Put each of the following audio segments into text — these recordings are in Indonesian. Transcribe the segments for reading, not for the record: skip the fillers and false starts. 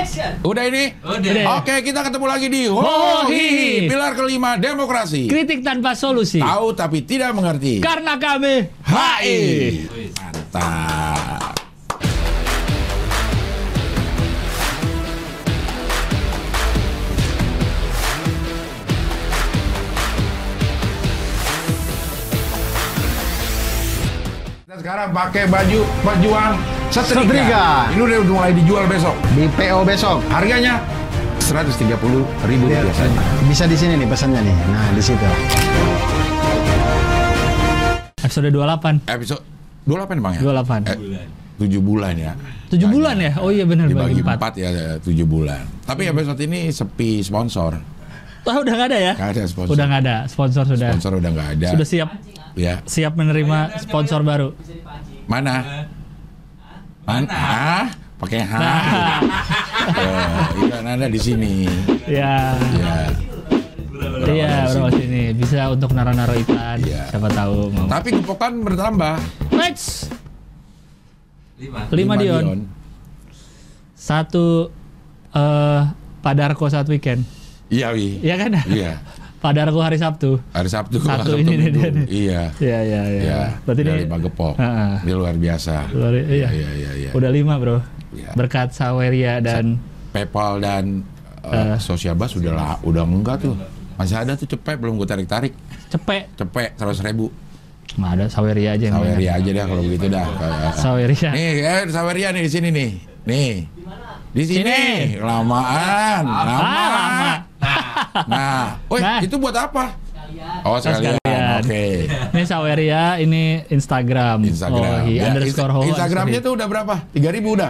Udah ini? Udah. Oke, kita ketemu lagi di Hohi, pilar kelima demokrasi. Kritik tanpa solusi. Tahu tapi tidak mengerti. Karena kami HI. Mantap. Sekarang pakai baju pejuang setrika. Ini udah mulai dijual besok. Di PO besok. Harganya 130.000 biasanya. Bisa di sini nih pesannya nih. Nah, di situ. Episode 28. Episode 28 Bang ya? 28. 7 bulan ya. 7 bulan ya? Oh iya benar, Dibagi bagi 4 ya 7 bulan. Tapi episode ini sepi sponsor. Oh, udah nggak ada ya? Nggak ada sponsor. Udah nggak ada. Sponsor sudah. Sponsor udah nggak ada. Sudah siap. Ya. Siap menerima sponsor baru. Mana? Pakai H. Iya, ada di sini. Ya. Ya. Iya, bro sini bisa untuk naro-naro ikan. Iya. Siapa tahu mau. Tapi gepokan bertambah. Let's 5 5 Dion. 1 Padarko saat weekend. Iya, Wi. Iya kan? Iya. Padarko hari Sabtu. Hari Sabtu, Satu Sabtu ini Minggu. dia. Iya. Iya. Iya. Berarti Dari ini 5 gepok. Heeh. Ini luar biasa. Iya. Iya. Udah 5 bro. Iya. Berkat Saweria dan PayPal dan Sosiabas udah enggak tuh. Masih ada tuh cepet belum gue tarik-tarik. Cepet. 100.000. Nggak ada, Saweria aja. Saweria aja dah kalau begitu dah. Saweria. Nih, Saweria nih di sini nih. Nih. Di sini. Lamaan. Lama. Nah, itu buat apa? Oh, sekalian. Oke. Ini Saweria, ini Instagram. Hohi Ya, underscore Hoho. Instagramnya tuh udah berapa? 3.000 udah?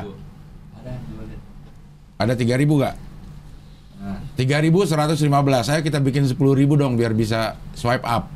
Ada 3.000 nggak? 3.115. Saya kita bikin 10.000 dong biar bisa swipe up.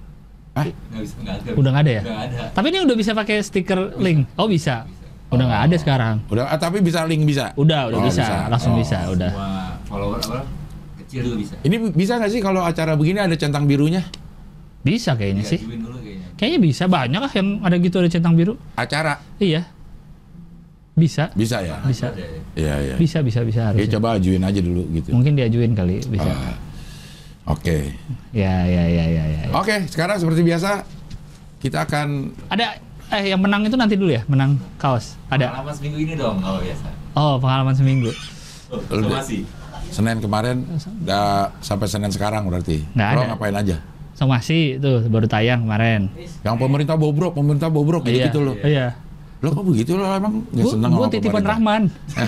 Udah nggak ada ya? Tapi ini udah bisa pakai stiker link. Oh bisa. Udah nggak ada sekarang. Udah, tapi bisa link bisa. Udah Oh, bisa. Langsung bisa. Udah. Follower apa? Kecil juga bisa. Ini bisa nggak sih kalau acara begini ada centang birunya? Bisa kayaknya sih. Diajuin dulu kayaknya. Kayaknya bisa. Banyak lah yang ada gitu ada centang biru. Acara? Iya. Bisa. Bisa ya? Bisa. Iya. Bisa Ya, harusnya. coba ajuin aja dulu gitu. Mungkin diajuin kali. Bisa. Oke. Ya. Oke, sekarang seperti biasa kita akan Ada yang menang itu nanti dulu ya, menang kaos. Ada. Pengalaman seminggu ini dong kalau biasa. Oh, pengalaman seminggu. Somasi. Senin kemarin udah sampai Senin sekarang berarti. Nggak Lo ada. ngapain aja? Somasi itu baru tayang kemarin. Yang pemerintah bobrok gitu loh. Iya. Lo kok begitu lo emang nggak seneng Gue sama titipan pemerintah? Rahman.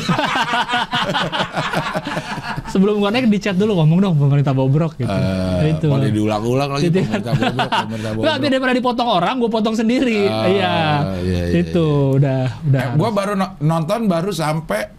Sebelum gue naik di chat dulu ngomong dong pemerintah bobrok gitu. Itu. Boleh diulang-ulang lagi Titipan. pemerintah bobrok. Nggak, biar daripada dipotong orang, gue potong sendiri. Iya. Itu udah. Gue baru nonton baru sampai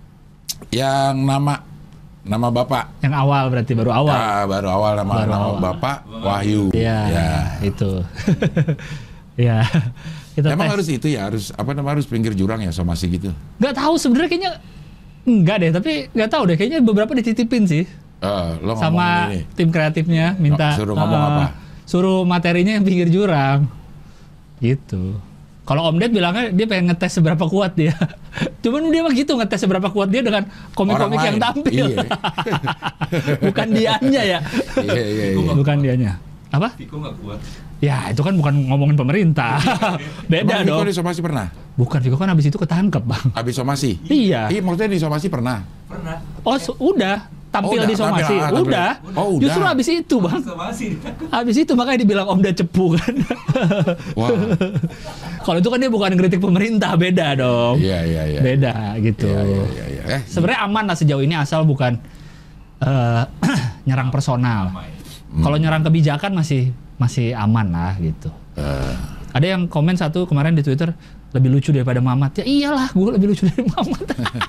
yang nama bapak. Yang awal berarti baru awal. Baru awal nama awal. bapak Wahyu. Iya. Ya. Itu. Iya. Kita Emang tes. harus itu ya, harus pinggir jurang ya somasi gitu. Nggak tahu sebenarnya kayaknya enggak deh, tapi nggak tahu deh kayaknya beberapa dititipin sih Lo ngomong sama ini. tim kreatifnya minta Suruh ngomong apa? Suruh materinya yang pinggir jurang. Gitu. Kalau Om Ded bilangnya dia pengen ngetes seberapa kuat dia. Cuman dia mah gitu ngetes seberapa kuat dia dengan komik-komik Orang yang lain. tampil. Iya. Bukan dianya ya. Iya. Bukan dianya. Apa? Viko nggak kuat. Ya itu kan bukan ngomongin pemerintah. Beda Emang dong. Viko di somasi pernah? Bukan, Viko kan abis itu ketangkep bang. Habis somasi? Iya. Iya, maksudnya di somasi pernah. Pernah. Oh udah tampil Udah, di somasi. tampil. Udah. Oh, udah. Justru abis itu bang. Somasi. Abis itu makanya dibilang Om Ded cepu kan. Wah. Kalau itu kan dia bukan ngeritik pemerintah, beda dong. Iya. Beda gitu. Iya. Sebenarnya aman lah sejauh ini asal bukan nyerang personal. Kalau nyerang kebijakan masih aman lah gitu. Ada yang komen satu kemarin di Twitter, lebih lucu daripada Mamat. Ya iyalah, gue lebih lucu dari Mamat.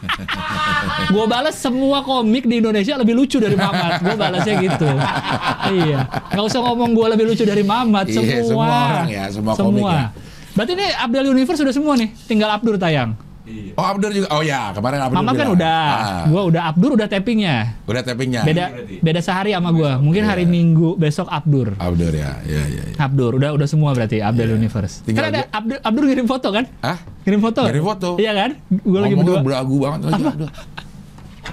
Gue balas semua komik di Indonesia lebih lucu dari Mamat. Gue balasnya gitu. Iya. Nggak usah ngomong gue lebih lucu dari Mamat. Iya, semua orang ya, semua komik ya. Berarti ini Abdel Universe sudah semua nih. Tinggal Abdur tayang. Iya. Oh, Abdur juga. Oh ya, kemarin Abdur Mamat kan bilang. udah. Gue udah Abdur udah tappingnya. Udah tappingnya. Beda sehari sama gue. Mungkin hari Minggu besok Abdur. Abdur ya. Iya. Abdur udah semua berarti Abdel Universe. Tinggal Kan ada Abdur ngirim foto kan? Hah? Ngirim foto. Ngirim foto? Iya kan? Gue lagi Ngomongnya berdua. belagu banget lagi. Aduh.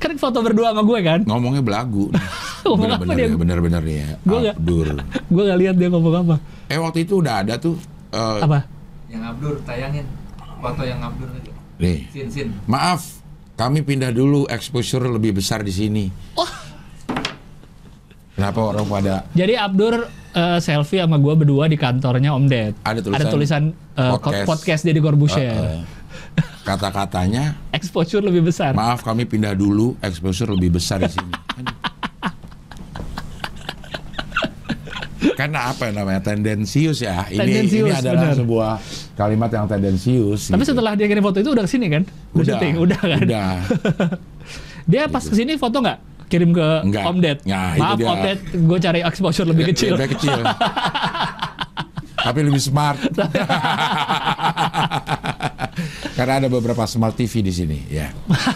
Kan foto berdua sama gue kan. Ngomongnya belagu. Ngomong apa dia? Bener-bener ya. Abdur. Gue gak lihat dia ngomong apa. Waktu itu udah ada tuh. Apa? Yang Abdur tayangin foto yang Abdur tadi. Nih. Sin. Maaf, kami pindah dulu, exposure lebih besar di sini. Oh. Kenapa orang pada? Jadi Abdur selfie sama gue berdua di kantornya Om Ded. Ada tulisan podcast Deddy Corbuzier. Kata-katanya exposure lebih besar. Maaf, kami pindah dulu, exposure lebih besar di sini. Karena apa namanya, tendensius ya. Ini adalah sebuah kalimat yang tendensius. Tapi gitu. setelah dia kirim foto itu udah kesini kan? Udah kan? Udah. Dia pas kesini foto nggak? Kirim ke Om Ded. Nah, maaf Om Ded, gue cari exposure lebih kecil. Lebih kecil. Tapi lebih smart. Karena ada beberapa smart TV di sini, ya.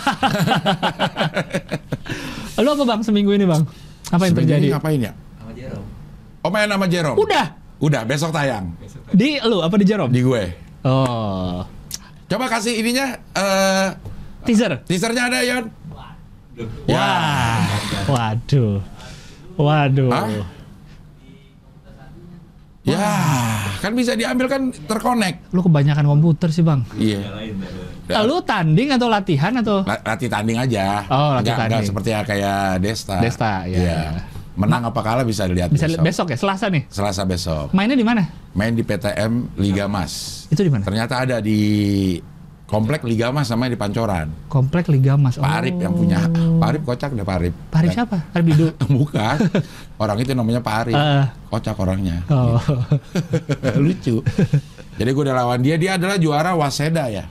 Lo apa bang seminggu ini bang? Apa yang terjadi? Ini ngapain ya? Sama Jerome. Main sama Jerome. Udah, besok tayang. Di lu apa di Jerome? Di gue. Oh. Coba kasih ininya. Teaser. Teasernya ada, Yon. Wah. Waduh. Hah? Ya, kan bisa diambil kan terkonek. Lu kebanyakan komputer sih bang. Iya. Lu tanding atau latihan atau? Latih tanding aja. Oh, latih tanding. Enggak seperti kayak Desta. Ya. Iya. Menang apa kalah bisa dilihat bisa besok. Besok ya, Selasa nih. Selasa besok. Mainnya di mana? Main di PTM Liga Mas. Itu di mana? Ternyata ada di Komplek Liga Mas sama di Pancoran. Komplek Liga Mas. Pak Arif yang punya. Pak Arif kocak deh Pak Arif. Pak Arif siapa? Arif Bidu. Bukan. Orang itu namanya Pak Arif. Kocak orangnya. Oh. Lucu. Jadi gue udah lawan dia. Dia adalah juara Waseda ya.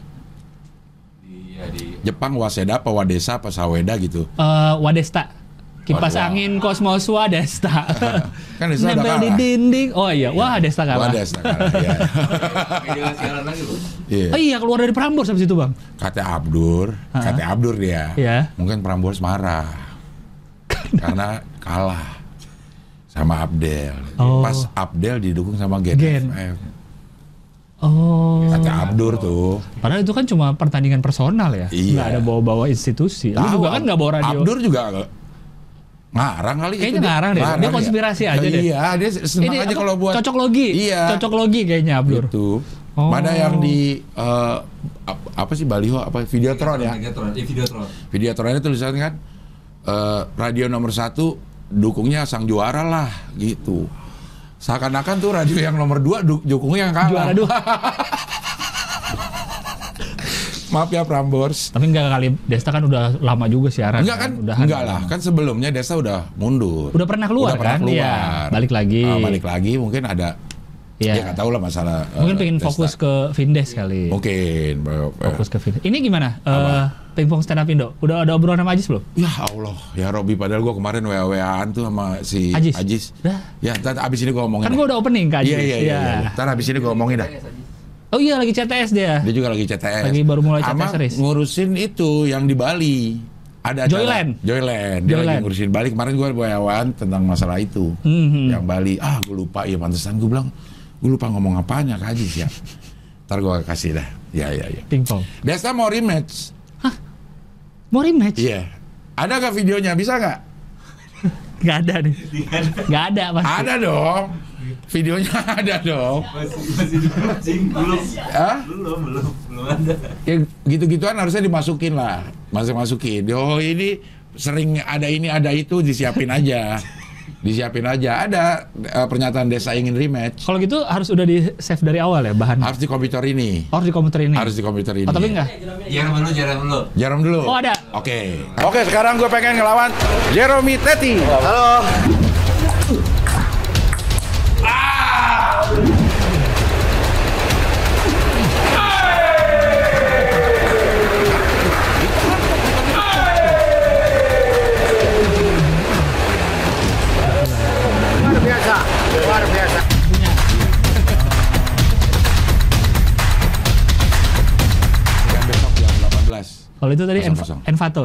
Di Jepang Waseda apa Wadesa apa Saweda gitu. Wadesta. Kipas angin Kosmos Wadesta. Kan Desta udah nempel kalah. di dinding. Oh iya, wah Desta kalah. Wadesta kalah. Iya. Kayak siaran lagi loh. Iya. Oh iya, keluar dari Prambors habis itu bang. Kata Abdur dia. Iya. Mungkin Prambors marah karena kalah sama Abdel. Oh. Pas Abdel didukung sama Gen. FM. Oh. Kata Abdur tuh. Padahal itu kan cuma pertandingan personal ya. Iya. Nggak ada bawa-bawa institusi. Lu Tahu, juga kan nggak bawa radio. Abdur juga ngarang kali. Kayaknya ngarang deh. Dia konspirasi aja deh. Iya, dia senang aja kalau buat cocok logi. Iya. Cocok logi kayaknya Abdur. Gitu. Oh. Mana yang di apa sih baliho apa Videotron ya? Videotron itu tulisannya kan radio nomor 1 dukungnya sang juara lah gitu. Seakan-akan tuh radio yang nomor 2 dukungnya yang kalah. Juara 2. Maaf ya Prambors. Tapi enggak kali Desta kan udah lama juga siaran. Enggak lah. Kan sebelumnya Desta udah mundur. Udah pernah keluar kan? Iya. Balik lagi mungkin ada. Ya nggak tahu lah masalah. Mungkin pengen fokus ke Vindes kali. Mungkin. Fokus ke Vindes. Ini gimana? Pingpong stand up Indo. Udah ada obrolan sama Ajis belum? Ya Allah, ya Robi. Padahal gue kemarin WA-WAan tuh sama si Ajis. Ya, abis ini gue ngomongin. Kan gue udah opening ke Ajis. Iya. Ntar abis ini gue ngomongin dah. Oh iya, lagi CTS dia. Dia juga lagi CTS. Lagi baru mulai CTS series. Ngurusin itu yang di Bali. Ada Joyland. Dia lagi ngurusin Bali. Kemarin gue WA-WAan tentang masalah itu. Yang Bali. Gue lupa. Ya pantesan gue bilang. Gue lupa ngomong apanya ke Ajis ya. Ntar gue kasih dah. Ya. Pingpong. Desta mau rematch. Hah? Mau rematch? Iya. Ada gak videonya? Bisa gak? Gak ada nih. Gak ada pasti. Ada dong. Videonya ada dong. Masih belum. Hah? Belum ada. Ya gitu-gituan harusnya dimasukin lah. Masukin. Oh ini sering ada ini ada itu disiapin aja. Ada pernyataan Desta ingin rematch. Kalau gitu harus udah di save dari awal ya bahan. Harus di komputer ini. Harus di komputer ini. Oh, tapi enggak. Jarum dulu. Oh ada. Oke, sekarang gue pengen ngelawan Jerome Teti. Halo. Luar biasa. Yang besok jam 18. Kalau itu tadi Kosong. Envato.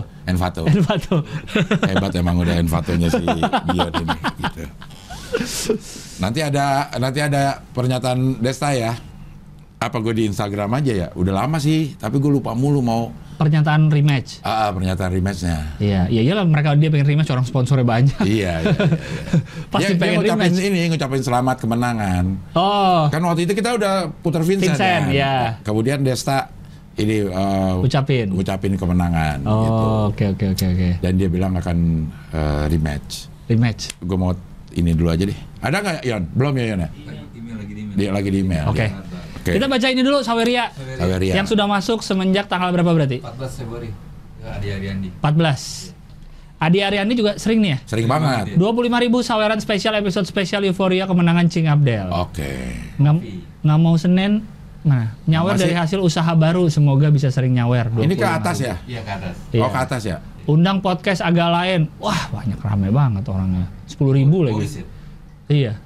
Hebat emang udah Envatonya si Dion ini gitu. Nanti ada pernyataan Desta ya. Apa gue di Instagram aja ya? Udah lama sih, tapi gue lupa mulu mau pernyataan rematch. Pernyataan rematchnya. Iya, iyalah dia pengen rematch, orang sponsornya banyak. Iya. Pasti pengen rematch. Ngucapin selamat kemenangan. Oh. Kan waktu itu kita udah putar Vincent kan. Ya. Kemudian Desta ini ucapin kemenangan. Oh, gitu. Oke. Dan dia bilang akan rematch. Gue mau ini dulu aja deh. Ada nggak Yon? Belum ya Yon ya? Lagi di email. Oke. Kita baca ini dulu Saweria. Yang sudah masuk semenjak tanggal berapa berarti? 14 Februari. Adi Ariandi. 14. Adi Ariandi juga sering nih ya? Sering banget. 25.000 saweran spesial episode spesial Euforia kemenangan Cing Abdel. Oke. Nggak mau Senin mana? Nyawer dari hasil usaha baru, semoga bisa sering nyawer. Ini ke atas ya? Iya ke atas. Oh ke atas ya? Undang podcast agak lain. Wah banyak, rame banget orangnya. 10.000 lagi. Iya.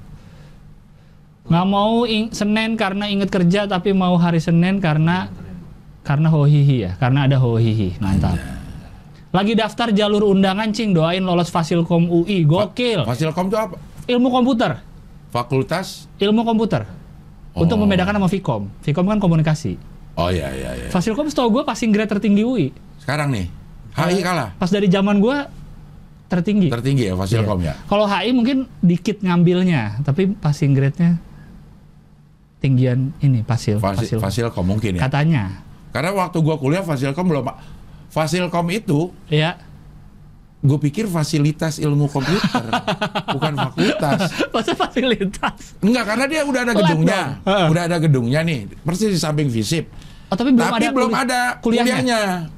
Nggak mau Senin karena inget kerja, tapi mau hari Senin karena hohihi ya. Karena ada hohihi. Mantap. Lagi daftar jalur undangan Cing, doain lolos Fasilkom UI. Gokil. Fasilkom itu apa? Ilmu komputer. Fakultas? Ilmu komputer. Untuk membedakan sama Vkom. Vkom kan komunikasi. Oh iya. Fasilkom setahu gue passing grade tertinggi UI. Sekarang nih? HI kalah? Pas dari zaman gue tertinggi. Tertinggi ya Fasilkom ya? Kalau HI mungkin dikit ngambilnya, tapi passing grade-nya tinggian ini Fasilkom mungkin ya. Katanya. Karena waktu gua kuliah Fasilkom belum. Fasilkom itu ya. Gue pikir fasilitas ilmu komputer, bukan fakultas. Masa fasilitas? Enggak, karena dia udah ada gedungnya. Udah ada gedungnya nih, persis di samping FISIP. Oh, tapi belum ada kuliahnya.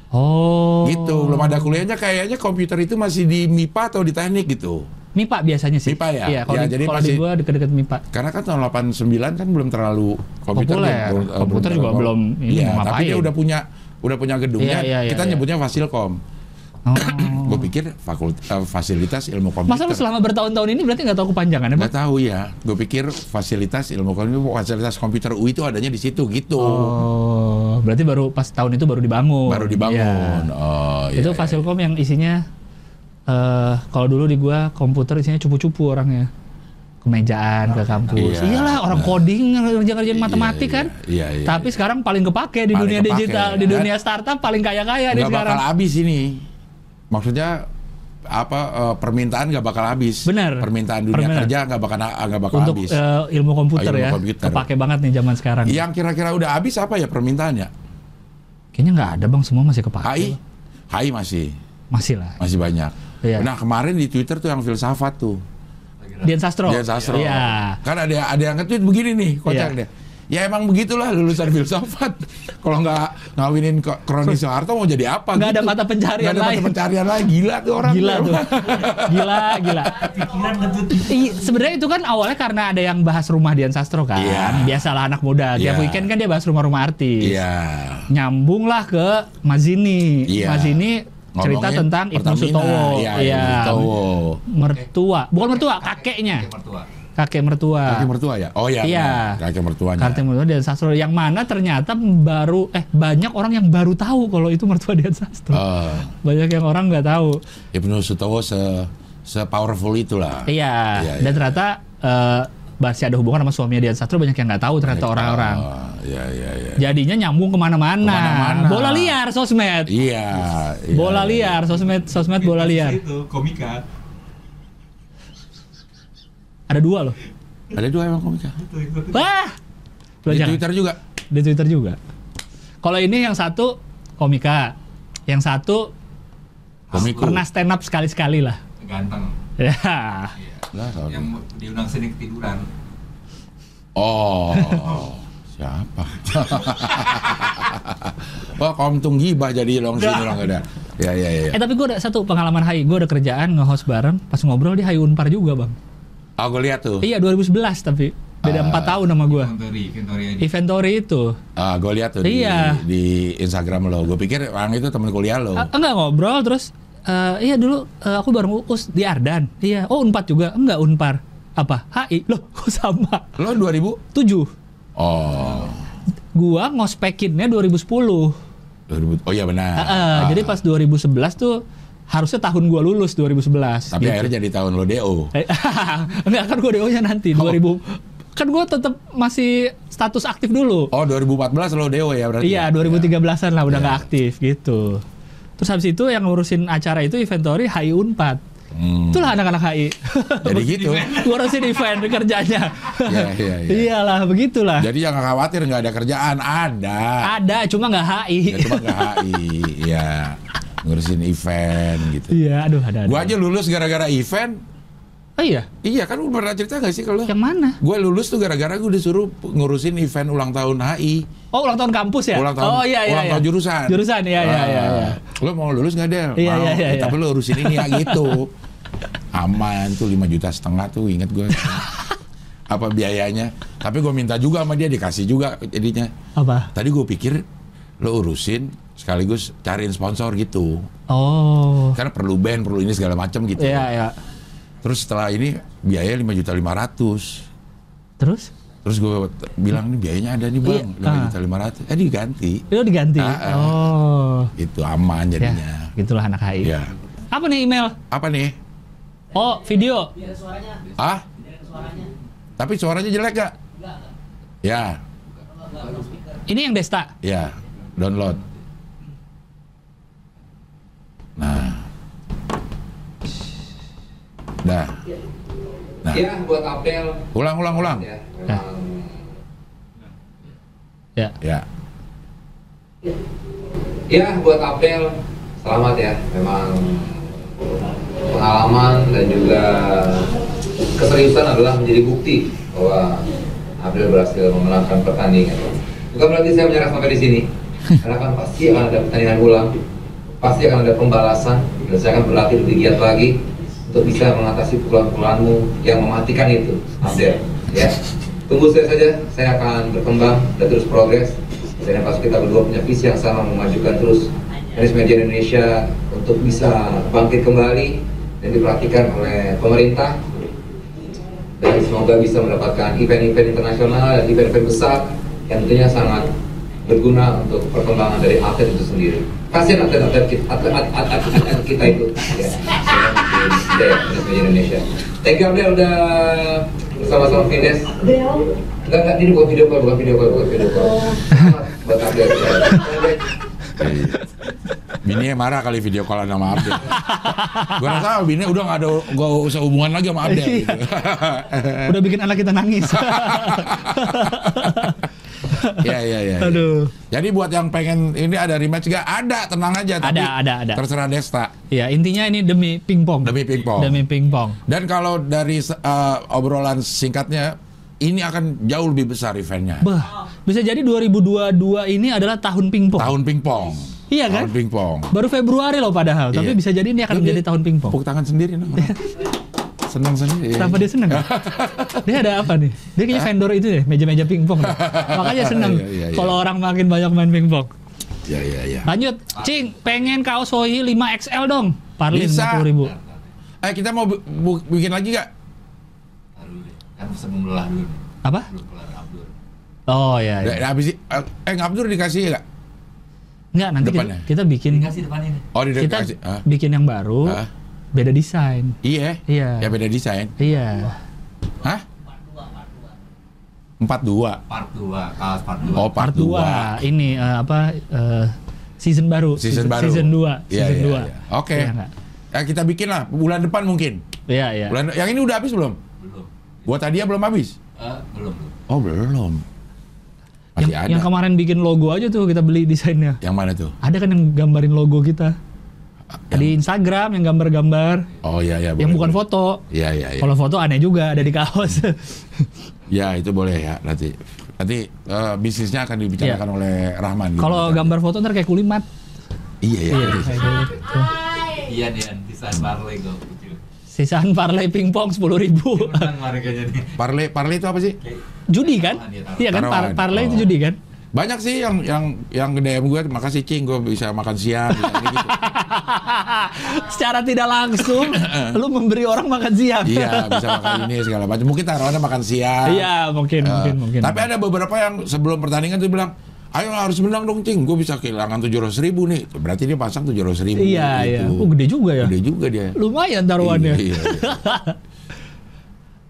Oh. Gitu, belum ada kuliahnya. Kayaknya komputer itu masih di MIPA atau di teknik gitu. MIPA biasanya sih. MIPA ya? Iya, kalau di gua deket-deket MIPA. Karena kan tahun 89 kan belum terlalu komputer. Komputer juga belum ini ya, tapi dia udah punya gedungnya. Kita nyebutnya Fasilkom. Oh. Gue pikir fasilitas ilmu komputer. Masa lu selama bertahun-tahun ini berarti nggak tahu kepanjangannya? Nggak tahu ya. Gue pikir fasilitas ilmu komputer, fasilitas komputer UI itu adanya di situ gitu. Oh, berarti baru pas tahun itu baru dibangun. Ya. Oh, itu Fasilkom yang isinya kalau dulu di gua komputer isinya cupu-cupu orangnya. Kemejaan ke kampus. Iyalah, orang coding, ngerjain matematik kan. Iya. Tapi sekarang paling kepake di dunia digital, di dunia startup paling kaya-kaya di sekarang. Nggak bakal habis ini. Maksudnya permintaan nggak bakal habis. Benar. Permintaan dunia kerja nggak bakal untuk habis. Ilmu komputer ya. Kepake banget nih zaman sekarang. Yang kira-kira udah habis apa ya permintaannya? Kayaknya nggak ada bang, semua masih kepake. HI masih. Masih lah. Masih banyak. Iya. Nah kemarin di Twitter tuh yang filsafat tuh. Dian Sastro. Iya. Kan ada yang nge-tweet begini nih, kocak deh. Ya emang begitulah lulusan filsafat. Kalau nggak ngawinin Kroni Soeharto mau jadi apa? Nggak ada mata pencarian lain. Gila tuh orang. Gila tuh. Gila. Sebenarnya itu kan awalnya karena ada yang bahas rumah Dian Sastro kan. Iya. Biasalah anak muda. Tiap weekend kan dia bahas rumah-rumah artis. Iya. Nyambung lah ke Mazini. Iya. Mazini cerita tentang Ibnu Sutowo. Iya. Mertua. Bukan mertua, kakeknya. Kakek mertua ya? Oh iya. Kakek mertuanya. Kakek mertua Dian Sastro, yang mana ternyata banyak orang yang baru tahu kalau itu mertua Dian Sastro. Banyak yang orang nggak tahu. Ibnu Sutowo se-powerful itulah. Iya. Dan ternyata masih ada hubungan sama suaminya Dian Sastro, banyak yang nggak tahu ternyata orang-orang. Iya. Jadinya nyambung kemana-mana. Bola liar sosmed. Iya. Bola liar sosmed bola liar. Itu komika. Ada 2 loh. Ada 2 emang komika. Wah. Di Twitter juga. Di Twitter juga. Kalau ini yang satu komika, yang satu komiku. Pernah stand up sekali-sekali lah. Ganteng. Ya. Yang diundang sini ketiduran. Oh. Siapa? Wah, Komtung Gibah jadi long sini long ada. Ya. Tapi gue ada satu pengalaman HI. Gue ada kerjaan nge-host bareng. Pas ngobrol di HI Unpar juga bang. Oh, gue lihat tuh. Iya 2011 tapi beda 4 tahun sama gue. Inventory itu. Gue lihat tuh di Instagram lo. Gue pikir orang itu teman kuliah lo. Enggak, ngobrol terus. Iya dulu aku bareng Uus di Ardan. Iya. Oh Unpad juga? Enggak Unpar. Apa? HI. Loh kok sama? Lo 2007? Oh. Gua ngospekinnya 2010. Oh iya benar. Jadi pas 2011 tuh harusnya tahun gua lulus 2011. Tapi akhirnya jadi tahun lo DO. Enggak, kan gua DO-nya nanti 2000. Kan gua tetap masih status aktif dulu. Oh 2014 lo Dewo ya berarti? Iya, 2013-an lah udah nggak aktif gitu. Terus habis itu yang ngurusin acara itu inventory HI Unpad. Itulah anak-anak HI. Jadi gitu. Ngurusin event kerjanya. Iya. Iyalah, begitulah. Jadi jangan khawatir nggak ada kerjaan, ada, cuma nggak HI. Ya, cuma nggak HI, ya ngurusin event gitu. Iya, aduh ada. Gua aja lulus gara-gara event. Oh iya? Iya kan, lu pernah cerita nggak sih kalau? Yang mana? Gua lulus tuh gara-gara gue disuruh ngurusin event ulang tahun HI. Oh, ulang tahun kampus ya? Ulang tahun, oh iya. ulang tahun jurusan. Jurusan, iya. Lo mau lulus nggak Del? Iya, mau. iya. Tapi lo urusin ini ya gitu. Aman tuh 5,5 juta tuh, inget gue. Apa biayanya? Tapi gue minta juga sama dia, dikasih juga jadinya. Apa? Tadi gue pikir lo urusin sekaligus cariin sponsor gitu. Oh. Karena perlu band, perlu ini segala macam gitu. Iya. Terus setelah ini biaya 5,5 juta. Terus gue bilang nih biayanya ada nih bang, 5,5 juta. Diganti. Itu diganti. Oh. Itu aman jadinya. Ya, gitulah anak HI. Ya. Apa nih email? Apa nih? Oh, video. Ah? Tapi suaranya jelek gak? Ya. Ini yang Desta. Ya. Download. Nah. Dah. Nah. Ya, buat apel. Ulang. Ya. Ya. Ya, buat apel. Selamat ya. Memang pengalaman dan juga keseriusan adalah menjadi bukti bahwa Abdel berhasil memenangkan pertandingan. Bukan berarti saya menyerah sampai di sini. Karena kan pasti akan ada pertandingan ulang, pasti akan ada pembalasan, dan saya akan berlatih lebih giat lagi untuk bisa mengatasi pukulan-pukulanmu yang mematikan itu, Abdel. Ya, tunggu saja, saya akan berkembang dan terus progres. Dan yang pasti kita berdua punya visi yang sama, memajukan terus tenis meja Indonesia untuk bisa bangkit kembali dan diperhatikan oleh pemerintah, dan semoga bisa mendapatkan event-event internasional dan event-event besar yang tentunya sangat berguna untuk perkembangan dari atlet itu sendiri. Kasihan atlet kita itu ya, di tenis meja Indonesia. Thank you Abdel udah bersama-sama Fides. Enggak, ini bukan video call. Buat Abdel. Bini marah kali video call sama Abdel. Gue rasa Bini udah gak usah hubungan lagi sama Abdel gitu. Udah bikin anak kita nangis. Ya. Aduh. Jadi buat yang pengen ini ada rematch gak? Ada, tenang aja. Tapi Ada. Terserah Desta. Ya, intinya ini demi pingpong. Demi pingpong. Dan kalau dari obrolan singkatnya, ini akan jauh lebih besar eventnya. Bisa jadi 2022 ini adalah tahun pingpong. Tahun pingpong. Iya kan? Tahun pingpong. Baru Februari loh padahal, tapi bisa jadi ini akan menjadi tahun pingpong. Tepuk tangan sendiri dong. Senang sendiri. Kenapa dia senang? Dia ada apa nih? Dia kayaknya vendor itu deh, meja-meja pingpong. Makanya senang kalau orang makin banyak main pingpong. Iya. Lanjut, Cing, pengen kaos Sohi 5XL dong. Parlin 50.000. Kita mau bikin lagi gak? Kan sebelum lelah dulu. Apa? Belum kelar Abdur. Oh iya. Habis Abdur dikasih gak? Enggak, nanti kita bikin. Dikasih depan ini. Oh, kita dikasih. bikin yang baru. Beda desain. Iya. Ya beda desain. Iya. Hah? 42. Part 2, kaos part 2. Oh, part 2. Ini season baru. Season 2. Season 2. Iya. Oke. Kita bikin lah bulan depan mungkin. Iya. Yang ini udah habis belum? Belum. Buat tadi belum habis? Belum. Oh, belum. Masih ada. Yang kemarin bikin logo aja tuh kita beli desainnya. Yang mana tuh? Ada kan yang gambarin logo kita. Di Instagram yang gambar-gambar. Oh iya. Yang bukan foto. Iya. Kalau foto aneh juga ada di kaos. Ya itu boleh ya nanti. Bisnisnya akan dibicarakan oleh Rahman. Kalau gambar foto ntar kayak kulimat. Iya. Iya nih, sisaan parlay gue. Sisaan parlay pingpong 10.000. Parlay itu apa sih? Judi kan? Iya kan? Parlay itu judi kan? Banyak sih yang DM gue, makasih Cing, gue bisa makan siang, gitu. Secara tidak langsung, lu memberi orang makan siang. Iya, bisa makan ini segala macam. Mungkin taruhannya makan siang. Iya, mungkin. Tapi ada beberapa yang sebelum pertandingan tuh bilang, ayo harus menang dong Cing, gue bisa kehilangan 700.000 nih. Berarti dia pasang 700.000. Iya. Gitu. Gede juga ya. Gede juga dia. Lumayan taruhannya. Iya.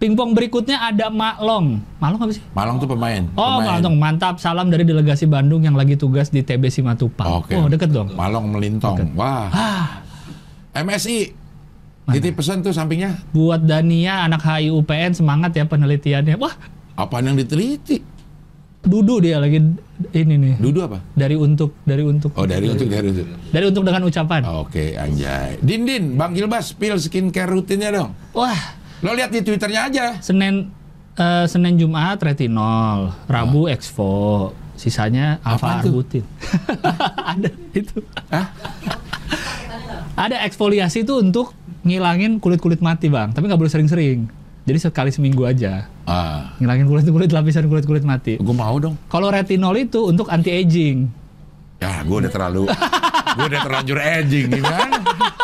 Pingpong berikutnya ada Maklong. Maklong apa sih? Malang tuh pemain. Oh, Maklong. Mantap. Salam dari delegasi Bandung yang lagi tugas di TB Simatupang. Oke. Oh, deket dong. Malong Melintong. Deket. Wah. MSI. Titip pesan tuh sampingnya. Buat Dania, anak HI UPN, semangat ya penelitiannya. Wah, Apaan yang diteliti? Dudu dia lagi ini nih. Dudu apa? Dari untuk. Oh, dari untuk. Dari untuk dengan ucapan. Oke, anjay. Din, Bang Gilbas, spill skincare rutinnya dong. Wah, Lo lihat di Twitternya aja. Senin Jumat retinol, Rabu Exfo, sisanya alfa Apaan tuh? arbutin. Ada itu. Hah? Ada eksfoliasi itu untuk ngilangin kulit-kulit mati, Bang. Tapi nggak boleh sering-sering. Jadi sekali seminggu aja. Ngilangin kulit-kulit, lapisan kulit-kulit mati. Gue mau dong. Kalau retinol itu untuk anti aging. Ya, gue udah terlanjur aging gimana?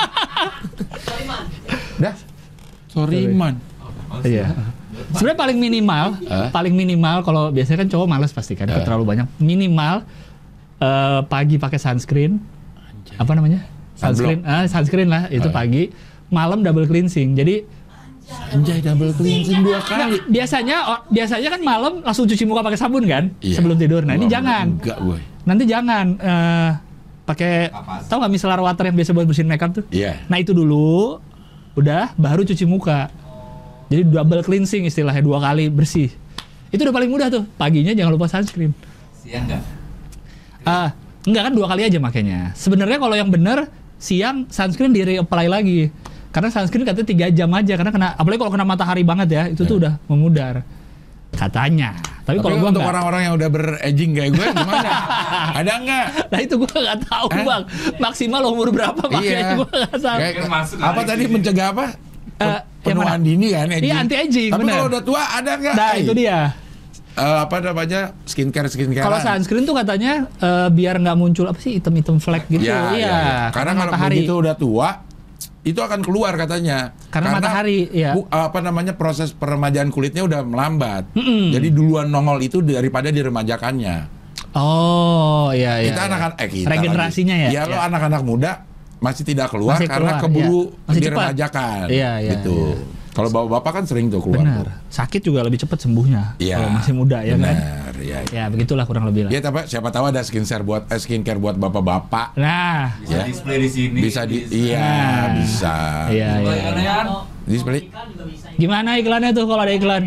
Dah. Sorry man. Iya. Sebenarnya paling minimal kalau biasanya kan cowok males pasti kan terlalu banyak. Minimal pagi pakai sunscreen. Apa namanya? Sunscreen lah itu pagi. Malam double cleansing. Jadi Anjay, double cleansing 2 kali. Biasanya kan malam langsung cuci muka pakai sabun kan sebelum tidur. Nah, ini jangan. Enggak, gue. Nanti jangan pakai tahu nggak micellar water yang biasa buat bersihin makeup tuh? Iya. Nah, itu dulu udah baru cuci muka. Jadi double cleansing istilahnya 2 kali bersih. Itu udah paling mudah tuh. Paginya jangan lupa sunscreen. Siang nggak? Enggak kan 2 kali aja makanya. Sebenarnya kalau yang bener siang sunscreen di reapply lagi. Karena sunscreen katanya 3 jam aja karena apalagi kalau kena matahari banget ya, itu tuh udah memudar. Katanya. Tapi kalau gua untuk orang-orang yang udah ber-aging kayak gue gimana? Ada nggak? Nah itu gua nggak tahu, Bang. Maksimal umur berapa makanya gua nggak tahu. Apa tadi mencegah apa? Penuaan dini kan? Iya, anti-aging. Tapi bener. kalau udah tua ada nggak? Nah itu dia. Apa namanya? Skincare. Kalau sunscreen tuh katanya biar nggak muncul apa sih item-item flek gitu. Iya. Karena kalau begitu udah tua itu akan keluar katanya. Karena matahari, ya. Proses peremajaan kulitnya udah melambat. Jadi duluan nongol itu daripada diremajakannya. Oh, iya. Kita anak-anak regenerasinya lagi. ya. Ya lo anak-anak muda masih tidak keluar karena keburu diremajakan. Iya. Gitu. Kalau bapak-bapak kan sering tuh keluar. Benar. Sakit juga lebih cepat sembuhnya kalau masih muda ya kan. Iya. Ya begitulah kurang lebih lah. Ya tapi siapa tahu ada skincare buat bapak-bapak. Nah, Bisa display di sini. Bisa bisa. Iya. Display. Gimana iklannya tuh kalau ada iklan?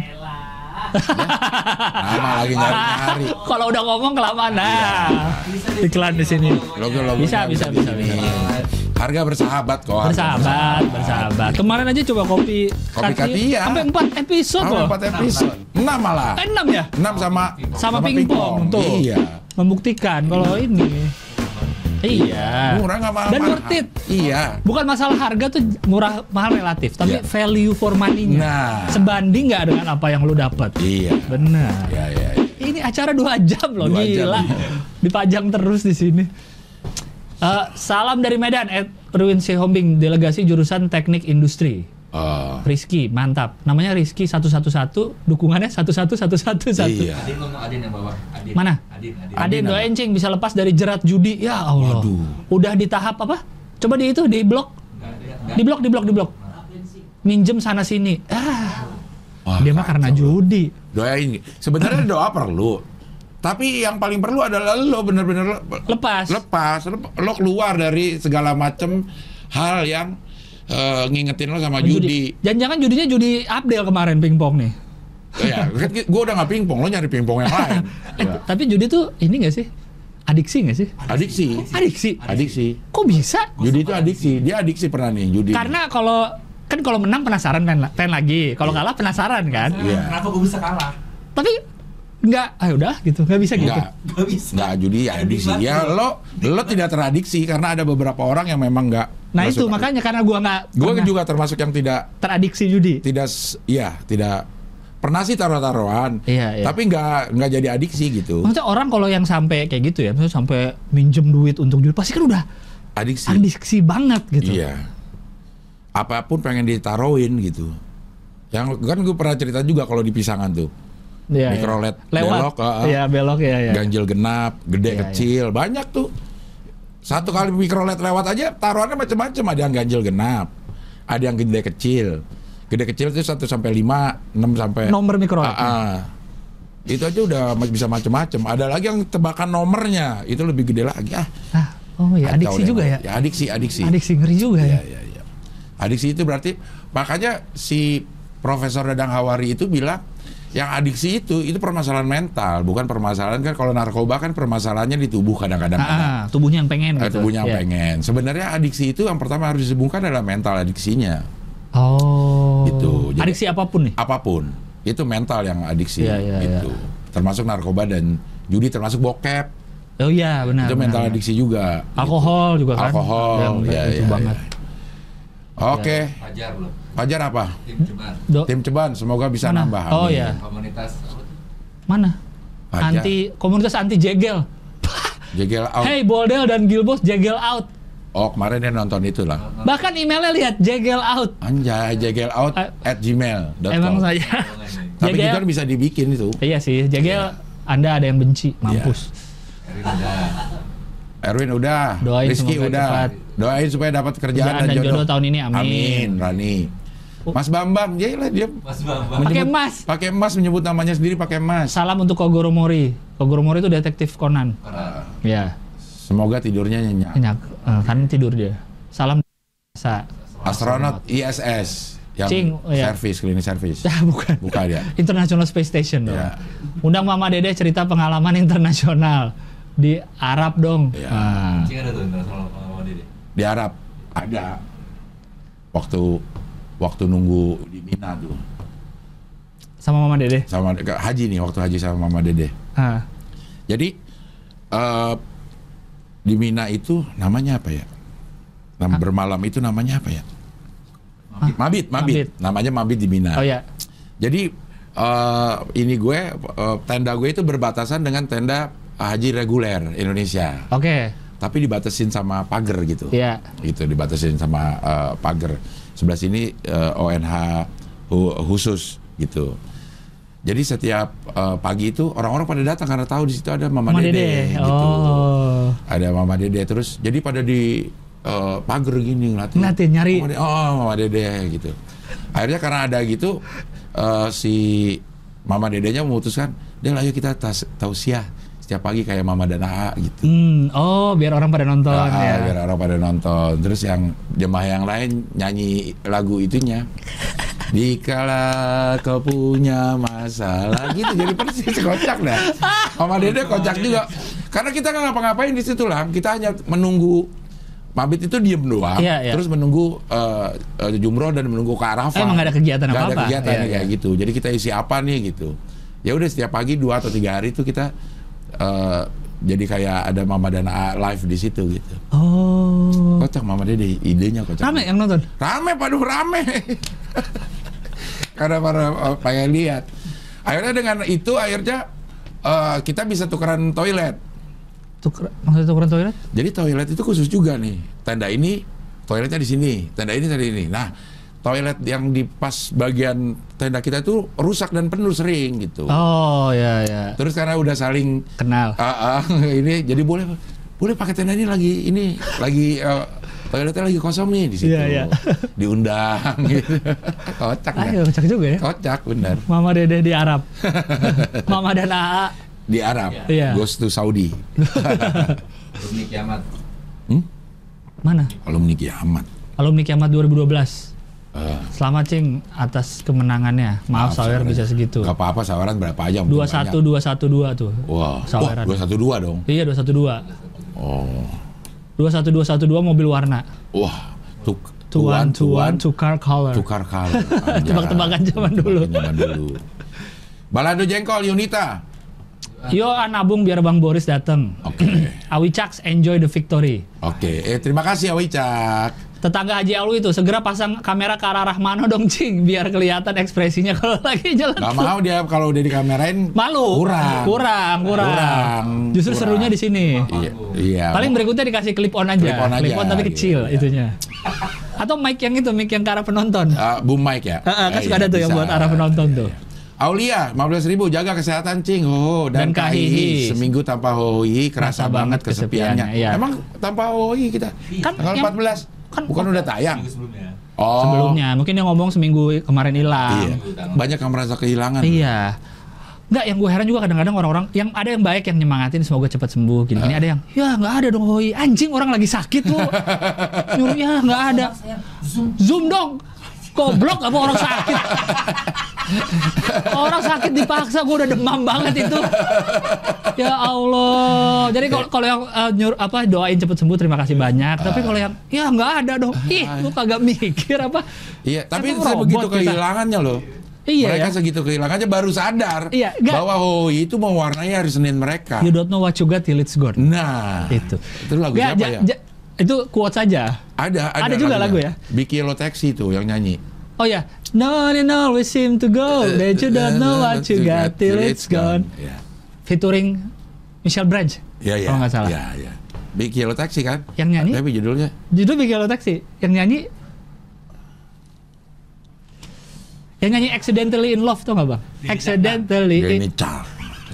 Nama lagi nyari. Kalau udah ngomong kelamaan. Nah, iklan di sini. Logo Bisa. Harga bersahabat kok. Bersahabat. Kemarin aja coba kopi Katia. sampai 4 episode loh. 4 episode. 6 malah. 6 ya? 6 sama pingpong tuh. Iya. Membuktikan kalau ini. Iya. Murah nggak mahal. Dan worth it. Iya. Bukan masalah harga tuh murah mahal relatif, tapi value for money-nya. Nah. Sebanding nggak dengan apa yang lu dapat. Iya. Benar. Iya. Ini acara 2 jam loh, 2 jam. gila. Dipajang terus di sini. Salam dari Medan, Erwin Sihombing, delegasi jurusan Teknik Industri. Rizky, mantap. Namanya Rizky 111, dukungannya 1111. Iya. Adin yang bawa. Mana? Adin doain Cing bisa lepas dari jerat judi. Ya Allah. Udah di tahap apa? Coba di blok. Di blok. Minjem sana sini. Dia mah karena judi. Doain. Sebenarnya doa perlu. Tapi yang paling perlu adalah lo bener-bener lepas. Lo keluar dari segala macam hal yang ngingetin lo sama judi. Jangan-jangan judinya judi Abdel kemarin pingpong nih. Ya, gue udah nggak pingpong, lo nyari pingpong yang lain. Tapi judi tuh ini nggak sih? Adiksi nggak sih? Adiksi. Kok bisa? Judi itu adiksi. Dia adiksi pernah nih judi. Karena kalau menang penasaran pengen lagi. Kalau kalah penasaran kan? Iya. Kenapa gue bisa kalah? Tapi nggak, udah gitu, nggak bisa gitu. Nggak judi adiksi. Ya lo tidak teradiksi karena ada beberapa orang yang memang nggak. Nah itu makanya karena gue juga termasuk yang tidak teradiksi judi. Tidak pernah sih taruh-taruhan. Iya. Tapi nggak jadi adiksi gitu. Maksudnya orang kalau yang sampai kayak gitu ya, maksudnya sampai minjem duit untuk judi, pasti kan udah adiksi banget gitu. Iya. Apapun pengen ditaruhin gitu. Yang kan gue pernah cerita juga kalau di Pisangan tuh. Iya, mikrolet belok, belok ya. Ganjil genap, gede kecil, banyak tuh. Satu kali mikrolet lewat aja taruhannya macam-macam, ada yang ganjil genap, ada yang gede kecil, Gede kecil itu 1 sampai 5, 6 sampai Nomor mikro. Itu aja udah bisa macam-macam. Ada lagi yang tebakan nomornya, itu lebih gede lagi. Oh ya, adiksi juga ya? Ya adiksi. Adiksi ngeri juga ya. Ya. Adiksi itu berarti, makanya si Profesor Dadang Hawari itu bilang, yang adiksi itu permasalahan mental, bukan permasalahan kan kalau narkoba kan permasalahannya di tubuh kadang-kadang. Tubuhnya yang pengen gitu. Tubuhnya yang pengen. Sebenarnya adiksi itu yang pertama harus disembuhkan adalah mental adiksinya. Oh. Gitu. Jadi, adiksi apapun nih? Apapun. Itu mental yang adiksi. Iya. Termasuk narkoba dan judi, termasuk bokep. Oh iya, benar. Itu mental adiksi juga. Alkohol juga kan. Alkohol. Iya. Banget. Oke. Fajar loh. Fajar apa? Tim Ceban, semoga bisa nambah. Oh iya. Komunitas mana? Fajar. Komunitas anti jegel. Jegel out. Hey Boldel dan Gilbos jegel out. Oh, kemarin dia nonton itu lah. Bahkan emailnya lihat jegel out. Anjay, jegelout@gmail.com. Emang saja. Tapi kita bisa dibikin itu. Iya sih, jegel Anda ada yang benci, mampus. Erwin udah, doain Rizky udah, cepat. Doain supaya dapat kerjaan dan jodoh tahun ini, amin. Amin, Rani. Mas Bambang, dia Mas Bambang. Pakai Mas menyebut namanya sendiri pakai Mas. Salam untuk Kogoro Mori. Kogoro Mori itu detektif Conan. Ya. Semoga tidurnya nyenyak. Kan tidur dia. Salam astronot ISS yang klinik servis. Bukan ya. International Space Station dong. Ya. Undang Mama Dede cerita pengalaman internasional di Arab dong. Ya. Ada tuh internasional Mama Dede. Di Arab ada. Waktu nunggu di Mina tuh. Sama Mama Dede. Sama haji nih, waktu haji sama Mama Dede. Jadi di Mina itu namanya apa ya? Bermalam itu namanya apa ya? Mabit. Namanya Mabit di Mina. Oh ya. Jadi tenda gue itu berbatasan dengan tenda haji reguler Indonesia. Oke. Tapi dibatasin sama pagar gitu. Iya. Gitu dibatasin sama pagar. Sebelah sini ONH khusus gitu. Jadi setiap pagi itu orang-orang pada datang karena tahu di situ ada Mama Dede gitu. Ada Mama Dede terus jadi pada di pagar gini ngeliatin nyari Mama Dede gitu. Akhirnya karena ada gitu si Mama Dedenya memutuskan, "Del, ayo kita tausiah setiap pagi kayak Mama dan AA gitu." Biar orang pada nonton ya. Biar orang pada nonton. Terus yang jemaah yang lain nyanyi lagu itunya. Dikala kau punya masalah gitu, jadi persis kocak dah. Mama Dede kocak juga. Karena kita nggak ngapa-ngapain di situ lah. Kita hanya menunggu Mabit itu diem doang, terus menunggu jumroh dan menunggu ke Arafah. Emang nggak ada kegiatan apa-apa? Nggak ada kegiatan kayak gitu. Jadi kita isi apa nih gitu. Ya udah setiap pagi 2 atau 3 hari itu kita jadi kayak ada Mama dan AA live di situ gitu. Kocak Mama Dede, idenya kocak. Rame yang nonton? Rame. Karena para pengen lihat. Akhirnya dengan itu kita bisa tukeran toilet. Maksudnya tukeran toilet? Jadi toilet itu khusus juga nih. Tenda ini toiletnya di sini, tenda ini. Nah, toilet yang di pas bagian tenda kita itu rusak dan penuh sering gitu. Oh ya. Terus karena udah saling kenal. Ini jadi boleh pakai tenda ini lagi toiletnya lagi kosong nih di situ. Iya. Diundang gitu. Kocak kan? Kocak juga ya. Kocak benar. Mama Dede di Arab. Mama dan AA di Arab. Iya. Goes to Saudi. Alumni Kiamat. Mana? Alumni Kiamat. Alumni Kiamat 2012. Selamat Cing atas kemenangannya. Maaf Sawer bisa segitu. Gak apa-apa, saweran berapa aja. 21212 tuh. Wah, saweran. 212 dong. Iya 212. Oh. 21212 mobil warna. Wah, tuan tukar color. Tebak-tebakan zaman dulu. Balado jengkol Yunita. Yo nabung biar Bang Boris datang. Oke. Awicaks enjoy the victory. Oke. Terima kasih Awicak. Tetangga Haji Alwi itu segera pasang kamera ke arah Rahmano dong Cing biar kelihatan ekspresinya kalau lagi jalan. Gak mau dia kalau udah dikamerain. Malu. Kurang. Justru serunya di sini. Iya. Paling berikutnya dikasih clip on aja. Clip on tapi kecil itunya. Atau mic yang ke arah penonton. Boom mic ya. Kan suka ada tuh yang buat arah penonton tuh. Aulia, 15.000, jaga kesehatan Cing, dan Kahihi. Seminggu tanpa Hohi, kerasa banget kesepiannya. Iya. Emang tanpa Hohi kita? Kan tanggal 14. Kan Bukan udah tayang? sebelumnya. Oh. sebelumnya. Mungkin dia ngomong seminggu kemarin hilang. Iya. Banyak yang merasa kehilangan. Iya. Enggak, yang gue heran juga kadang-kadang orang-orang yang ada yang baik yang nyemangatin semoga cepat sembuh gini-gini, ada yang ya nggak ada dong Hoi, anjing orang lagi sakit lu nyuruh ya nggak ada, zoom dong, goblok apa orang sakit, orang sakit dipaksa, gue udah demam banget itu, ya Allah. Jadi kalau yang doain cepet sembuh terima kasih banyak, tapi kalau yang ya nggak ada dong, ih lu kagak mikir apa? Iya, tapi Emang sebegitu robot kita? kehilangannya loh. Iya, Mereka ya? segitu kehilangannya baru sadar Iya, nggak. bahwa Hoi itu mewarnai hari Senin mereka. You don't know what you got till it's gone. Nah, Itu lagu Nggak, siapa ya? itu quote saja. Ada juga lagu lagunya. ya? Biki Yellow Taxi itu yang nyanyi. Oh ya, no and always seem to go, that you don't know what you got till it's gone. Ya, Featuring Michelle Branch, ya, ya. kalau nggak salah. Ya, ya. Biki Yellow Taxi kan? Yang nyanyi? Tapi judulnya Judul Big Yellow Taxi. Yang nyanyi Accidentally in Love, tau nggak bang? Accidentally in ini Char.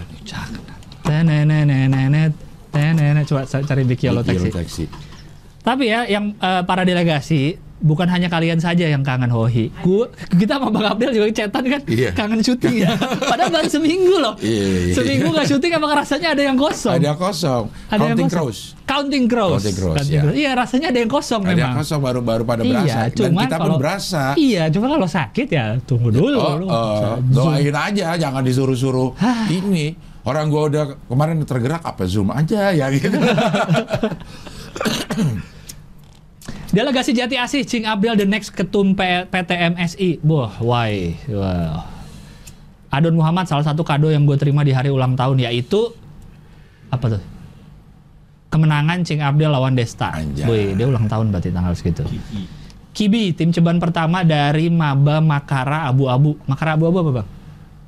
Coba cari Big Yellow Biki Yellow Taxi. Taxi. Tapi ya, yang para delegasi bukan hanya kalian saja yang kangen Hoi. Kita sama Bang Abdel juga chatan kan, Iya. kangen syuting ya. Padahal baru seminggu loh. Iya. Seminggu nggak syuting, emang rasanya ada yang kosong. Ada kosong. Ada yang Counting kosong. Crows. Counting Crows. Ya. Iya, rasanya ada yang kosong Ada yang memang. kosong baru pada berasa. Dan cuman kita pun berasa. Iya, cuma kalau sakit ya tunggu dulu. Lu nggak bisa Doain aja, jangan disuruh-suruh. Ini orang gua udah kemarin tergerak apa Zoom aja ya gitu. Delegasi Jati Asih, Cing Abdel the next ketum PT MSI. Wah, why? Wow. Adon Muhammad, salah satu kado yang gue terima di hari ulang tahun yaitu apa tuh? Kemenangan Cing Abdel lawan Desta. Anjay. Wih, dia ulang tahun berarti tanggal segitu. Kibi, tim ceban pertama dari Maba Makara Abu-Abu. Makara Abu-Abu apa bang?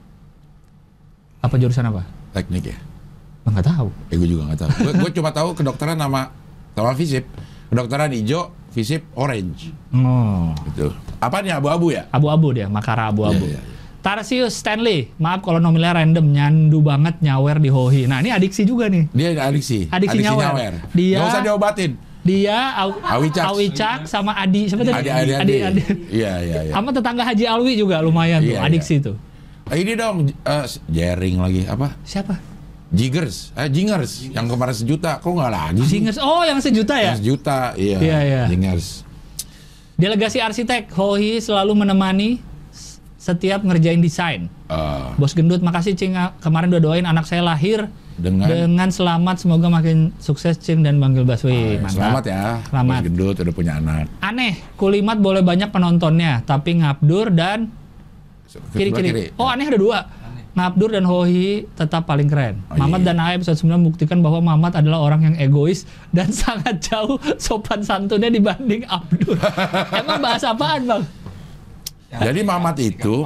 Apa jurusan apa? Teknik ya. Bang, nggak tahu. Gue juga nggak tahu. Gue cuma tahu kedokteran sama FISIP. Kedokteran hijau, FISIP orange. Oh. Gitu. Apanya abu-abu ya? Abu-abu dia, Makara Abu-Abu. Iya, iya, iya. Tarsius Stanley, maaf kalau nominalnya random, nyandu banget nyawer di Hoi. Nah ini adiksi juga nih. Dia ada adiksi nyawer. Dia- Nggak usah diobatin. Dia Awicak. sama Adi, siapa tadi? Adi. Iya. Sama tetangga Haji Alwi juga lumayan tuh, Iya, adiksi tuh. Ini dong, Jering lagi apa? Siapa? Jingers yang kemarin 1 juta, kok nggak lagi sih? Singers. Oh yang 1 juta ya? Yang 1 juta, iya. Iya. Jingers. Delegasi arsitek, Hoi selalu menemani setiap ngerjain desain. Bos gendut, makasih Cing, kemarin udah doain anak saya lahir dengan selamat, semoga makin sukses Cing dan Bang Gilbas. Wih, mantap. Selamat ya. Selamat. Bos gendut udah punya anak. Aneh, Kulimat boleh banyak penontonnya, tapi Ngabdur dan kiri-kiri. Oh, Aneh ada 2. Ngabdur dan Hoi tetap paling keren. Mamat dan Ae episode 9 membuktikan bahwa Mamat adalah orang yang egois dan sangat jauh sopan santunnya dibanding Abdur. Emang bahas apaan, Bang? Jadi Mamat itu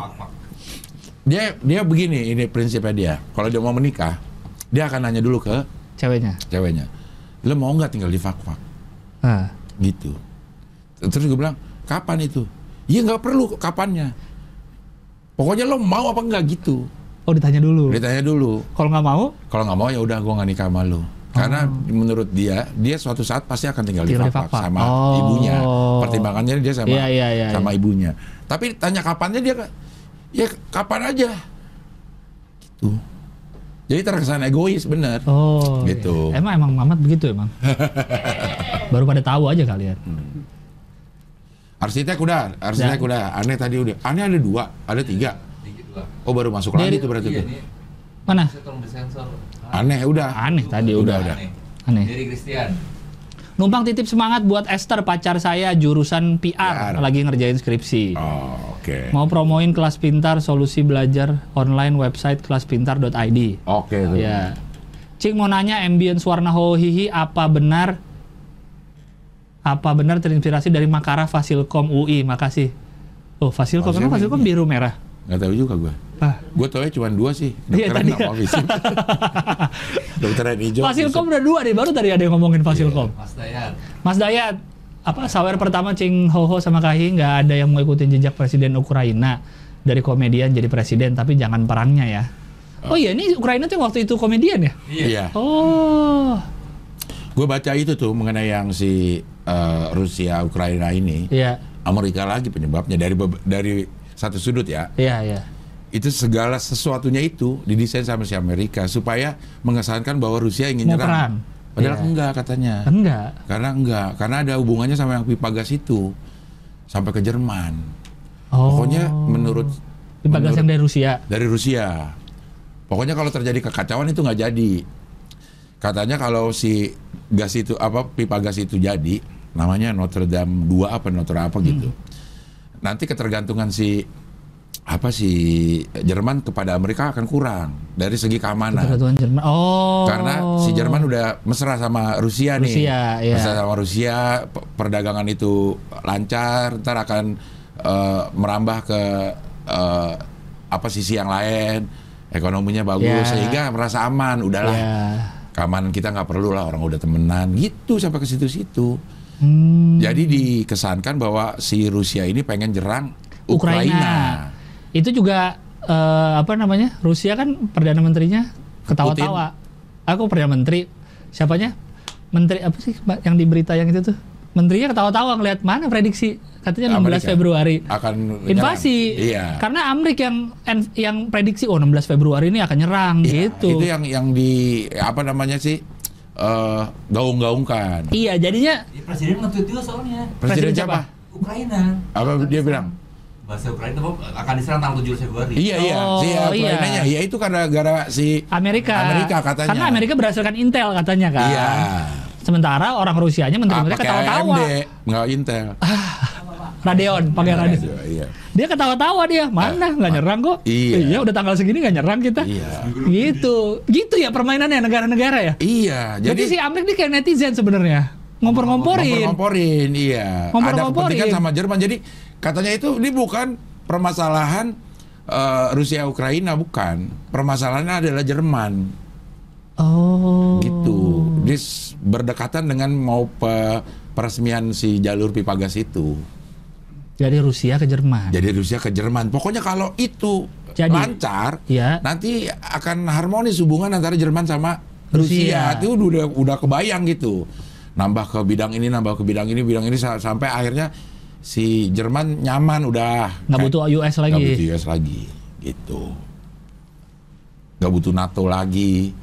dia begini, ini prinsipnya dia. Kalau dia mau menikah, dia akan nanya dulu ke Ceweknya. Lo mau nggak tinggal di fak-fak? Gitu. Terus gue bilang, kapan itu? Iya nggak perlu kapannya. Pokoknya lo mau apa enggak gitu. Oh, ditanya dulu. Kalau nggak mau? ya udah gue nggak nikah sama lo. Karena menurut dia suatu saat pasti akan tinggal di fak-fak sama ibunya. Pertimbangannya dia sama sama ibunya. Tapi tanya kapannya dia, ya kapan aja. Gitu. Jadi terkesan egois, bener. Oh, gitu. Iya. Emang Mamat begitu emang. Baru pada tahu aja kalian. Arsitek udah. Aneh tadi udah. Aneh ada 2, ada 3. Oh baru masuk lagi tuh berarti tuh. Mana? Aneh udah. Aneh tadi udah. Aneh. Dari Christian. Numpang titip semangat buat Esther, pacar saya jurusan PR, lagi ngerjain skripsi. Oh, oke. Mau promoin kelas pintar, solusi belajar online website kelaspintar.id. Oke tuh. Ya. Cing mau nanya, ambience warna Hohihi apa benar terinspirasi dari Makara Fasilkom UI? Makasih. Oh, Fasilkom, emang Fasilkom biru merah? Nggak tahu juga gue. Gue tau cuma 2 sih. Iya, tadi Dokteran sama FISIP. Dokteran hijau. Fasilkom udah 2 nih, baru tadi ada yang ngomongin Fasilkom. Mas Dayat, apa sawer pertama Cing Hoho sama Kahi nggak ada yang mau ikutin jejak presiden Ukraina dari komedian jadi presiden, tapi jangan perangnya ya. Oh iya, ini Ukraina tuh waktu itu komedian ya? Iya. Oh. Gue baca itu tuh mengenai yang si Rusia Ukraina ini, Iya. Amerika lagi penyebabnya dari satu sudut ya. Iya, iya. Itu segala sesuatunya itu didesain sama si Amerika supaya mengesankan bahwa Rusia ingin Mau nyerang. perang. Padahal Iya. enggak katanya. Enggak. Karena ada hubungannya sama yang pipa gas itu sampai ke Jerman. Oh. Pokoknya menurut pipa gas yang dari Rusia. Dari Rusia. Pokoknya kalau terjadi kekacauan itu nggak jadi. Katanya kalau si gas itu pipa gas itu jadi, namanya Notre Dame 2 Notre apa gitu. Nanti ketergantungan si Jerman kepada Amerika akan kurang dari segi keamanan. Ketergantungan Jerman. Oh. Karena si Jerman udah mesra sama Rusia nih. Iya. Mesra sama Rusia, perdagangan itu lancar, ntar akan merambah ke sisi yang lain, ekonominya bagus, sehingga merasa aman. Udahlah, keamanan kita nggak perlu lah, orang udah temenan, gitu sampai ke situ-situ. Jadi dikesankan bahwa si Rusia ini pengen nyerang Ukraina. Itu juga Rusia kan perdana menterinya ketawa-tawa. Aku perdana menteri, siapanya? Menteri apa sih yang di berita yang itu tuh? Menterinya ketawa-tawa ngelihat mana prediksi katanya 16 Februari akan invasi. Iya. Karena Amerika yang prediksi 16 Februari ini akan nyerang gitu. Itu yang di gaung-gaungkan. Iya, jadinya Presiden nge-tweet juga soalnya. Presiden siapa? Ukraina. Apa dia bilang? Bahasa Ukraina akan diserang tanggal 7 Februari. Iya. Ukrainanya. Iya, itu karena gara si Amerika katanya. Karena Amerika berdasarkan intel katanya kan. Iya. Sementara orang Rusianya menteri-menteri ketawa-tawa. Nggak Intel. Radeon, pakai Radeon. Iya. Dia ketawa-tawa dia. Mana nggak nyerang kok. Iya. Udah tanggal segini nggak nyerang kita. Iya. Gitu ya permainannya negara-negara ya. Iya. Jadi si Amerika ini kayak netizen sebenarnya. Ngompor-ngomporin. Iya. Ada kepentingan sama Jerman. Jadi katanya itu ini bukan permasalahan Rusia Ukraina, bukan. Permasalahannya adalah Jerman. Oh. Gitu. Dia berdekatan dengan mau peresmian si jalur pipa gas itu. Jadi Rusia ke Jerman. Pokoknya kalau itu lancar, nanti akan harmonis hubungan antara Jerman sama Rusia. Itu udah kebayang gitu. Nambah ke bidang ini sampai akhirnya si Jerman nyaman udah. Nggak butuh US lagi. Nggak butuh US lagi, gitu. Nggak butuh NATO lagi.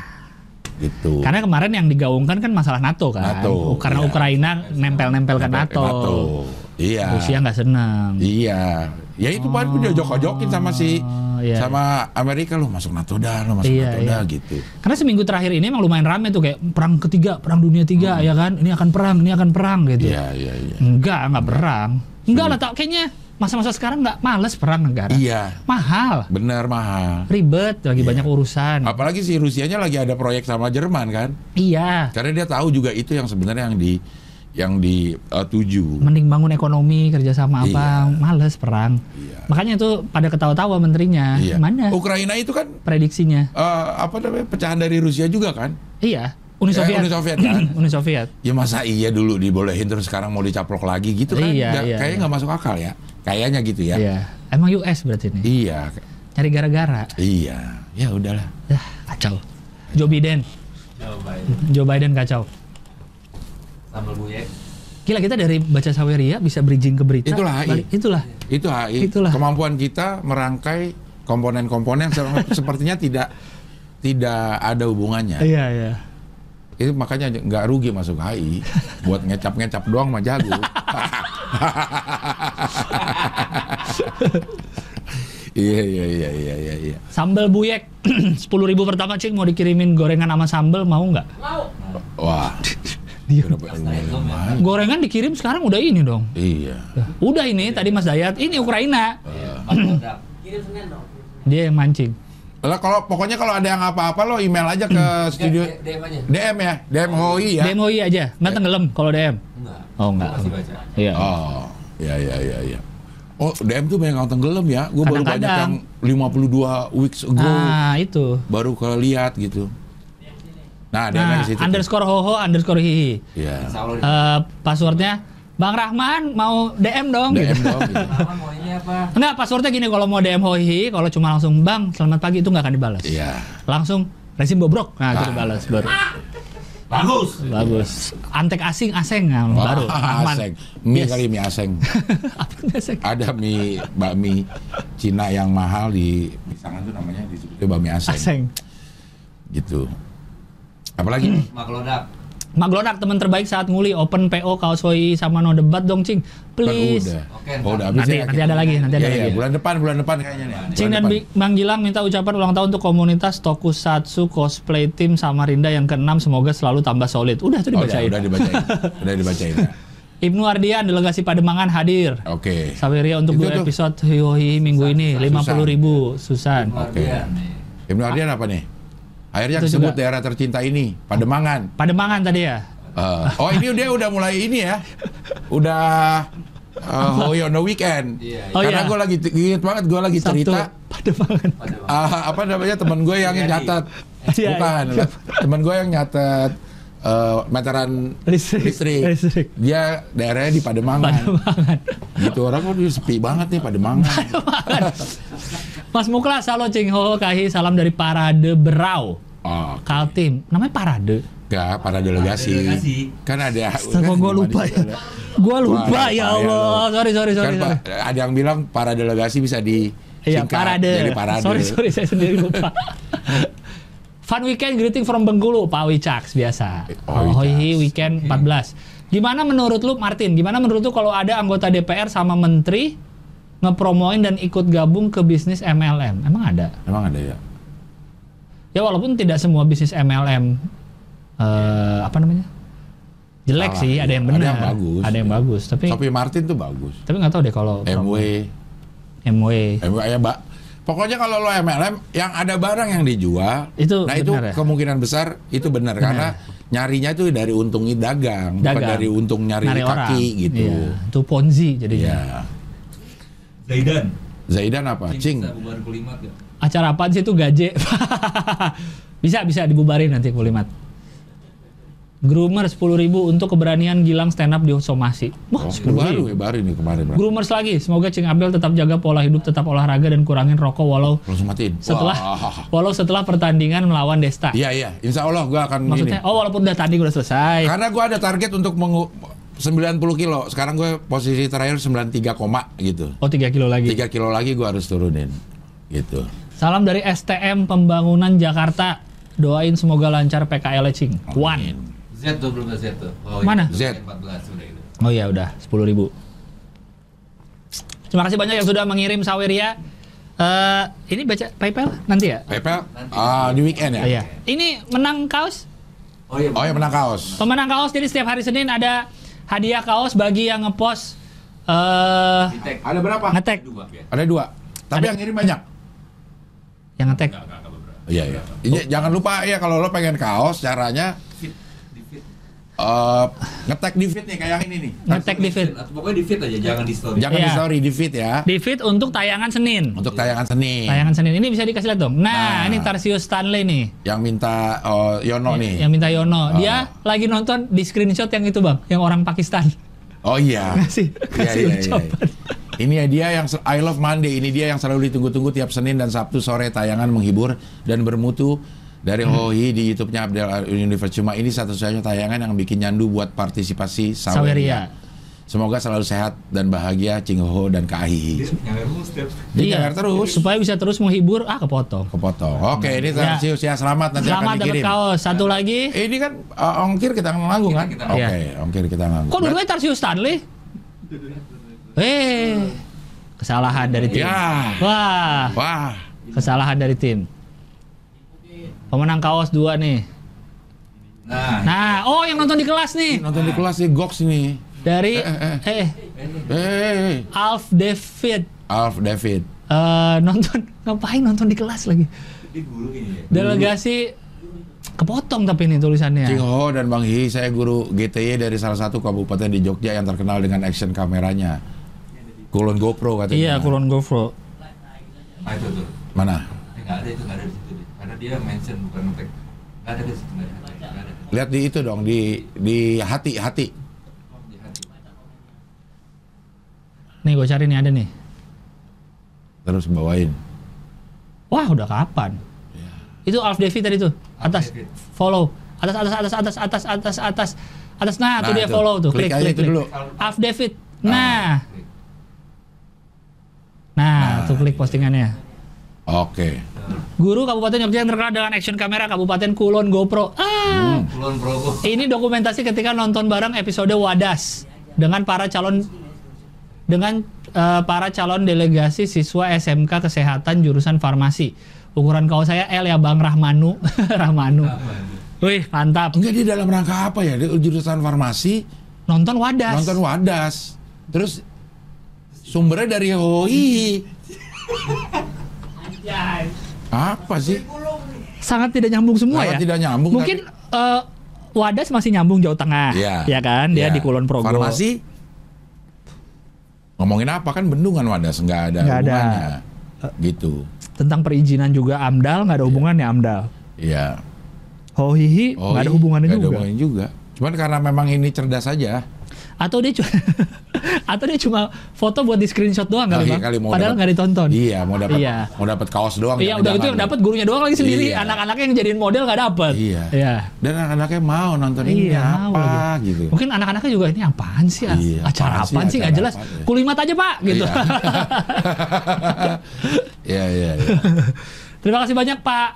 Gitu. Karena kemarin yang digaungkan kan masalah NATO kan. Karena Ukraina nempel-nempel ke NATO. Iya. Rusia nggak senang. Iya. Ya itu baru dia jok-jokin sama sama Amerika, lu masuk NATO dah, gitu. Karena seminggu terakhir ini emang lumayan rame tuh kayak perang dunia ketiga ya kan. Ini akan perang gitu. Iya. Enggak perang. Enggak lah, kayaknya masa-masa sekarang nggak males perang negara. Iya. Mahal. Bener mahal. Ribet, lagi banyak urusan. Apalagi si Rusianya lagi ada proyek sama Jerman kan. Iya. Karena dia tahu juga itu yang sebenarnya yang dituju. Mending bangun ekonomi, kerjasama apa, males perang. Iya. Makanya itu pada ketawa-tawa menterinya. Iya. Mana? Ukraina itu kan prediksinya. Pecahan dari Rusia juga kan? Iya. Uni Soviet kan? Uni Soviet. Ya masa iya dulu dibolehin terus sekarang mau dicaplok lagi gitu kan? Kayaknya nggak masuk akal ya. Kayaknya gitu ya. Iya. Emang US berarti ini. Iya. Cari gara-gara. Iya. Ya udahlah. Kacau. Joe Biden kacau. Sambal buyek. Gila, kita dari baca Saweria bisa bridging ke berita. Itulah HI. Kemampuan kita merangkai komponen-komponen sepertinya tidak ada hubungannya. Iya. Itu makanya nggak rugi masuk HI. Buat ngecap-ngecap doang mah jago. Iya. Sambal buyek 10.000 pertama Cing, mau dikirimin gorengan sama sambal, mau nggak? Mau. Wah. Gorengan dikirim sekarang udah ini dong. Iya. Udah ini tadi Mas Dayat, ini Ukraina. Kirim Senin dong. Dia yang mancing. Pokoknya kalau ada yang apa-apa lo email aja ke studio. DM aja. DM ya, DM HOI ya. DM HOI aja, nggak tenggelam kalau DM. Enggak. Oh enggak. Masih baca. Iya. Oh, iya. Oh, DM tuh banyak yang tenggelam ya. Gue baru banyak yang 52 weeks ago. Itu. Baru kelihat gitu. Nah, DM di situ. _hoho_hihi. Iya. Passwordnya Bang Rahman mau DM dong. DM gitu. dong. Gitu. Rahman mau ini apa? Enggak, passwordnya gini, kalau mau DM hihi, kalau cuma langsung Bang selamat pagi itu nggak akan dibalas. Iya. Langsung rezim bobrok, nah itu dibalas baru. Bagus. Bagus. Antek asing aseng nah, baru. Aman. Aseng. Mie Yes. kali mie aseng. Apa itu aseng? Ada bakmi Cina yang mahal di Pisangan tuh namanya disebutnya bakmi aseng. Aseng. Gitu. Apalagi? Maklodak. Maglonak teman terbaik saat nguli open PO kaos Hoi sama no debat dong Cing. Please. Kan udah. Oke, Oh, udah habis Nanti ya. ada lagi, nanti ada Iya, lagi. bulan depan kayaknya nih. Cing Bulan dan depan. Bang Gilang minta ucapan ulang tahun untuk komunitas Tokusatsu Cosplay Team Samarinda yang ke-6 semoga selalu tambah solid. Udah itu Oh, dibacain. udah dibacain. Udah dibacain. Ya. Ibnu Ardian delegasi Pademangan hadir. Oke. Saweria untuk Itu 2 tuh. episode Hiyohi minggu ini 50.000 Susan. Oke. Ibnu Ardian apa nih? Akhirnya Itu disebut juga. daerah tercinta ini, Pademangan. Pademangan tadi ya. Oh ini dia udah mulai ini ya, udah Hoi on the weekend. Iya, Oh, Karena iya. gue lagi inget banget, gue lagi Sabtu cerita Pademangan. apa namanya teman gue yang Jadi. nyatet, Iya, bukan iya. teman gue yang nyatet meteran listrik. Dia daerahnya di Pademangan. Pademangan. Gitu orang kok dia sepi banget nih Pademangan. Mas Muklas, halo Cing Ho Kahi, salam dari Parade Berau. Oh, Kaltim, namanya Parade. enggak, para delegasi. Delegasi. Kan ada. Astaga, gue lupa ya. Gue lupa Wah, ya lupa ya Allah. lo. Sorry. Kan ada yang bilang para delegasi bisa di Iya, singkat parade. jadi parade. Sorry, saya sendiri lupa. Fun weekend greeting from Bengkulu, Pak Wicaks biasa. Oh, Oh, Wicaks. weekend 14. Gimana menurut lu Martin? Gimana menurut lu kalau ada anggota DPR sama menteri ngepromoin dan ikut gabung ke bisnis MLM? Emang ada? Emang ada ya? Ya walaupun tidak semua bisnis MLM apa namanya? Jelek Salah, sih, iya. ada yang Ada benar. yang bagus, Ada yang iya. bagus, tapi Martin tuh bagus. nggak tahu deh kalau MW. Ya, Mbak. Pokoknya kalau lo MLM yang ada barang yang dijual, Itu nah itu benar ya? kemungkinan besar itu benar karena nyarinya itu dari untungnya dagang, bukan Dagang. dari untung nyari kaki orang. gitu. Iya, itu Ponzi jadinya. Iya. Zaidan. Zaidan apa? Cing. Bisa bubar Kulimat ya? Acara apaan sih itu gaje? bisa dibubarin nanti Kulimat. Groomer 10.000 untuk keberanian Gilang stand up di somasi. Wah, Oh, 10.000. baru ini kemarin. Bro. Groomers lagi. Semoga Cing Abel tetap jaga pola hidup, tetap olahraga dan kurangin rokok Langsung matiin. Wah. setelah pertandingan melawan Desta. Iya. Insya Allah gue akan Maksudnya, ini. walaupun udah tanding udah selesai. Karena gue ada target untuk 90 kilo. Sekarang gue posisi terakhir 93 koma gitu. Oh, 3 kilo lagi. 3 kilo lagi gue harus turunin. Gitu. Salam dari STM Pembangunan Jakarta. Doain semoga lancar PKL Cing. One. Amin. Z tuh belum Z tuh. Oh, Mana? Z. 14 udah itu. Oh iya udah 10.000. Terima kasih banyak yang sudah mengirim Saweria. Ini baca PayPal nanti ya? PayPal di weekend ya? Oh, iya. Ini menang kaos. Oh iya. Oh ya menang kaos. Pemenang kaos jadi setiap hari Senin ada hadiah kaos bagi yang ngepost Di-tag. Ada berapa? ngetek. Dua ya. Ada 2. Tapi yang ngirim banyak. Yang ngetek. Enggak beberapa. Iya. Jangan lupa ya kalau lo pengen kaos caranya Fit. Di fit. ngetek di feed nih kayak ini nih. Ngetek di feed. Atau pokoknya di fit aja, jangan di story. Jangan Iya. di story di feed ya. Di feed untuk tayangan Senin. Untuk tayangan seni. Tayangan Senin ini bisa dikasih lihat dong. Nah, Nah. ini Tarsius Stanley nih. Yang minta Yono nih. Yang minta Yono. Oh. Dia lagi nonton di screenshot yang itu, Bang, yang orang Pakistan. Oh iya. Kasih Iya. ucapan. Ini ya dia yang I Love Monday. Ini dia yang selalu ditunggu-tunggu tiap Senin dan Sabtu sore tayangan menghibur dan bermutu dari Hoi di YouTube-nya Abdel Universe. Cuma ini satu-satunya tayangan yang bikin nyandu buat partisipasi Saweria. Saweria. Semoga selalu sehat dan bahagia Cing Ho dan Kak Ahi. Nyawer step. Dia nyawer terus. Supaya bisa terus menghibur, kepotong. Kepotong. Oke, ini Ya. Tarsius ya selamat nanti Selamat akan dapat dikirim. kaos. Satu lagi. Ini kan ongkir kita nanggung kan? Kita Oke, nanggung. ongkir kita nanggung. Kok dua-duanya Tarsius Stanley? Kesalahan dari tim. Ya. Wah, Wah, kesalahan dari tim. Pemenang kaos 2 nih. Nah, Nah, yang nonton di kelas nih. nonton di kelas nih Gox nih. Dari Hey, Alf David. Alf David. Nonton ngapain nonton di kelas lagi? di guru ini ya. Delegasi kepotong tapi ini tulisannya. Cing Ho dan Bang Hi, saya guru GTY dari salah satu kabupaten di Jogja yang terkenal dengan action kameranya. Kulon GoPro katanya. Iya, Kulon GoPro. Nah itu tuh. Mana? Nggak ada di situ deh. Karena dia mention bukan ngetek. Nggak ada di situ, nggak ada. Lihat di itu dong, di hati. Di hati. Nih gue cari nih ada nih. Terus bawain. Wah, udah kapan? Itu Alf David tadi tuh. Atas. David. Follow. Atas. Nah, tuh dia itu. follow tuh. Klik aja itu dulu. Alf David. Nah, tuh klik postingannya. Oke. Guru Kabupaten Yogyakarta yang terkenal dengan action kamera Kabupaten Kulon GoPro. Kulon Progo. Ini dokumentasi ketika nonton bareng episode Wadas dengan para calon delegasi siswa SMK Kesehatan jurusan Farmasi. Ukuran kaos saya L ya Bang Rahmanu. Rahmanu. Wih, mantap. Enggak, dia dalam rangka apa ya? Dia jurusan farmasi, Nonton Wadas. nonton Wadas. Terus sumbernya dari HOI. Apa sih? Sangat tidak nyambung semua Sangat ya. tidak nyambung, Mungkin Wadas masih nyambung Jawa Tengah. Iya. Ya kan? Dia Iya. di Kulon Progo. Farmasi ngomongin apa kan bendungan Wadas, nggak ada Nggak ada. hubungannya. Gitu. Tentang perizinan juga AMDAL nggak ada hubungannya AMDAL. Iya. Hohihi nggak ada hubungannya Nggak ada juga. hubungannya juga. Cuman karena memang ini cerdas aja. Atau dia cuma foto buat di screenshot doang kali, Iya, Bang. kali mau Padahal dapet- nggak ditonton. Iya, mau dapat Iya. kaos doang. Iya, udah gitu yang dapat gurunya doang lagi sendiri. Iya. Anak-anaknya yang jadiin model nggak dapat. Iya. Dan anak-anaknya mau nonton ini Iya, mau apa lagi. gitu. Mungkin anak-anaknya juga ini apaan sih? Iya, Acara apaan apaan sih, sih nggak acara jelas. apaan ya? Kulimat aja Pak gitu. Iya. Iya. Terima kasih banyak Pak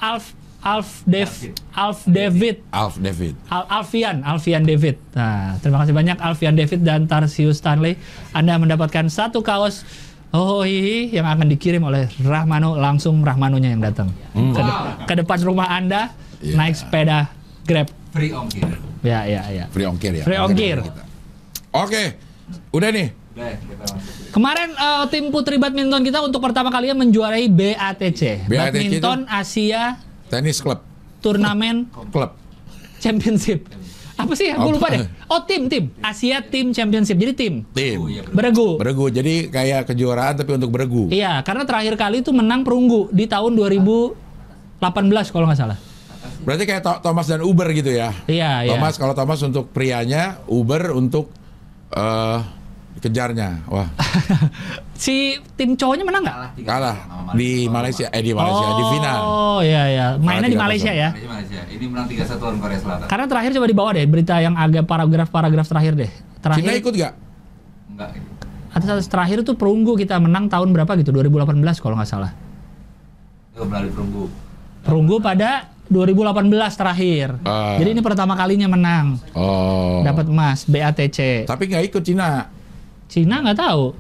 David. Alfian David. Nah, terima kasih banyak Alfian David dan Tarsius Stanley. Anda mendapatkan satu kaos Hohihi yang akan dikirim oleh Rahmano, langsung Rahmanonya yang datang ke depan rumah Anda. Iya. Naik sepeda Grab. Free ongkir. Ya. Free ongkir ya. Free ongkir. Oke. Udah nih. Udah, kita masuk. Kemarin tim putri badminton kita untuk pertama kalinya menjuarai BATC. Badminton Asia Tenis klub. Turnamen Klub. Championship. Apa sih? Gue lupa deh. Oh, tim Asia Team Championship. Jadi tim Tim. Iya, beregu. Beregu. Jadi kayak kejuaraan tapi untuk beregu. Iya, karena terakhir kali itu menang perunggu di tahun 2018 kalau nggak salah. Berarti kayak Thomas dan Uber gitu ya. Iya. Kalau Thomas untuk prianya, Uber untuk kejarnya. Wah, Si tim cowoknya menang nggak? kalah di Malaysia. Di final. Oh, iya. Mainnya di Malaysia ya. Malaysia. Ini menang 3-1 lawan Korea Selatan. Karena terakhir coba di bawah deh berita yang agak paragraf terakhir deh. Cina ikut gak? Enggak. Atas terakhir itu perunggu kita menang tahun berapa gitu? 2018 kalau nggak salah. Itu melalui perunggu. Perunggu pada 2018 terakhir. Jadi ini pertama kalinya menang. Oh. Dapat emas BATC. Tapi nggak ikut Cina. Cina nggak tahu.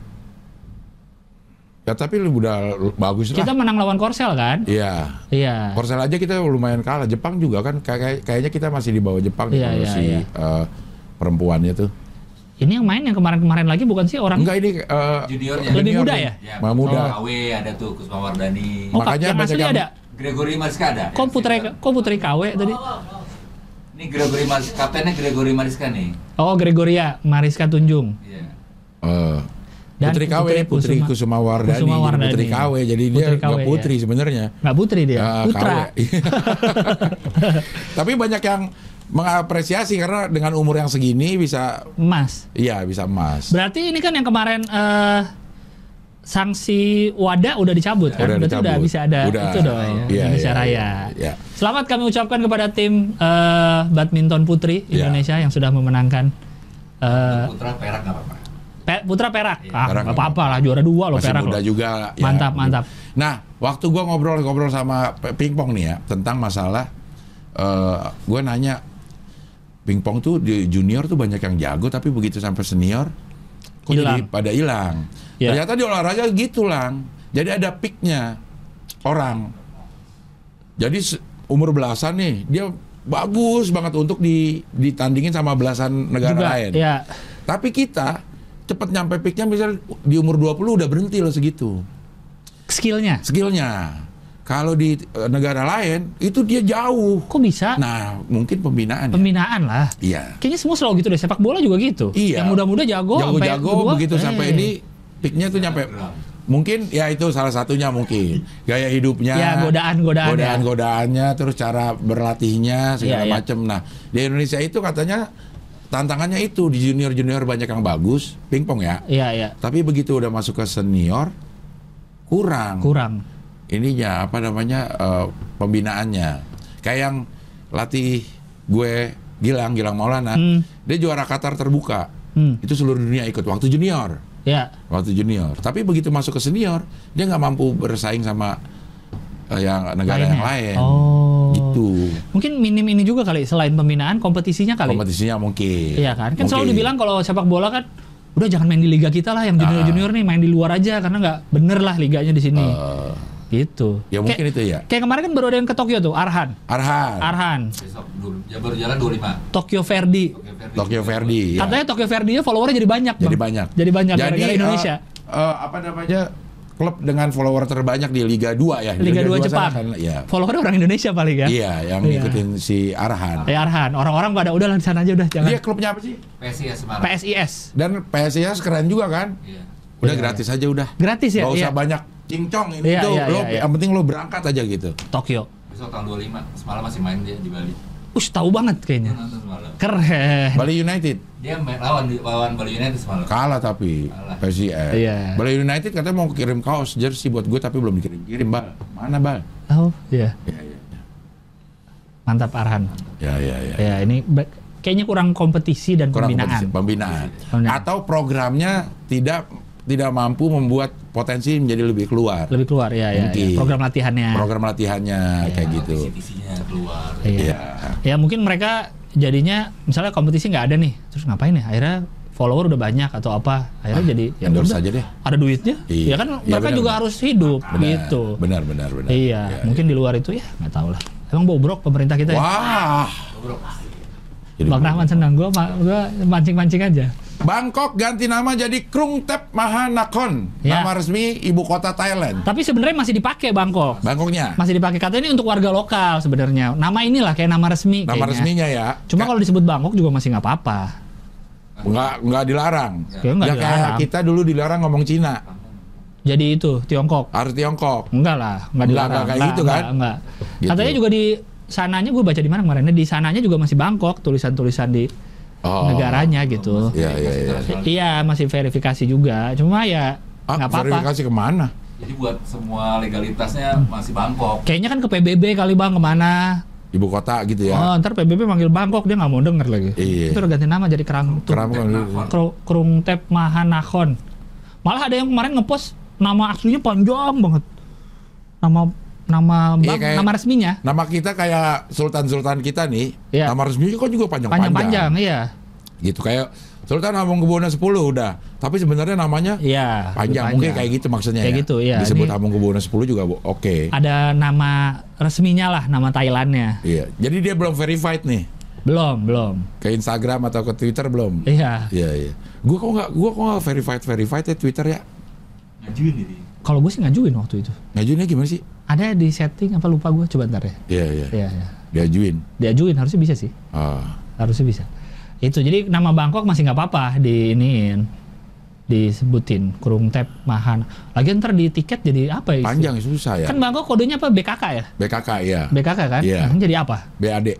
Ya tapi udah bagus lah. Kita menang lawan Korsel kan? Iya. Iya. Korsel aja kita lumayan kalah. Jepang juga kan kayaknya kita masih di bawah Jepang Iya, kalau iya, si iya. perempuannya tuh. Ini yang main yang kemarin-kemarin lagi bukan sih orang Enggak ini Juniornya. lebih junior muda nih. ya? Mah muda. KW ada tuh Kusuma Wardani. Oh, Makanya yang banyak asli yang- ada. Gregory Mariska ada. Kok putri KW tadi? Ini Gregory Mariska, kaptennya Gregory Mariska nih. Oh, Gregoria Mariska Tunjung. Iya. Dan Putri KW, Putri Kusuma Wardani, Kusuma jadi Wardani. Putri KW, jadi Putri dia KW, nggak putri ya. sebenarnya. Nggak putri dia, putra. KW. Tapi banyak yang mengapresiasi karena dengan umur yang segini bisa, Emas. iya bisa emas. Berarti ini kan yang kemarin sanksi wadah udah dicabut kan? Udah Berarti udah dicabut. bisa ada Udah. itu dong ya, Iya, Indonesia iya, Raya. iya. Selamat kami ucapkan kepada tim badminton putri Iya. Indonesia yang sudah memenangkan Putra perak nggak apa-apa. Putra perak. Perak Nggak apa-apa lah, juara 2 loh Masih perak muda loh. juga. Ya. Mantap. Nah, waktu gua ngobrol sama pingpong nih ya tentang masalah, gua nanya pingpong tuh di junior tuh banyak yang jago, tapi begitu sampai senior, kok jadi Hilang. pada hilang. Ya. Ternyata di olahraga gitu lang. Jadi ada peaknya orang. Jadi umur belasan nih, dia bagus banget untuk ditandingin sama belasan negara Juga, lain. ya. Tapi kita cepet nyampe peaknya misal di umur 20 udah berhenti loh segitu Skillnya. skillnya. Kalau di negara lain itu dia jauh. Kok bisa? Nah mungkin pembinaan. Ya? Pembinaan lah. Iya. Kayaknya semua selalu gitu deh. Sepak bola juga gitu. Iya. Yang muda-muda jago. sampai Jago-jago kedua, begitu sampai ini peaknya tuh nyampe. Mungkin ya itu salah satunya mungkin gaya hidupnya. Ya, godaan-godaan. Godaannya terus cara berlatihnya segala Iya, iya. macam. Nah di Indonesia itu katanya tantangannya itu di junior banyak yang bagus pingpong ya. Iya. Tapi begitu udah masuk ke senior kurang. Ininya apa namanya pembinaannya. Kayak yang latih gue Gilang Maulana, dia juara Qatar terbuka. Itu seluruh dunia ikut waktu junior. Ya. Waktu junior. Tapi begitu masuk ke senior, dia nggak mampu bersaing sama yang negara yang lain. Oh. Gitu. Mungkin minim ini juga kali, selain pembinaan, kompetisinya kali. Kompetisinya mungkin. Iya kan? Kan selalu dibilang kalau sepak bola kan, udah jangan main di liga kita lah, yang junior nih main di luar aja karena nggak bener lah liganya di sini. Gitu. Ya mungkin itu ya. Kayak kemarin kan baru ada yang ke Tokyo tuh, Arhan. Besok ya baru jalan 25. Tokyo Verdy. Tokyo Verdy. Ya. Katanya Tokyo Verdy followernya jadi banyak, Bang. Jadi banyak gara-gara Indonesia. Apa namanya? Klub dengan follower terbanyak di Liga 2 ya. Liga 2 Jepang. Kan, ya. Followernya orang Indonesia paling kan? Iya, yang ngikutin si Arhan. Ya Arhan. Orang-orang pada udah di sana aja udah jangan. Dia klubnya apa sih? PSIS Semarang. PSIS. Dan PSIS keren juga kan? Iya. Udah gratis aja udah. Gratis ya? Gak usah iya. banyak cincong ini tuh. Yang penting lo berangkat aja gitu. Tokyo. Besok tanggal 25. Semalam masih main dia di Bali. Tahu banget kayaknya. Nonton semalam. Keren. Bali United. Dia lawan Bali United semalam. Kalah tapi PSIS. Iya. Bali United katanya mau kirim kaos jersey buat gue tapi belum dikirim. Bal. Mana Bal? Oh, iya. Iya. Mantap Arhan. Ya. Ya, ini kayaknya kurang kompetisi dan pembinaan. Pembinaan. Atau programnya tidak mampu membuat potensi menjadi lebih keluar. Ya. Program latihannya kayak gitu. Visi-visinya keluar. Iya. Ya mungkin mereka jadinya misalnya kompetisi nggak ada nih, terus ngapain ya? Akhirnya follower udah banyak atau apa? Akhirnya jadi ya endorse udah, aja deh. Ada duitnya. Iya. Ya kan mereka juga harus hidup gitu. Benar. Iya. Mungkin di luar itu ya nggak tahu lah. Emang bobrok pemerintah kita ya. Wah. Bang Rahman senang, gue mancing-mancing aja. Bangkok ganti nama jadi Krung Thep Mahanakhon, nama resmi ibu kota Thailand. Tapi sebenarnya masih dipakai Bangkok. Bangkoknya masih dipakai, katanya ini untuk warga lokal sebenarnya. Nama inilah kayak nama resmi. Nama resminya ya. Cuma kalau disebut Bangkok juga masih nggak apa-apa. Nggak dilarang. Ya kayak kita dulu dilarang ngomong Cina. Jadi itu Tiongkok. Harus Tiongkok. Enggak lah, nggak dilarang. Nggak kayak gitu kan? Enggak. Gitu. Katanya juga di sananya, gue baca di mana kemarin, di sananya juga masih Bangkok, tulisan-tulisan di negaranya gitu. Iya, masih verifikasi juga. Cuma ya nggak apa-apa. Verifikasi kemana? Jadi buat semua legalitasnya masih Bangkok. Kayaknya kan ke PBB kali Bang, kemana? Ibu kota gitu ya. Ntar PBB manggil Bangkok, dia nggak mau denger lagi. Iya. Itu udah ganti nama jadi Krung Thep Mahanakhon. Malah ada yang kemarin ngepost nama aslinya panjang banget. Nama resminya. Nama kita kayak sultan-sultan kita nih. Iya. Nama resminya kok juga panjang-panjang. Iya. Gitu kayak Sultan Hamengkubuwono 10 udah. Tapi sebenarnya namanya panjang. Mungkin kayak gitu maksudnya kayak gitu, ya. Disebut Hamengkubuwono 10 juga oke. Ada nama resminya lah, nama Thailandnya. Iya. Jadi dia belum verified nih. Belum. Ke Instagram atau ke Twitter belum? Iya. Gua kok nggak verified ya Twitter ya? Ngajuin ini. Kalau gue sih ngajuin waktu itu. Ngajuinnya gimana sih? Ada di setting apa lupa gue, coba ntar ya. Iya. Diajuin harusnya bisa sih. Harusnya bisa. Itu jadi nama Bangkok masih nggak apa-apa disebutin Krung Thep Mahan. Lagi ntar di tiket jadi apa ya? Panjang susah ya. Kan Bangkok kodenya apa? BKK ya? BKK ya. BKK kan? Iya. Jadi apa? BAD.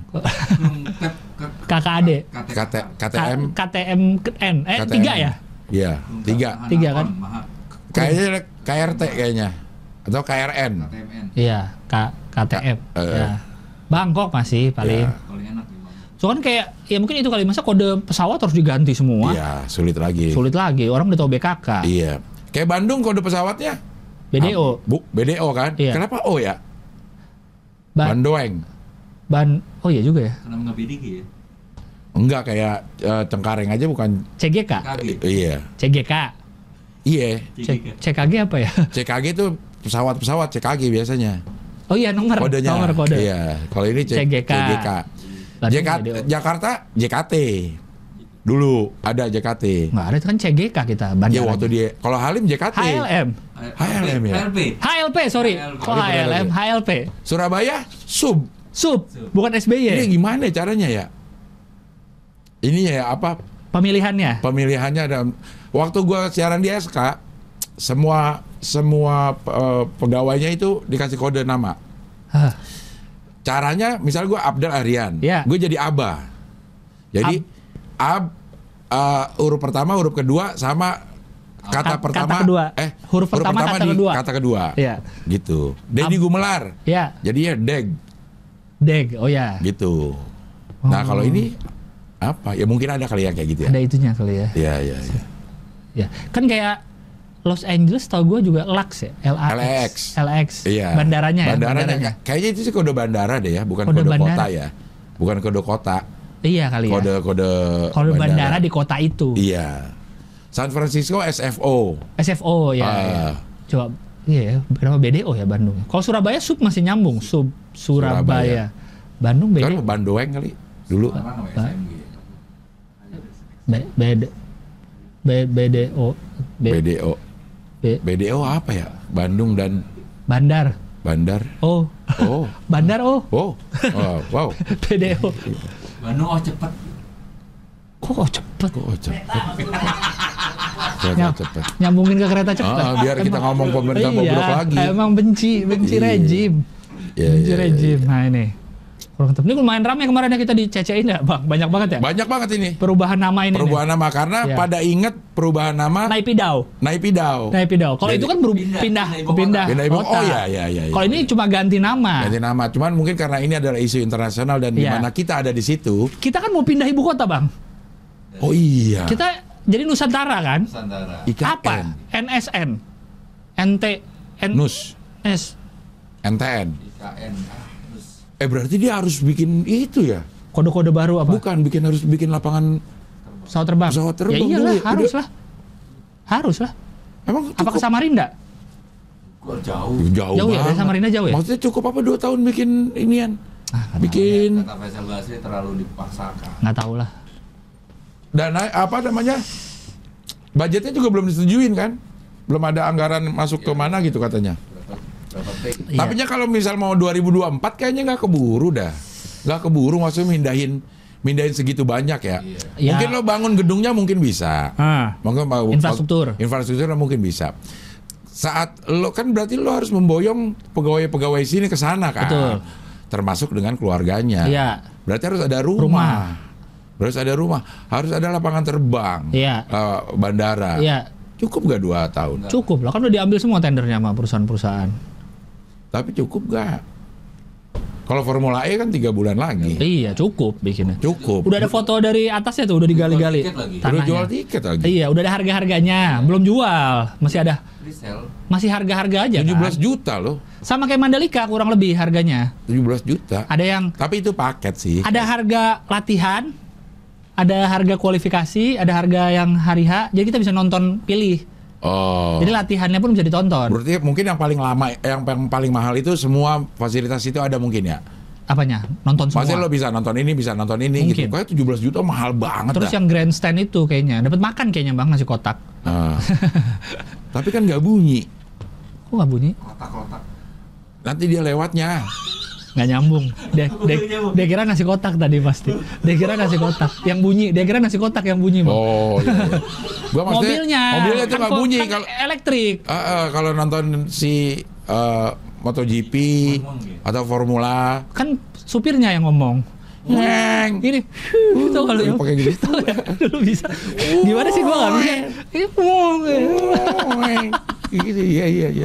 KKAD. KTM. KTMN. 3 ya? Iya, 3 kan? Kayaknya KRT kayaknya. Atau KRN. Iya, KTM. Ya. Bangkok masih paling. Paling enak. So kan kayak ya mungkin itu kali, masa kode pesawat harus diganti semua. Iya, sulit lagi. Orang udah tahu BKK. Iya. Kayak Bandung kode pesawatnya BDO. BDO kan? Iya. Kenapa O ya? Bandoeng. Oh iya juga ya. Kenapa nggak BDG ya? Enggak, kayak Cengkareng aja bukan CGK. Iya. CGK. Iya. CKG apa ya? CKG itu pesawat CKG biasanya. Oh iya, nomor kode. Iya. Kalau ini CGK. Jakarta JKT. Dulu ada JKT. Nggak ada, itu kan CGK kita. Ya waktu dia. Kalau Halim JKT. HLM ya. HLP, sorry. Kok HLM? HLP. Surabaya Sub, bukan SBY. Ini gimana caranya ya? Ini ya apa? Pemilihannya ada. Waktu gua siaran di SK, semua pegawainya itu dikasih kode nama. Caranya, misal gue Abdel Aryan, gue jadi Aba. Jadi huruf pertama, huruf kedua sama kata pertama. Huruf pertama kata kedua. Iya. Gitu. Dedi Gumelar. Iya. Jadinya Deg. Oh ya. Gitu. Nah kalau ini apa? Ya mungkin ada kali ya kayak gitu ya. Ada itunya kali ya. Iya. Ya, kan kayak Los Angeles tau gue juga LAX ya, LAX. Iya. Bandaranya. Kayaknya itu sih kode bandara deh ya, bukan kode kota ya. Bukan kode kota. Iya kali ya. Kode bandara di kota itu. Iya. San Francisco SFO ya. Coba iya, kenapa BDO ya Bandung? Kalau Surabaya sub masih nyambung, sub Surabaya. Bandung BDO. Kan Bandoeng kali dulu. BDO apa ya? Bandung dan Bandar. Oh. Bandar. Wow. BDO. Bandung cepet. Kok cepet? Cepet. Nyambungin ke kereta cepet. Biar kita ngomong pemerintah bobrok lagi. Emang benci rejim. Benci rejim. Nah ini. Ini lumayan ramai kemarin ya kita dicecein ya Bang. Banyak banget ya? Banyak banget ini. Perubahan nama ini. Nama karena pada inget perubahan nama Naipidau. Kalau itu kan pindah ibu kota. Oh iya. Kalau ini cuma ganti nama. Cuman mungkin karena ini adalah isu internasional dan di mana kita ada di situ. Kita kan mau pindah ibu kota Bang. Oh iya. Kita jadi Nusantara kan? IKN. Apa? NSN. NUS. NTN. IKN. Berarti dia harus bikin itu ya? Kode-kode baru apa? Bukan, harus bikin lapangan pesawat terbang. Ya iyalah, haruslah. Emang apa ke Samarinda? Jauh ya, dari Samarinda jauh ya? Maksudnya cukup apa 2 tahun bikin inian? Kata Faisal Basri terlalu dipaksakan. Nggak tahu lah. Dan apa namanya? Budgetnya juga belum disetujuin kan? Belum ada anggaran masuk ke mana gitu katanya. Tapi kalau misal mau 2024 kayaknya nggak keburu dah. Nggak keburu maksudnya mindahin segitu banyak ya. Mungkin lo bangun gedungnya mungkin bisa. Mungkin infrastruktur mungkin bisa. Saat lo kan berarti lo harus memboyong pegawai-pegawai sini ke sana kan. Betul. Termasuk dengan keluarganya. Iya. Berarti harus ada rumah. Harus ada lapangan terbang. Iya. Bandara. Iya. Cukup gak 2 tahun? Cukup lah, kan udah diambil semua tendernya sama perusahaan-perusahaan. Tapi cukup gak? Kalau Formula E kan 3 bulan lagi. Iya, cukup bikinnya. Cukup. Udah ada foto dari atasnya tuh, udah digali-gali. Udah jual tiket lagi. Iya, udah ada harga-harganya. Belum jual, masih ada. Masih harga-harga aja 17 kan? juta loh. Sama kayak Mandalika kurang lebih harganya. 17 juta. Ada yang. Tapi itu paket sih. Ada harga latihan, ada harga kualifikasi, ada harga yang hari H. Jadi kita bisa nonton pilih. Oh. Jadi latihannya pun bisa ditonton. Berarti mungkin yang paling lama, yang paling mahal itu semua fasilitas itu ada mungkin ya? Apanya? Nonton semua. Maksudnya lo bisa nonton ini mungkin. gitu. Kayak 17 juta mahal banget. Terus yang grandstand itu kayaknya dapat makan kayaknya Bang, nasi kotak. Tapi kan nggak bunyi. Kok nggak bunyi? Kotak-kotak. Nanti dia lewatnya. Nggak nyambung. Dia kira nasi kotak tadi pasti. Dia kira nasi kotak yang bunyi. Dia kira nasi kotak yang bunyi. Bang. Oh iya. Gua mobilnya itu nggak bunyi kalau elektrik. Kalau nonton si MotoGP atau Formula kan supirnya yang ngomong. Neng, ini itu kalau yang pakai gitu dulu bisa. Gimana sih gua nggak bisa? Ini gitu iya.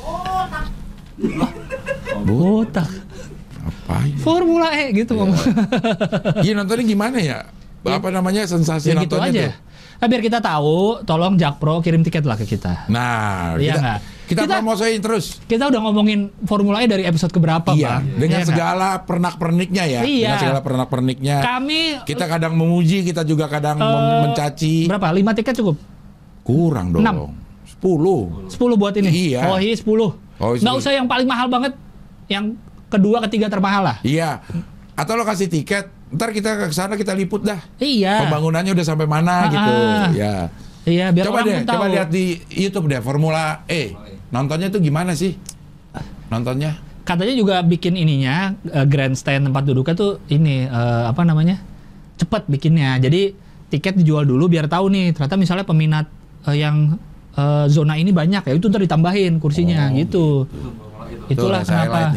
Botak. Apa ini? Formula E gitu ngomong. Iya nontonnya gimana ya? Apa namanya sensasi ya, nontonnya gitu aja. tuh? Nah, biar kita tahu, tolong Jakpro kirim tiket lah ke kita. Nah, iya kita promosiin terus. Kita udah ngomongin Formula E dari episode keberapa, iya, Bang? Dengan segala pernak-perniknya ya. Iya. Dengan segala pernak-perniknya. Kita kadang memuji, kita juga kadang mencaci. Berapa? 5 tiket cukup? Kurang dong. 10 buat ini? Iya. Oh iya 10. Nggak usah yang paling mahal banget. Yang kedua, ketiga termahal lah. Iya. Atau lo kasih tiket, ntar kita ke sana kita liput dah. Iya. Pembangunannya udah sampai mana gitu. Ya. Iya, biar coba orang pun tahu. Coba lihat di YouTube deh Formula E. Nontonnya tuh gimana sih? Nontonnya? Katanya juga bikin ininya grandstand tempat duduknya tuh ini apa namanya? Cepet bikinnya. Jadi tiket dijual dulu biar tahu nih. Ternyata misalnya peminat yang zona ini banyak ya, itu ntar ditambahin kursinya gitu. Itulah kenapa.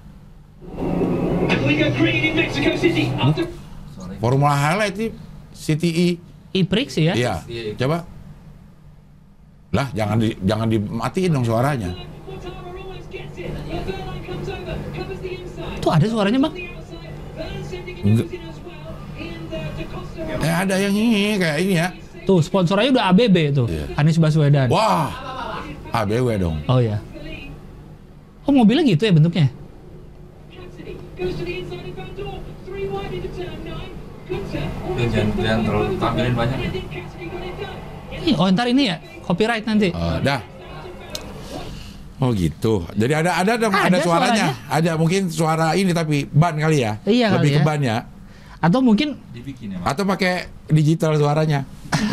Formula Highlight nih City E-Prix ya? Iya. Coba. Lah jangan dimatiin dong suaranya. Tuh ada suaranya, Bang? Ada yang ini kayak ini ya. Tuh sponsornya udah ABB tuh. Iya. Anies Baswedan. Wah, ABW dong. Oh ya. Oh mobilnya gitu ya bentuknya? Jangan terlalu tampilin banyak ya. Oh ntar ini ya copyright nanti. Dah. Oh gitu. Jadi ada suaranya. suaranya. Ada mungkin suara ini tapi ban kali ya. Iya Lebih kali ke ya. ban ya. Atau mungkin Dibikin ya, Mas. Atau pakai digital suaranya.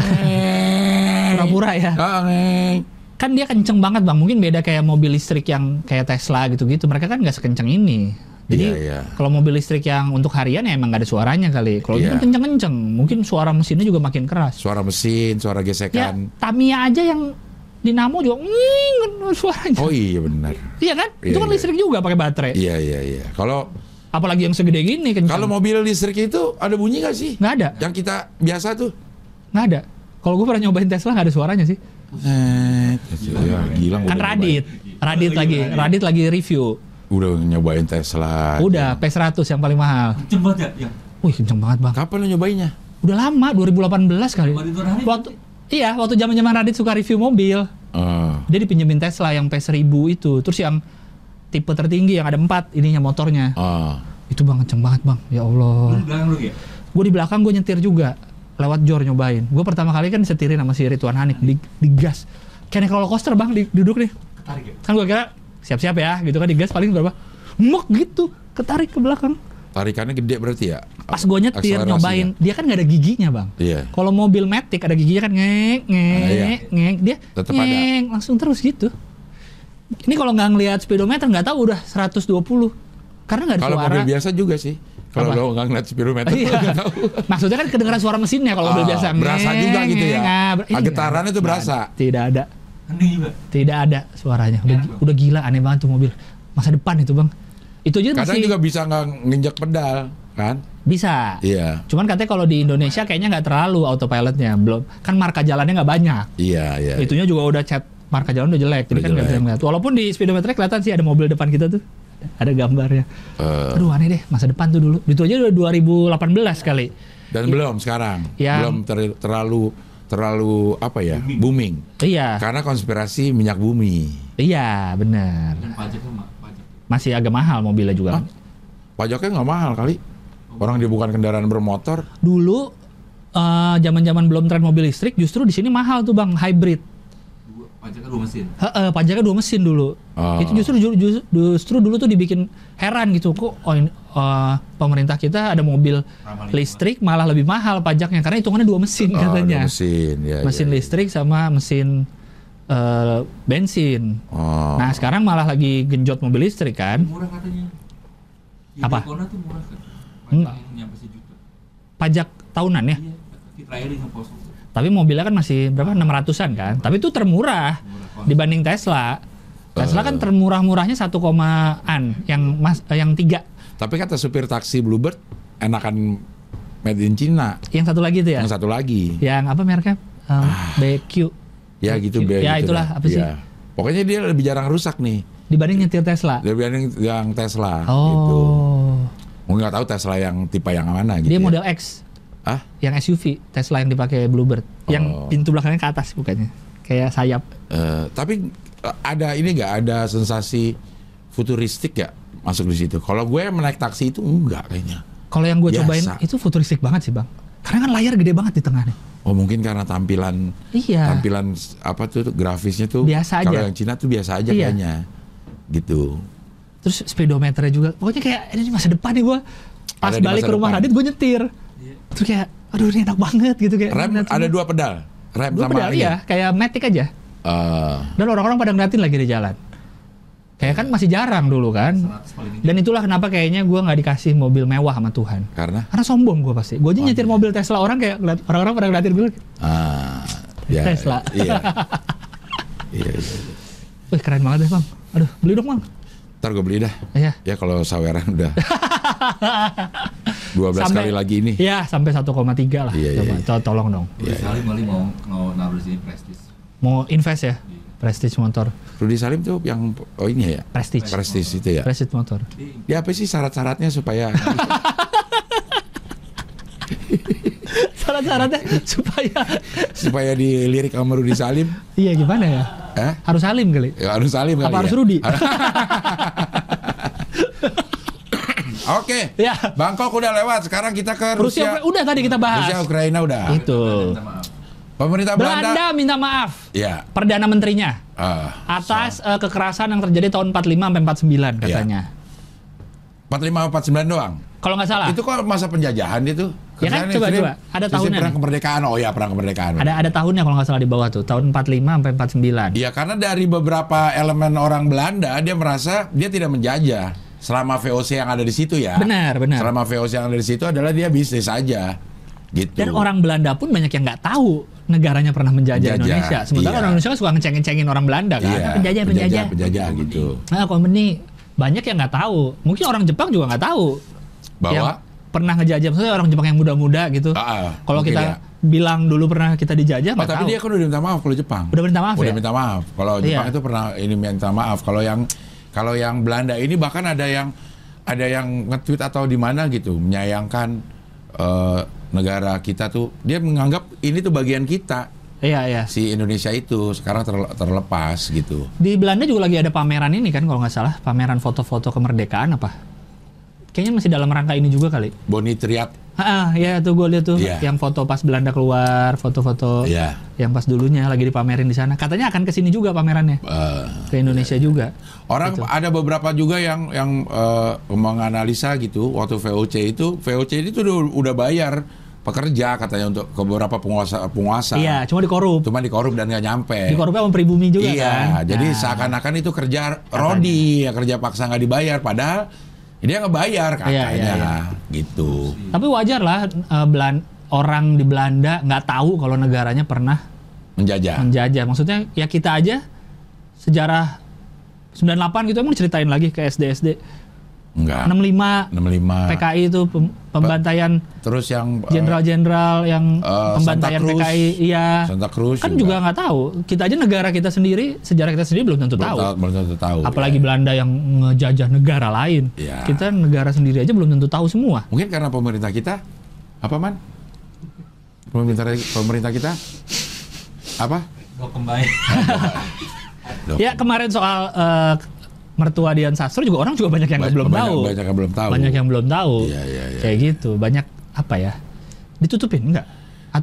pura-pura ya. Kan dia kenceng banget bang. Mungkin beda kayak mobil listrik yang kayak Tesla gitu-gitu. Mereka kan nggak sekenceng ini. Jadi Iya. kalau mobil listrik yang untuk harian ya emang nggak ada suaranya kali. Kalau Iya. itu kenceng-kenceng. Mungkin suara mesinnya juga makin keras. Suara mesin, suara Ya gesekan. Tamiya aja yang dinamo juga suaranya. Oh iya benar. Iya kan? Iya, Itu kan iya. listrik juga pakai baterai. Iya. Kalau Apalagi yang segede gini kenceng. kalau mobil listrik itu ada bunyi nggak sih? Nggak ada. Yang kita biasa tuh. Nggak ada. Kalau gue pernah nyobain Tesla nggak ada suaranya sih. Ya, gila. Kan udah Radit lagi review. Udah nyobain Tesla. Udah P100 yang paling mahal. Kenceng banget ya. Yang Wih kenceng banget bang. Kapan lo nyobainnya? Udah lama 2018 kali. Waktu itu Radit Waktu zaman Radit suka review mobil. Dia dipinjemin Tesla yang P1000 itu. Terus yang tipe tertinggi yang ada 4 ininya motornya. Itu bang kenceng banget bang. Ya Allah. Lu di belakang lu ya? Gue di belakang gue nyetir juga. Lewat jor nyobain. Gue pertama kali kan disetirin sama si Ridwan Hanif di gas. Kayak naik roller coaster bang, duduk nih. Ketarik ya? Kan gue kira siap-siap ya gitu kan, di gas paling berapa. Mok gitu, ketarik ke belakang. Tarikannya gede berarti ya? Pas gue nyetir Akselerasinya. nyobain, dia kan gak ada giginya bang. Iya. Kalau mobil Matic ada giginya kan ngek, dia Tetep ada. langsung terus gitu. Ini kalau nggak ngelihat speedometer nggak tahu udah 120. Karena nggak ada Kalau suara. mobil biasa juga sih. Kalau Apa? lo nggak ngeliat speedometer, Iya. lo nggak tahu. Maksudnya kan kedengeran suara mesinnya kalau mobil biasa. Berasa juga gitu ya. Ini Getarannya tuh berasa. Tidak ada. Hening juga. Tidak ada suaranya. Udah gila, aneh banget tuh mobil. Masa depan itu bang. Itu aja Kadang masih juga bisa nggak nginjek pedal, kan? bisa. Iya. Cuman katanya kalau di Indonesia kayaknya nggak terlalu autopilotnya, belum. Kan marka jalannya nggak banyak. Iya. Itunya juga udah cat marka jalan udah jelek. Jadi Udah kan nggak bisa jelek. ngeliat. Walaupun di speedometer kelihatan sih ada mobil depan kita tuh. Ada gambarnya. Aduh aneh deh, masa depan tuh dulu. Itu aja udah 2018 kali. Dan belum sekarang. Yang- Belum terlalu apa ya? Booming. Iya. Karena konspirasi minyak bumi. Iya, benar. Dan pajaknya pajak. Masih agak mahal mobilnya juga. Hah? Pajaknya nggak mahal kali. Orang dia bukan kendaraan bermotor. Dulu zaman-zaman belum tren mobil listrik, justru di sini mahal tuh bang, hybrid. Pajaknya 2 mesin. Pajaknya 2 mesin dulu. Itu justru dulu tuh dibikin heran gitu, kok pemerintah kita ada mobil Ramah lingkungan. listrik malah lebih mahal pajaknya karena hitungannya 2 mesin katanya. Ada mesin. Ya, Mesin ya. listrik sama mesin bensin. Oh. Nah sekarang malah lagi genjot mobil listrik kan. Murah katanya. Ya, Apa? Daytona tuh murah kan. Enggak. Pajaknya nyampe sejuta. Pajak tahunan ya. Iya, ditrailing sama pos. Tapi mobilnya kan masih berapa 600-an kan. Tapi itu termurah dibanding Tesla. Tesla kan termurah-murahnya 1,an yang 3. Tapi kata supir taksi Bluebird enakan made in China. Yang satu lagi itu ya. Yang satu lagi. Yang apa mereknya? BQ. Ya gitu be. Ya, gitu itulah, dah. apa sih? Ya. Pokoknya dia lebih jarang rusak nih. Dibanding nyetir Tesla. Dibanding yang Tesla Oh. gitu. Mungkin nggak tahu Tesla yang tipe yang mana gitu. Dia ya. model X. Yang SUV Tesla yang dipakai Bluebird. Yang pintu belakangnya ke atas bukannya. Kayak sayap. Tapi ada ini nggak ada sensasi futuristik ya masuk di situ. Kalau gue menaik taksi itu enggak kayaknya. Kalau yang gue Biasa. cobain itu futuristik banget sih bang. Karena kan layar gede banget di tengahnya. Oh mungkin karena tampilan Iya. apa tuh grafisnya tuh Biasa kalau aja. yang Cina tuh biasa aja Iya. kayaknya. Gitu. Terus speedometernya juga. Pokoknya kayak ini masa depan nih gue. Pas Ada di balik masa ke rumah depan. Radit gue nyetir. Terus kayak aduh ini enak banget gitu kayak. Rem ngeliat ada semua. 2 pedal. Rem 2 sama pedal ini. iya, kayak Matic aja. Dan orang-orang pada ngeliatin lagi di jalan. Kayak kan masih jarang dulu kan. 100 paling tinggi. Dan itulah kenapa kayaknya gue nggak dikasih mobil mewah sama Tuhan. Karena Karena sombong gue pasti. Gue aja nyetir mobil Tesla orang kayak orang-orang pada ngeliatin gue. ya, Tesla. Iya. Iya. Wih keren banget deh bang. Aduh beli dong bang. Ntar gue beli dah. Iya. Ya kalau saweran udah 12 kali lagi ini. Iya sampai 1,3 lah. Iya, Coba iya. tolong dong. Rudi Salim kali mau naruh di sini Prestige. Mau invest ya? Prestige motor. Rudi Salim tuh yang ini ya. Prestige. Prestige itu ya. Prestige motor. Ya apa sih syarat-syaratnya supaya Syarat-syaratnya supaya dilirik sama Rudi Salim. Iya gimana ya? Harus Salim kali. Ya, harus Salim kali. Apa harus ya? Rudi? Oke. Ya. Bangkok udah lewat. Sekarang kita ke Rusia. Udah tadi kita bahas. Rusia Ukraina udah. Itu. Pemerintah Belanda minta maaf. Ya. Perdana Menterinya atas kekerasan yang terjadi tahun 45 sampai 49 katanya. 45 49 doang. Kalau nggak salah. Itu kok masa penjajahan itu? Ya kan coba. Ada tahunnya. Perang kemerdekaan. Oh ya, perang kemerdekaan. Ada tahunnya kalau nggak salah di bawah tuh, tahun 45 sampai 49. Iya, karena dari beberapa elemen orang Belanda dia merasa dia tidak menjajah selama VOC yang ada di situ ya. Benar. Selama VOC yang ada di situ adalah dia bisnis aja. Gitu. Dan orang Belanda pun banyak yang nggak tahu negaranya pernah menjajah Indonesia. Sementara orang Indonesia suka ngecengin orang Belanda kan. Iya, penjajah gitu. Nah, kompeni banyak yang nggak tahu. Mungkin orang Jepang juga nggak tahu bahwa yang pernah ngejajah. Maksudnya orang Jepang yang muda-muda gitu. Kalau kita bilang dulu pernah kita dijajah nggak tahu. Tapi dia kan udah minta maaf kalau Jepang. Udah minta maaf. Udah minta maaf. Kalau Jepang itu pernah ini minta maaf. Kalau yang Belanda ini bahkan ada yang nge-tweet atau di mana gitu menyayangkan negara kita tuh, dia menganggap ini tuh bagian kita. Iya. Si Indonesia itu sekarang terlepas gitu. Di Belanda juga lagi ada pameran ini kan kalau nggak salah, pameran foto-foto kemerdekaan apa? Kayaknya masih dalam rangka ini juga kali. Boni Triat. Ya tuh gue lihat tuh yang foto pas Belanda keluar, foto-foto yang pas dulunya lagi dipamerin di sana. Katanya akan ke sini juga pamerannya. Ke Indonesia juga. Orang gitu. Ada beberapa juga yang menganalisa gitu waktu VOC itu udah bayar pekerja katanya untuk ke beberapa penguasa. Iya, cuma dikorup dan nggak nyampe. Dikorupnya sama pribumi juga kan. Iya, jadi seakan-akan itu kerja rodi, kerja paksa nggak dibayar, padahal dia ngebayar katanya, gitu. Tapi wajar lah orang di Belanda nggak tahu kalau negaranya pernah menjajah. Maksudnya ya kita aja sejarah 98 gitu emang diceritain lagi ke SD. Enggak. 65 PKI itu pembantaian. Terus yang jenderal-jenderal yang pembantaian PKI, iya. Santa Cruz kan juga nggak tahu. Kita aja negara kita sendiri, sejarah kita sendiri belum tentu tahu. Apalagi Belanda yang ngejajah negara lain. Ya. Kita negara sendiri aja belum tentu tahu semua. Mungkin karena pemerintah kita apa, Man? Pemerintah kita apa? Kembali. Ya kemarin soal mertua Dian Sastro juga orang juga banyak yang belum tahu. Banyak yang belum tahu. Iya. Kayak gitu. Banyak apa ya? Ditutupin enggak?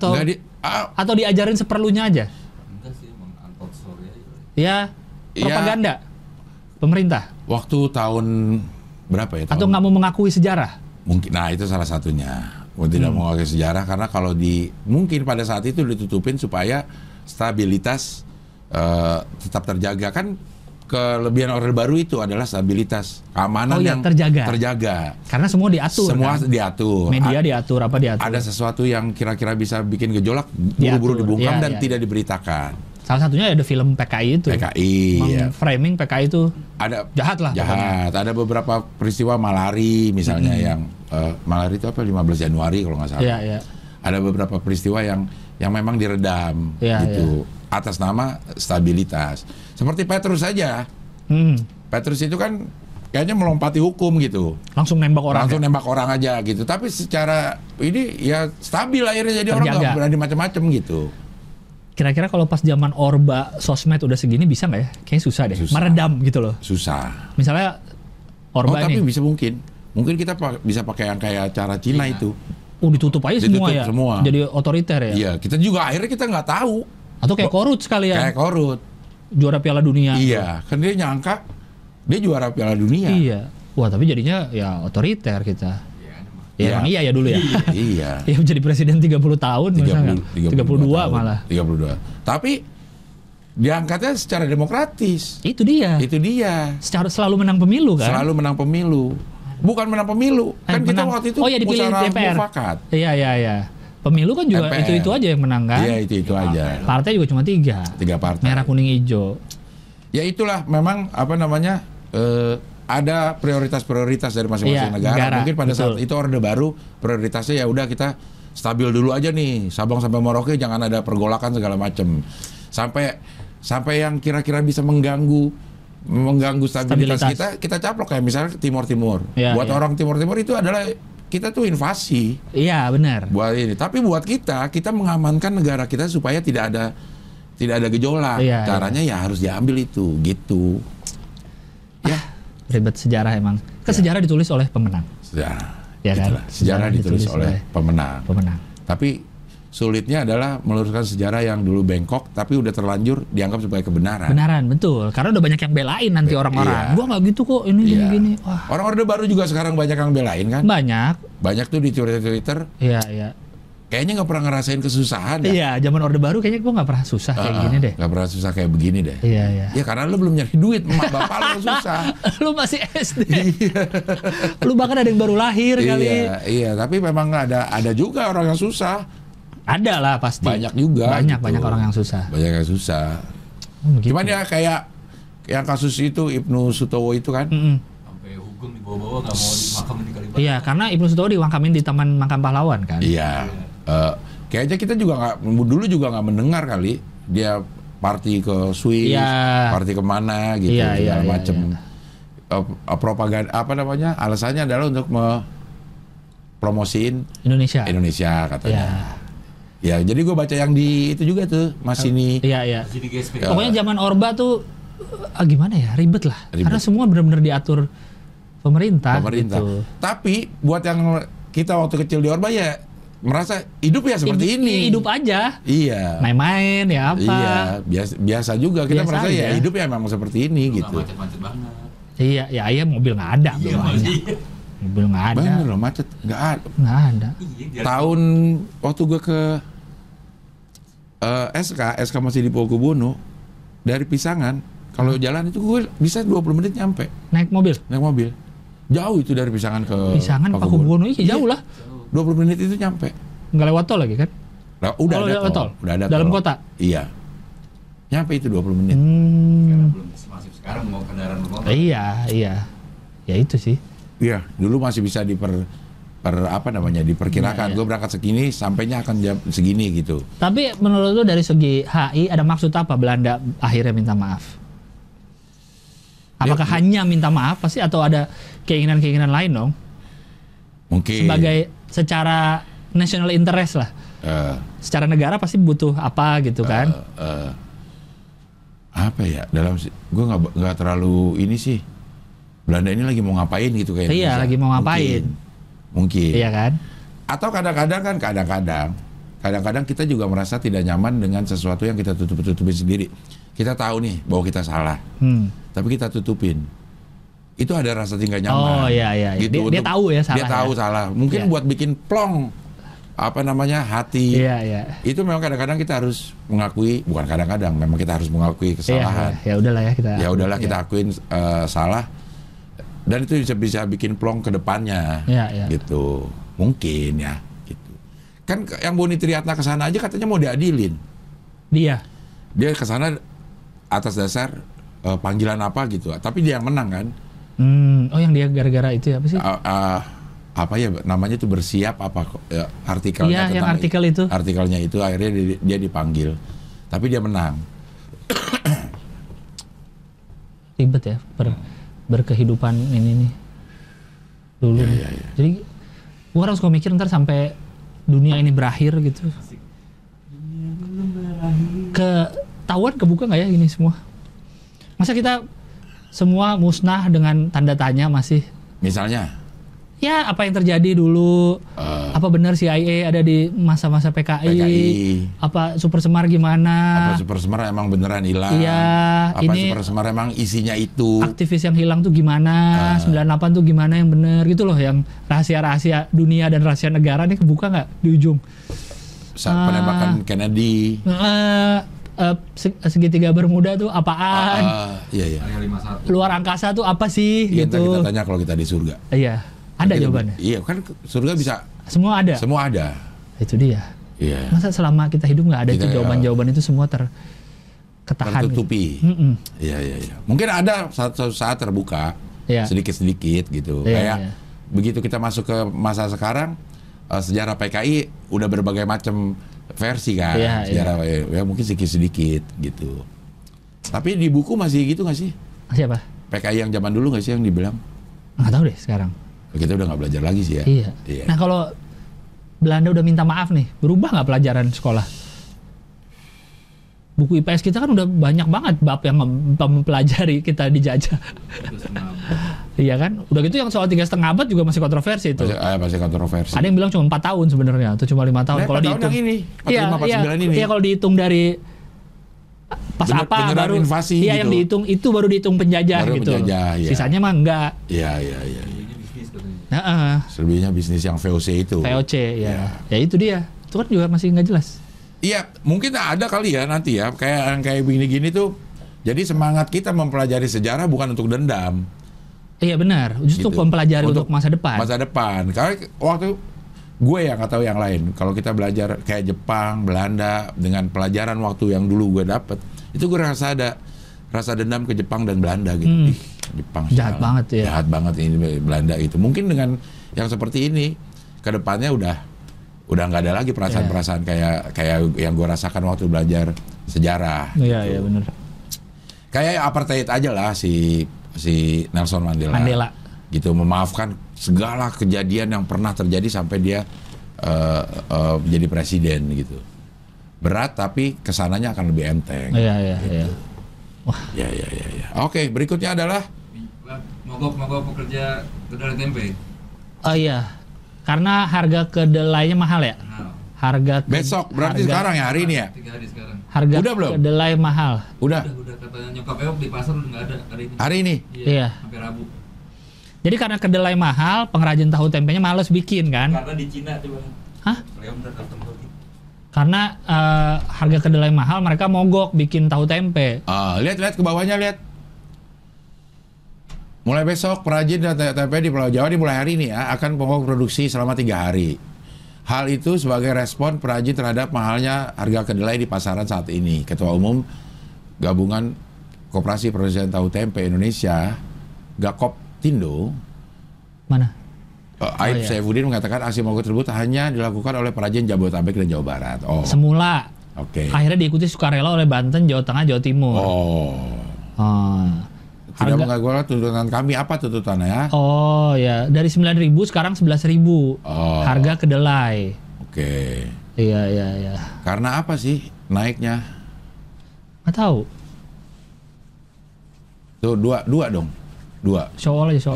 Atau diajarin seperlunya aja? Enggak sih, emang untold story aja. Ya, propaganda pemerintah. Waktu tahun berapa ya? Atau nggak mau mengakui sejarah? Mungkin. Nah, itu salah satunya. Tidak mau mengakui sejarah karena kalau mungkin pada saat itu ditutupin supaya stabilitas tetap terjaga kan. Kelebihan Orde Baru itu adalah stabilitas keamanan yang terjaga. Karena semua diatur. Diatur. Media diatur, apa diatur. Ada sesuatu yang kira-kira bisa bikin gejolak, buru-buru dibungkam dan tidak diberitakan. Salah satunya ada film PKI itu. Framing PKI itu jahat lah. Jahat. Ada beberapa peristiwa Malari misalnya yang Malari itu apa 15 Januari kalau nggak salah. Iya. Ada beberapa peristiwa yang memang diredam gitu. Atas nama stabilitas. Seperti Petrus saja. Petrus itu kan kayaknya melompati hukum gitu. Langsung nembak orang aja gitu. Tapi secara ini ya stabil akhirnya jadi orang nggak berani macam-macam gitu. Kira-kira kalau pas zaman Orba sosmed udah segini bisa nggak ya? Kayaknya susah deh. Meredam gitu loh. Susah. Misalnya Orba tapi bisa mungkin kita bisa pakai yang kayak cara Cina itu. Ditutup aja semua. Jadi otoriter ya. Iya, kita juga akhirnya kita nggak tahu. Atau kayak Korut sekalian. Kayak Korut. Juara Piala Dunia. Iya, kan dia nyangka dia juara Piala Dunia. Iya. Wah, tapi jadinya ya otoriter kita. Ya, emang iya ya dulu ya. Iya. Ya menjadi presiden 30 tahun 32 malah. 32. Tapi diangkatnya secara demokratis. Itu dia. Secara selalu menang pemilu kan? Selalu menang pemilu. Bukan menang pemilu. Kan kita waktu itu dipilih DPR. Mufakat. Iya. Pemilu kan juga MPR. itu aja yang menang kan? Iya, itu aja. Partai juga cuma 3 partai. Merah, kuning, hijau. Ya itulah memang ada prioritas dari masing-masing negara. Mungkin pada saat itu Orde Baru prioritasnya ya udah kita stabil dulu aja nih. Sabang sampai Merauke jangan ada pergolakan segala macam. Sampai yang kira-kira bisa mengganggu stabilitas kita caplok kayak misalnya Timur. Buat orang Timur itu adalah kita tuh invasi Iya, benar. buat ini. Tapi buat kita mengamankan negara kita supaya tidak ada gejolak. Iya, Caranya ya harus diambil itu, gitu. Ya, Ribet sejarah emang. Sejarah ditulis oleh pemenang. sejarah. Ya kan? Itulah, sejarah ditulis oleh pemenang. Pemenang. Tapi sulitnya adalah meluruskan sejarah yang dulu bengkok, tapi udah terlanjur dianggap sebagai kebenaran. Benaran, betul. Karena udah banyak yang belain nanti orang-orang. Iya. Gua nggak gitu kok, ini Iya. gini. Wah, Orang Orde Baru juga sekarang banyak yang belain kan? banyak. Banyak tuh di Twitter. Iya, iya. Kayaknya nggak pernah ngerasain kesusahan ya? Iya, zaman Orde Baru kayaknya gua nggak pernah susah kayak gini deh. Nggak pernah susah kayak begini deh. Iya, iya. Ya karena lu belum nyari duit, emak bapak lu yang susah. Lu masih SD. Lu bahkan ada yang baru lahir kali. Iya, tapi memang ada juga orang yang susah. Ada lah pasti. Banyak juga. Banyak gitu. orang yang susah. Banyak yang susah. Gitu. Cuman ya kayak yang kasus itu Ibnu Sutowo itu kan, Sampai hukum dibawa-bawa nggak mau dimakamin di Kalibata. Iya, karena Ibnu Sutowo dimakamin di Taman Makam Pahlawan kan. iya. Kayaknya kita juga nggak mendengar kali dia party ke Swiss, Iya. party kemana gitu, Iya, iya, segala iya, macem. iya. Propaganda apa namanya? Alasannya adalah untuk promosiin Indonesia. Indonesia katanya. Iya. Ya, jadi gue baca yang di itu juga tuh, Mas ini. Iya, iya. Jadi GSP. Pokoknya zaman Orba tuh gimana ya, ribet lah. Ribet. Karena semua benar-benar diatur pemerintah. Pemerintah. Gitu. Tapi buat yang kita waktu kecil di Orba ya merasa hidup ya seperti ini. Hidup aja. Iya. Main-main ya apa. Iya, biasa juga kita Biasa merasa ya aja. hidup ya memang seperti ini Nggak gitu. macet-macet banget. Iya, ya ayah mobil nggak ada. Iya, belum ada. masih. Mobil nggak ada. Bener loh, macet nggak ada. Nggak ada. Iya, jalan- Tahun waktu gue ke SK masih di Pogobono, dari Pisangan kalau jalan itu gue bisa 20 menit nyampe Naik mobil. naik mobil. Jauh itu dari Pisangan ke Pisangan Pakubuwono, iya jauh lah. 20 menit itu nyampe. Nggak lewat tol lagi kan? Nah, udah Oh, ada lewat tol. tol? Udah ada Dalam tol. kota? Iya. Nyampe itu 20 menit. Karena Hmm. belum masif sekarang mau kendaraan bermotor. Iya, iya. Ya itu sih. Iya, dulu masih bisa diperkirakan. Iya, iya. Gue berangkat segini, sampainya akan jam segini gitu. Tapi menurut lu dari segi HI ada maksud apa Belanda akhirnya minta maaf? Apakah hanya minta maaf pasti atau ada keinginan-keinginan lain dong? Mungkin Sebagai secara national interest lah. eh, Secara negara pasti butuh apa gitu kan? apa ya? Gue nggak terlalu ini sih. Belanda ini lagi mau ngapain gitu kayaknya. Iya, lagi mau ngapain. Mungkin. Iya kan? Atau kadang-kadang kita juga merasa tidak nyaman dengan sesuatu yang kita tutup-tutupin sendiri. Kita tahu nih bahwa kita salah, tapi kita tutupin. Itu ada rasa tinggal nyaman. Oh, iya, iya. Gitu, Dia tahu ya salah Dia tahu ya. salah. Mungkin Iya. buat bikin plong hati. Iya, iya. Itu memang kadang-kadang kita harus mengakui, bukan kadang-kadang, memang kita harus mengakui kesalahan. Iya, ya udahlah ya kita. Ya udahlah Iya. kita akuin salah. Dan itu bisa bikin plong ke depannya. Iya, iya. Gitu. Mungkin ya, gitu. Kan yang Boni Triatna ke sana aja katanya mau diadilin. Dia. Dia ke sana atas dasar panggilan apa gitu. Tapi dia yang menang kan. Oh yang dia gara-gara itu ya apa sih? Apa ya namanya itu bersiap apa artikelnya Iya, yang tentang artikel itu. Artikelnya itu akhirnya dia dipanggil. Tapi dia menang. Ribet ya berkehidupan ini nih dulu. Iya, nih. iya, iya. Jadi gua harus mikir ntar sampai dunia ini berakhir gitu. Ketahuan kebuka nggak ya ini semua? Masa kita semua musnah dengan tanda tanya masih? Misalnya Ya apa yang terjadi dulu? Apa benar CIA ada di masa-masa PKI? Apa Super Semar gimana? apa Super Semar emang beneran hilang? Iya, Apa ini Super Semar emang isinya itu? aktivis yang hilang tuh gimana? 98 tuh gimana yang benar gitu loh, yang rahasia-rahasia dunia dan rahasia negara nih kebuka nggak di ujung? Penembakan Kennedy. Segitiga Bermuda tuh apaan? Iya iya. Area 51. Luar angkasa tuh apa sih Iya, ntar gitu? kita tanya kalau kita di surga. Iya, ada Kita- jawabannya. Iya kan surga bisa Semua ada. semua ada. Itu dia. Iya. Masa selama kita hidup nggak ada itu Kita- jawaban-jawaban itu semua ketahan. Gitu. Tertutupi. Mm-mm. Iya iya iya. Mungkin ada suatu saat terbuka Iya. sedikit-sedikit gitu. Iya, Kayak iya. begitu kita masuk ke masa sekarang sejarah PKI udah berbagai macam versi kan. Iya, Sejarah ya mungkin sedikit-sedikit gitu. Tapi di buku masih gitu nggak sih? Siapa? PKI yang zaman dulu nggak sih yang dibilang? Nggak tahu deh sekarang. Kita udah nggak belajar lagi sih ya. Iya. Nah kalau Belanda udah minta maaf nih, berubah nggak pelajaran sekolah? Buku IPS kita kan udah banyak banget bab yang mempelajari kita dijajah. Iya kan? Udah gitu yang soal 3,5 abad juga masih kontroversi itu. Masih kontroversi. Ada yang bilang cuma 4 tahun sebenarnya, atau cuma 5 tahun. Kalau dihitung yang ini, 45, 49 ini. Iya, kalau dihitung dari pas baru invasi iya gitu. Yang dihitung itu baru dihitung penjajah baru gitu. Penjajah, ya. Sisanya mah enggak. Iya. Selebihnya bisnis yang VOC itu. VOC ya. Ya itu dia. Itu kan juga masih nggak jelas. Iya, mungkin ada kali ya nanti ya, kayak begini-gini tuh. Jadi semangat kita mempelajari sejarah bukan untuk dendam. Iya benar, justru gitu. Mempelajari untuk masa depan. Masa depan. Karena waktu gue yang nggak tahu yang lain. Kalau kita belajar kayak Jepang, Belanda dengan pelajaran waktu yang dulu gue dapet, itu gue rasa dendam ke Jepang dan Belanda gitu. Jepang jahat banget ya. Jahat banget ini Belanda itu. Mungkin dengan yang seperti ini, ke depannya udah nggak ada lagi perasaan-perasaan kayak yang gue rasakan waktu belajar sejarah. Iya, gitu. Iya benar. Kayak apartheid aja lah si Nelson Mandela. Gitu, memaafkan segala kejadian yang pernah terjadi sampai dia jadi presiden gitu. Berat tapi kesananya akan lebih enteng. Iya. Wah. Ya. Oke, berikutnya adalah mogok pekerja kedelai tempe. Oh iya. Karena harga kedelainya mahal ya? Harga besok berarti sekarang ya, hari ini ya? 3 hari sekarang. Harga udah belum? Kedelai mahal. Udah Katanya nyokap Eok di pasar udah nggak ada hari ini. Hari ini? Iya. Sampai Rabu. Jadi karena kedelai mahal, pengrajin tahu tempenya males bikin kan? Karena di Cina coba. Hah? Karena harga kedelai mahal, mereka mogok bikin tahu tempe. Lihat ke bawahnya, lihat. Mulai besok perajin tempe di Pulau Jawa dimulai hari ini ya akan mogok produksi selama 3 hari. Hal itu sebagai respon perajin terhadap mahalnya harga kedelai di pasaran saat ini. Ketua Umum Gabungan Koperasi Produsen Tahu Tempe Indonesia, Gakoptindo, mana? Aib Saifuddin mengatakan aksi mogok tersebut hanya dilakukan oleh perajin Jabodetabek dan Jawa Barat. Semula. Oke. Akhirnya diikuti sukarela oleh Banten, Jawa Tengah, Jawa Timur. Tidak mengagumkan tuntutan kami, apa tuntutannya ya? Oh ya, dari 9.000 sekarang 11.000 harga kedelai. Oke. Iya. Karena apa sih naiknya? Nggak tahu. Tuh dua dong. Soal aja.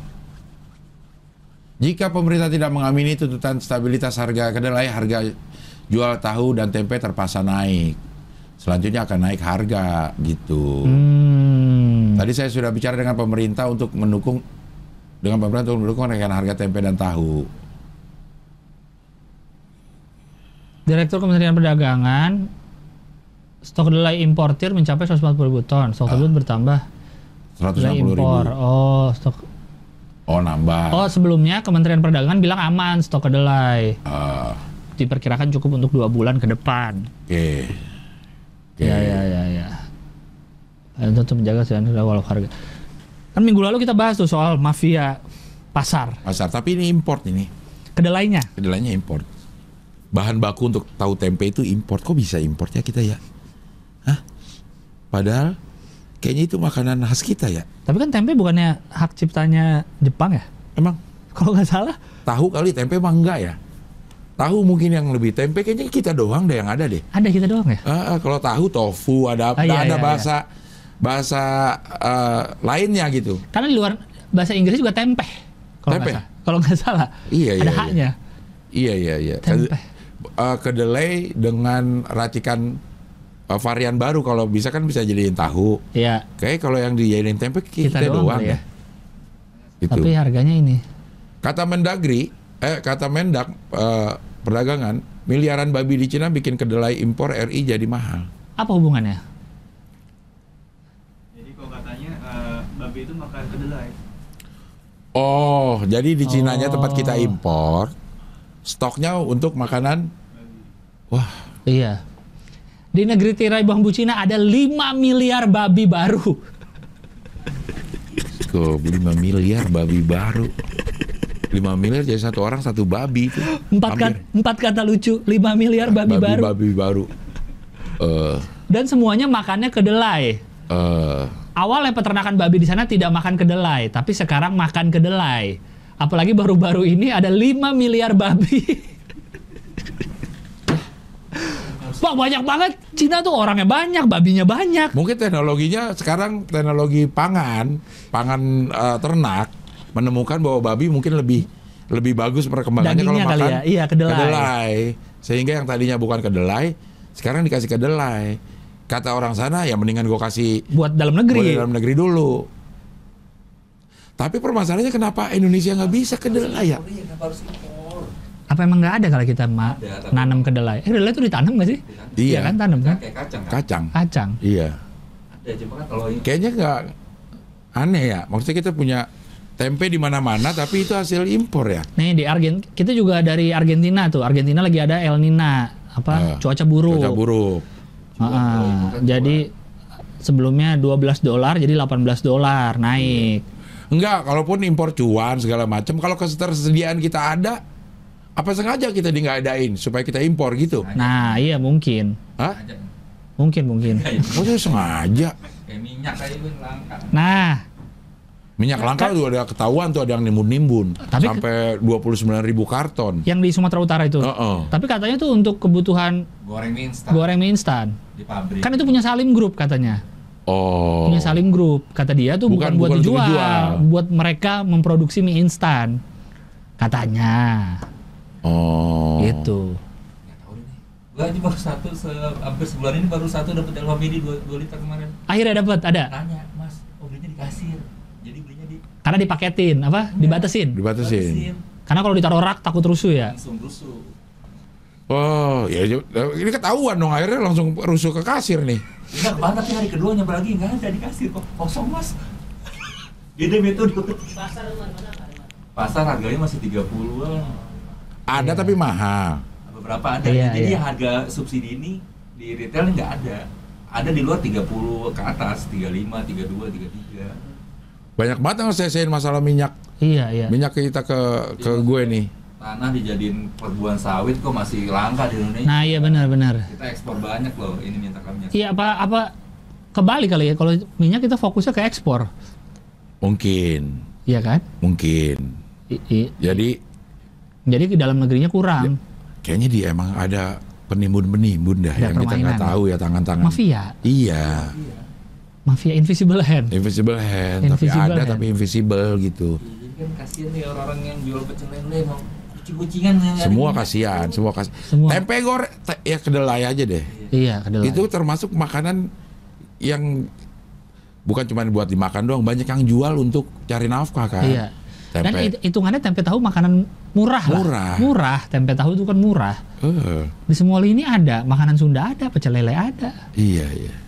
Jika pemerintah tidak mengamini tuntutan stabilitas harga kedelai, harga jual tahu dan tempe terpaksa naik. Selanjutnya akan naik harga gitu. Tadi saya sudah bicara dengan pemerintah untuk mendukung kenaikan harga tempe dan tahu. Direktur Kementerian Perdagangan, stok kedelai importir mencapai 140.000 ton. Stok tersebut bertambah 160.000. Stok. Nambah. Sebelumnya Kementerian Perdagangan bilang aman stok kedelai. Diperkirakan cukup untuk 2 bulan ke depan. Oke. Ya. Untuk menjaga walau harga. Kan minggu lalu kita bahas tuh soal mafia pasar. Tapi ini import ini. Kedelainya import. Bahan baku untuk tahu tempe itu import. Kok bisa importnya kita ya? Hah? Padahal kayaknya itu makanan khas kita ya. Tapi kan tempe bukannya hak ciptanya Jepang ya? Emang? Kalau nggak salah. Tahu kali, tempe mah enggak ya. Tahu mungkin yang lebih, tempe kayaknya kita doang deh yang ada deh. Ada kita doang ya? Kalau tahu tofu ada bahasa lainnya gitu. Karena di luar bahasa Inggris juga tempe. Kalau nggak salah. Ada haknya. Iya. Tempe. Kedelai dengan racikan varian baru, kalau bisa kan bisa jadiin tahu. Iya. Kayak kalau yang dijadiin tempe kita doang ya. Gitu. Tapi harganya ini. Kata Mendak Perdagangan, miliaran babi di Cina bikin kedelai impor RI jadi mahal. Apa hubungannya? Jadi kalau katanya babi itu makan kedelai. Jadi di Cinanya tempat kita impor, stoknya untuk makanan. Wah. Iya. Di negeri tirai bambu Cina ada 5 miliar babi baru. 5 miliar babi baru. 5 miliar jadi satu orang satu babi itu. 4 kata lucu, 5 miliar babi baru. Babi baru. Dan semuanya makannya kedelai. Awalnya peternakan babi di sana tidak makan kedelai, tapi sekarang makan kedelai. Apalagi baru-baru ini ada 5 miliar babi. Wah, banyak banget. Cina tuh orangnya banyak, babinya banyak. Mungkin teknologinya sekarang teknologi pangan ternak menemukan bahwa babi mungkin lebih bagus perkembangannya kalau Dagingnya makan kali ya? Iya, kedelai. kedelai. Sehingga yang tadinya bukan kedelai, sekarang dikasih kedelai. Kata orang sana, ya mendingan gue kasih Buat dalam buat negeri. dalam negeri dulu. Tapi permasalahannya kenapa Indonesia nggak bisa kedelai ya? Iya, kenapa harus impor? Apa emang nggak ada kalau kita Ada, tapi- nanam kedelai? Kedelai itu ditanam nggak sih? Iya. kan tanam kan? Kayak kacang kan? Kacang. Kacang. Iya. Ada, cuma kan kalau Kayaknya nggak aneh ya. Maksudnya kita punya tempe di mana-mana, tapi itu hasil impor ya. Nih di kita juga dari Argentina tuh. Argentina lagi ada El Nina, cuaca buruk. Cuaca buruk. Jadi sebelumnya $12 jadi $18 naik. Enggak, kalaupun impor cuan segala macam, kalau ketersediaan kita ada, apa sengaja kita nggak adain supaya kita impor gitu? Nah, iya mungkin. Hah? aja Mungkin. Maksudnya sengaja? kayak minyak kayak itu langka. Nah, Minyak langka tuh ada ketahuan tuh, ada yang nimbun-nimbun. Tapi sampai 29.000 karton. yang di Sumatera Utara itu. Tapi katanya tuh untuk kebutuhan Goreng mie instan mie instan. di pabrik. Kan itu punya Salim Group katanya. Oh. Punya Salim Group. Kata dia tuh bukan buat untuk dijual, buat mereka memproduksi mie instan. Katanya. Oh. Gitu. Nggak tahu nih. Gua aja baru hampir sebulan ini baru satu dapat Elva Midi 2 liter kemarin. Akhirnya dapat ada. Tanya, Mas, belinya di kasir. Jadi belinya di Karena dipaketin, dibatasin. Dibatasin. Karena kalau ditaruh rak takut rusuh ya. langsung rusuh. Oh, ya ini ketahuan dong, akhirnya langsung rusuh ke kasir nih. Enggak, kemarin tapi hari kedua nyoba lagi nggak ada di kasir kok. Kosong, Mas. Beda metode. Pasar lu mana? Pasar harganya masih 30-an. Ada tapi mahal. Beberapa ada. Iya, Jadi iya. harga subsidi ini di retail nggak ada. Ada di luar 30 ke atas, 35, 32, 33. Banyak banget yang ngelesain masalah minyak. Iya. Minyak kita ke gue nih. Tanah dijadiin perburuan sawit kok masih langka di Indonesia. Nah, iya benar. Kita ekspor banyak loh, ini minta kami. Iya apa kebalik kali ya, kalau minyak kita fokusnya ke ekspor. Mungkin. Iya kan? Mungkin. Jadi Jadi ke dalam negerinya kurang. kayaknya dia emang ada penimbun-penimbun dah Ada yang kita nggak permainan. tahu ya, tangan-tangan. Mafia. Iya. Mafia invisible hand. Invisible hand, tapi Invisible ada hand. tapi invisible gitu. Jadi kan kasihan nih orang-orang yang jual pecel lele mau kucing-kucingan yang Semua kasihan, semua kasihan. Semua. Tempe goreng, ya kedelai aja deh. Iya, kedelai. Itu termasuk makanan yang bukan cuma buat dimakan doang, banyak yang jual untuk cari nafkah kan. Iya. Dan Tempe. hitungannya tempe tahu makanan murah lah. Murah, tempe tahu itu kan murah. Di semua lini ada, makanan Sunda ada, pecel lele ada, Iya.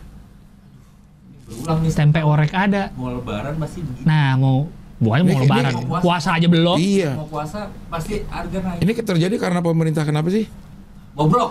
berulang nih. tempe orek ada. Mau lebaran pasti begini. Nah, bukannya mau Ini- lebaran, ini- puasa aja belum. Iya. Mau puasa pasti harga naik. Ini terjadi karena pemerintah kenapa sih? Bobrok.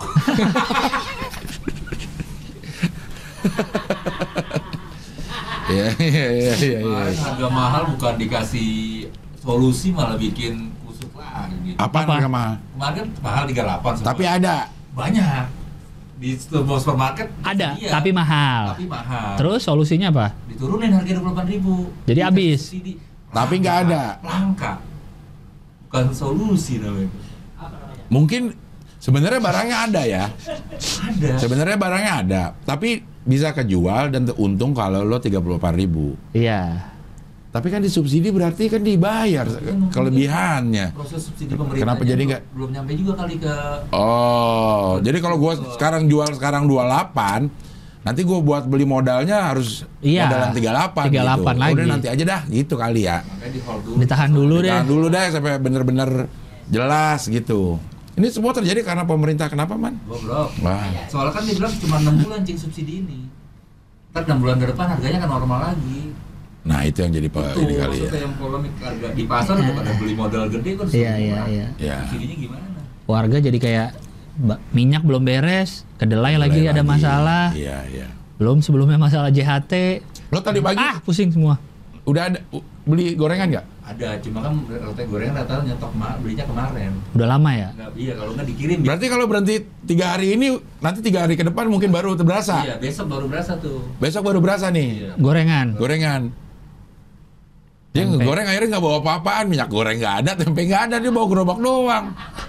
Iya. Kemarin harga mahal bukan dikasih solusi malah bikin kusut lagi. Apaan Apa? harga mahal? Kemarin kan mahal 38 semua. Tapi ada. banyak di supermarket Ada, tersedia, tapi mahal. tapi mahal. Terus solusinya apa? Diturunin harga 28.000. Jadi habis. Subsidi. Tapi nggak ada. Langka. Bukan solusi namanya. Mungkin sebenarnya barangnya ada ya. Ada. Sebenarnya barangnya ada, tapi bisa kejual dan untung kalau lo 34.000. Iya. Tapi kan disubsidi berarti kan dibayar kelebihannya. Proses subsidi pemerintah. Kenapa jadi nggak? Belum nyampe juga kali ke. Oh, jadi kalau gua sekarang jual 28, nanti gua buat beli modalnya harus Iya, modalan 38 38 gitu. lagi. Udah nanti aja dah gitu kali ya. Makanya di hold dulu. Ditahan dulu deh. Tahan dulu deh sampai bener-bener jelas gitu. Ini semua terjadi karena pemerintah. Kenapa, Man? Goblok. Wah. Soalnya kan dibilang cuma 6 bulan cing subsidi ini. Ntar 6 bulan ke depan harganya kan normal lagi. Nah, itu yang jadi Itu ini kali ya. maksudnya yang polemik harga di pasar udah pada beli modal gede kan Iya, iya. Ya. Subsidinya gimana? Warga jadi kayak minyak belum beres, kedelai lagi ada masalah. Iya. Belum sebelumnya masalah JHT. Lo tadi pagi Pusing semua. udah ada beli gorengan nggak? Ada, cuma kan rata gorengan rata nyetok belinya kemarin. Udah lama ya? Nggak, iya kalau nggak dikirim. Berarti kalau berhenti 3 hari ini, nanti 3 hari ke depan mungkin baru berasa. Iya, besok baru berasa tuh. Besok baru berasa nih Iya. Gorengan. gorengan. Dia ngegoreng akhirnya nggak bawa apa-apaan, minyak goreng nggak ada, tempe nggak ada, dia bawa gerobak doang.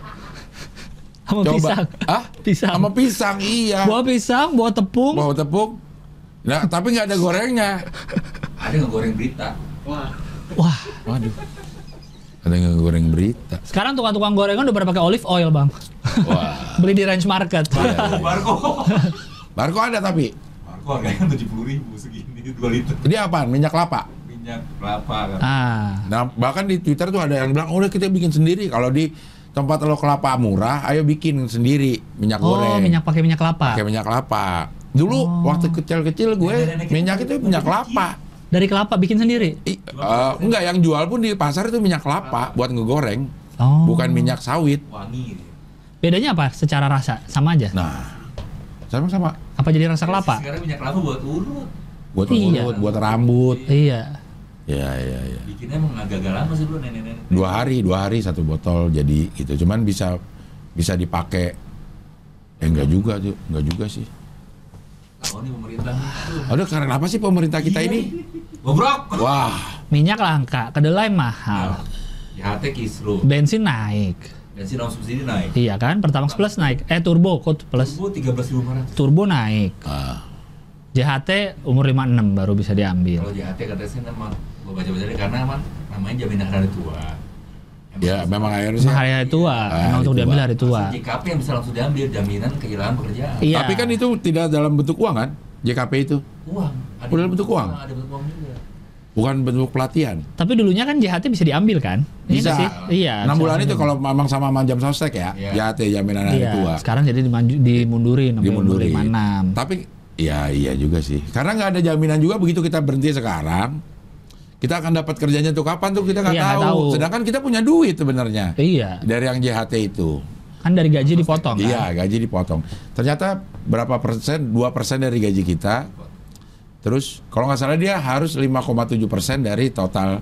Sama pisang. Pisang. Sama pisang, iya. Bawa pisang, bawa tepung. Bawa tepung. Nah, tapi nggak ada gorengnya. Ada ngegoreng berita. Wah. Waduh. Ada ngegoreng berita. Sekarang tukang-tukang gorengan udah pada pakai olive oil, Bang. Wah. Beli di Range Market. Barco ada tapi. Barco harganya 70.000 segini 2 liter. Ini apaan? Minyak kelapa. Minyak kelapa kan. Nah, bahkan di Twitter tuh ada yang bilang, udah kita bikin sendiri. Kalau di tempat lo kelapa murah, ayo bikin sendiri minyak goreng. Pakai minyak kelapa. Pakai minyak kelapa. Dulu waktu kecil-kecil gue minyak itu minyak kelapa. Dari kelapa bikin sendiri? Enggak, yang jual pun di pasar itu minyak kelapa buat ngegoreng. Bukan minyak sawit. Wangi. Bedanya apa secara rasa? Sama aja? Nah, sama-sama. Apa jadi rasa kelapa? Sekarang minyak kelapa buat urut. Buat urut, buat rambut. Iya. Iya. Bikinnya emang agak-agak lama sih dulu nenek-nenek. 2 hari 1 botol jadi gitu. Cuman bisa dipakai. Enggak juga sih. Tahu nih pemerintah. Aduh, karena apa sih pemerintah kita ini? Bobrok. Wah. Minyak langka, kedelai mahal. JHT kisruh. Bensin naik. Bensin non subsidi naik. Iya kan, Pertamax Plus naik. Turbo kok plus. Turbo 13.500. Turbo naik. JHT umur 56 baru bisa diambil. Kalau JHT katanya sih memang gue baca-baca karena namanya jaminan hari tua. Ya, memang harusnya hari tua, memang untuk diambil hari tua. JKP yang bisa langsung diambil, jaminan kehilangan pekerjaan. Iya. Tapi kan itu tidak dalam bentuk uang kan? JKP itu. Uang. Udah dalam bentuk uang. Ada bentuk uang juga. Bukan bentuk pelatihan. Tapi dulunya kan JHT bisa diambil kan? Bisa. Sih? Iya. 6 bulan itu kalau memang sama jam sostek ya. JHT jaminan hari tua. Sekarang jadi dimundurin sampai umur 56. Tapi iya juga sih. Karena nggak ada jaminan juga begitu kita berhenti sekarang. Kita akan dapat kerjanya tuh kapan tuh kita nggak tahu. Sedangkan kita punya duit sebenarnya. Iya. Dari yang JHT itu. Kan dari gaji dipotong kan? Iya, gaji dipotong. Ternyata berapa persen? 2% dari gaji kita. Terus kalau nggak salah dia harus 5,7% dari total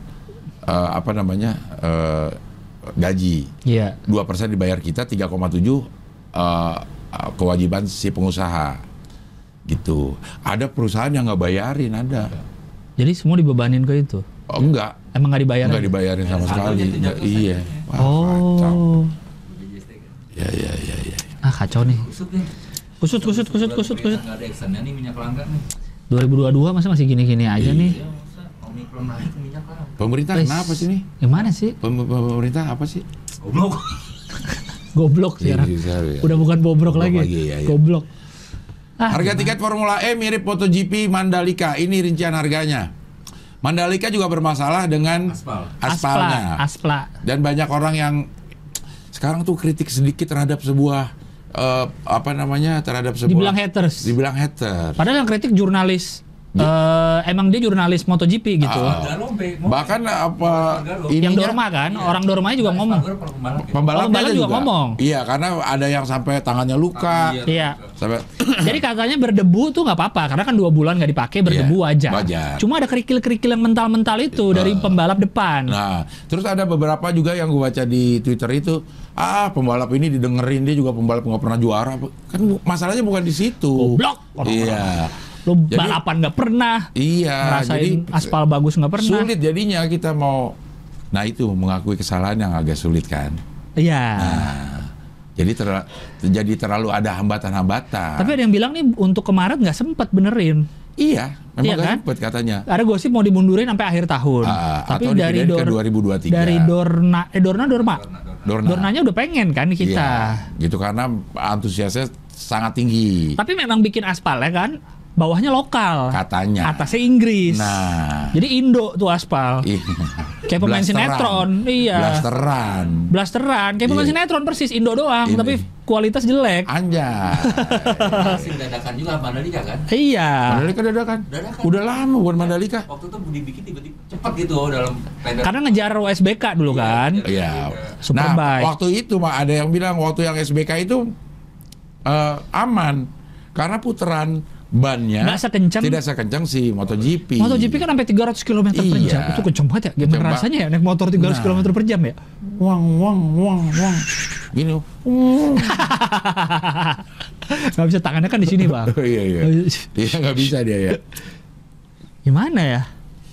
gaji. Iya. 2% dibayar kita, 3,7 kewajiban si pengusaha. Gitu. Ada perusahaan yang nggak bayarin, ada. Jadi semua dibebanin ke itu? Oh, enggak. Emang nggak dibayarin? Enggak dibayarin sama sekali. Iya. Wah, kacau. Ya. Kacau nih. Kusut. Nggak ada actionnya nih minyak langka nih. 2022 masih gini-gini aja nih. Iya, masa Omikron naik minyak langka. Pemerintah kenapa sih nih? Gimana sih? Pemerintah apa sih? Goblok sekarang. Udah bukan bobrok lagi. Goblok. Harga tiket Formula E mirip MotoGP Mandalika. Ini rincian harganya. Mandalika juga bermasalah dengan aspalnya. Aspal. Dan banyak orang yang sekarang tuh kritik sedikit terhadap sebuah dibilang haters. Padahal yang kritik jurnalis. Emang dia jurnalis MotoGP gitu. Bahkan yang Dorma kan, orang Dormanya juga ngomong. Pembalapnya juga ngomong. Iya, karena ada yang sampai tangannya luka. Iya. Jadi katanya berdebu tuh nggak apa-apa, karena kan 2 bulan nggak dipakai berdebu aja. Cuma ada kerikil-kerikil yang mental-mental itu dari pembalap depan. Nah, terus ada beberapa juga yang gue baca di Twitter itu, pembalap ini didengerin, dia juga pembalap nggak pernah juara. Kan masalahnya bukan di situ. Goblok. Iya. Lo balapan nggak pernah, ngerasain aspal bagus nggak pernah. Sulit jadinya kita mau, mengakui kesalahan yang agak sulit kan. Iya. Jadi terlalu ada hambatan-hambatan. Tapi ada yang bilang nih untuk kemarin nggak sempat benerin. Iya, memang nggak kan? sempat katanya. Ada gosip mau dimundurin sampai akhir tahun. atau Tapi dari ke 2023. Dari Dornanya udah pengen kan kita. Iya, gitu karena antusiasnya sangat tinggi. Tapi memang bikin aspalnya kan. Bawahnya lokal, katanya. Atasnya Inggris. Nah, jadi Indo tuh aspal. Kayak pemain sinetron. Iya. Blasteran. Kayak pemain sinetron persis Indo doang, tapi kualitas jelek. Anjay. Masih dadakan juga Mandalika kan? Iya. Mandalika dadakan. Udah lama bukan Mandalika. Waktu itu dibikin tiba-tiba cepat gitu dalam tender. Karena ngejar USBK dulu kan. Iya. Superbike. Waktu itu ada yang bilang waktu yang SBK itu aman karena putaran bannya tidak sekencang si MotoGP. MotoGP kan sampai 300 km per jam. Itu kenceng banget ya. Gimana rasanya ya naik motor 300 km per jam ya? Wang. Gini. Gak bisa, tangannya kan di sini, Bang. Iya. Dia nggak bisa dia ya. Gimana ya?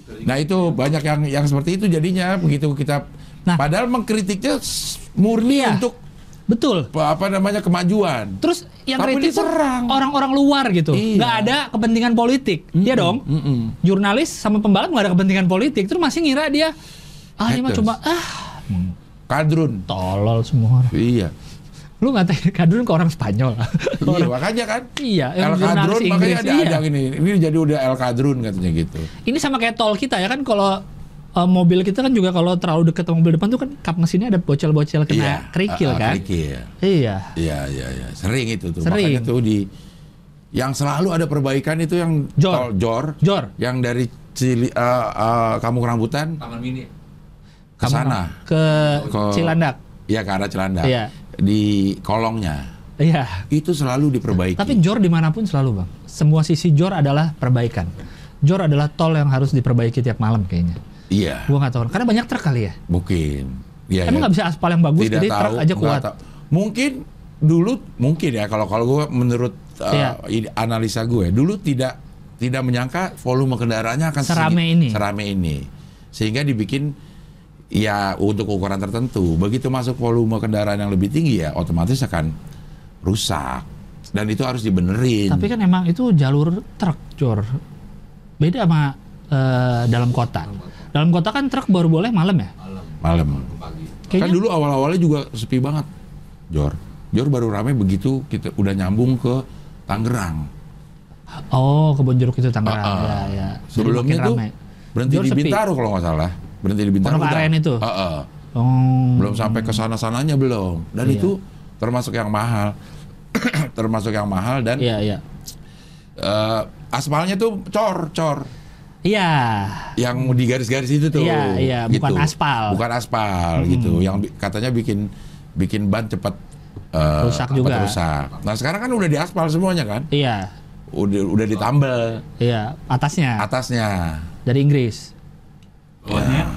Nah itu banyak yang seperti itu jadinya begitu kita. Padahal mengkritiknya murni untuk betul kemajuan. Terus yang tapi kritik diserang orang-orang luar gitu, nggak ada kepentingan politik, ya dong. Jurnalis sama pembalap nggak ada kepentingan politik, terus masih ngira dia ini mah cuma kadrun, tolol semua. Iya. Lu ngatain kadrun ke orang Spanyol. Iya, makanya kan. Iya, El Kadrun makanya ada ini. Ini jadi udah El Kadrun katanya gitu. Ini sama kayak tol kita ya kan, kalau mobil kita kan juga kalau terlalu dekat sama mobil depan tuh kan kap mesinnya ada bocel-bocel kena kerikil kan. Kerikil. Iya. Iya. Sering itu tuh. Sering. Makanya tuh yang selalu ada perbaikan itu yang tol Jor. Yang dari Kampung Rambutan Taman Mini ke sana ke Cilandak. Iya, ke arah Cilandak. Iya. Di kolongnya. Iya. Itu selalu diperbaiki. Tapi Jor dimanapun selalu bang. Semua sisi Jor adalah perbaikan. Jor adalah tol yang harus diperbaiki tiap malam kayaknya. Iya. Gua nggak tahu. Karena banyak truk kali ya. Mungkin. Ya, Emang nggak bisa aspal yang bagus, tidak jadi tahu, truk aja kuat. Mungkin dulu ya kalau gue menurut analisa gue dulu tidak menyangka volume kendaraannya akan serame ini. Sehingga dibikin ya untuk ukuran tertentu. Begitu masuk volume kendaraan yang lebih tinggi ya otomatis akan rusak. Dan itu harus dibenerin. Tapi kan emang itu jalur truk, Jor. Beda sama dalam kota. Dalam kota kan truk baru boleh malam ya? Malam. Kan dulu awal-awalnya juga sepi banget, Jor baru ramai begitu kita udah nyambung ke Tangerang. Oh, Kebonjeruk itu Tangerang. Ya. Sebelumnya tuh berhenti di Bintaro kalau nggak salah. Berhenti di Bintaro. Pondok Aren itu. Belum sampai ke sana-sananya belum. Dan itu termasuk yang mahal. Dan aspalnya tuh cor. Iya. Yang di garis-garis itu tuh. Iya. Bukan gitu. Bukan aspal gitu. Yang katanya bikin ban cepat rusak juga. Nah sekarang kan udah diaspal semuanya kan? Iya. Udah ditambal. Iya. Atasnya. Dari Inggris. Ya.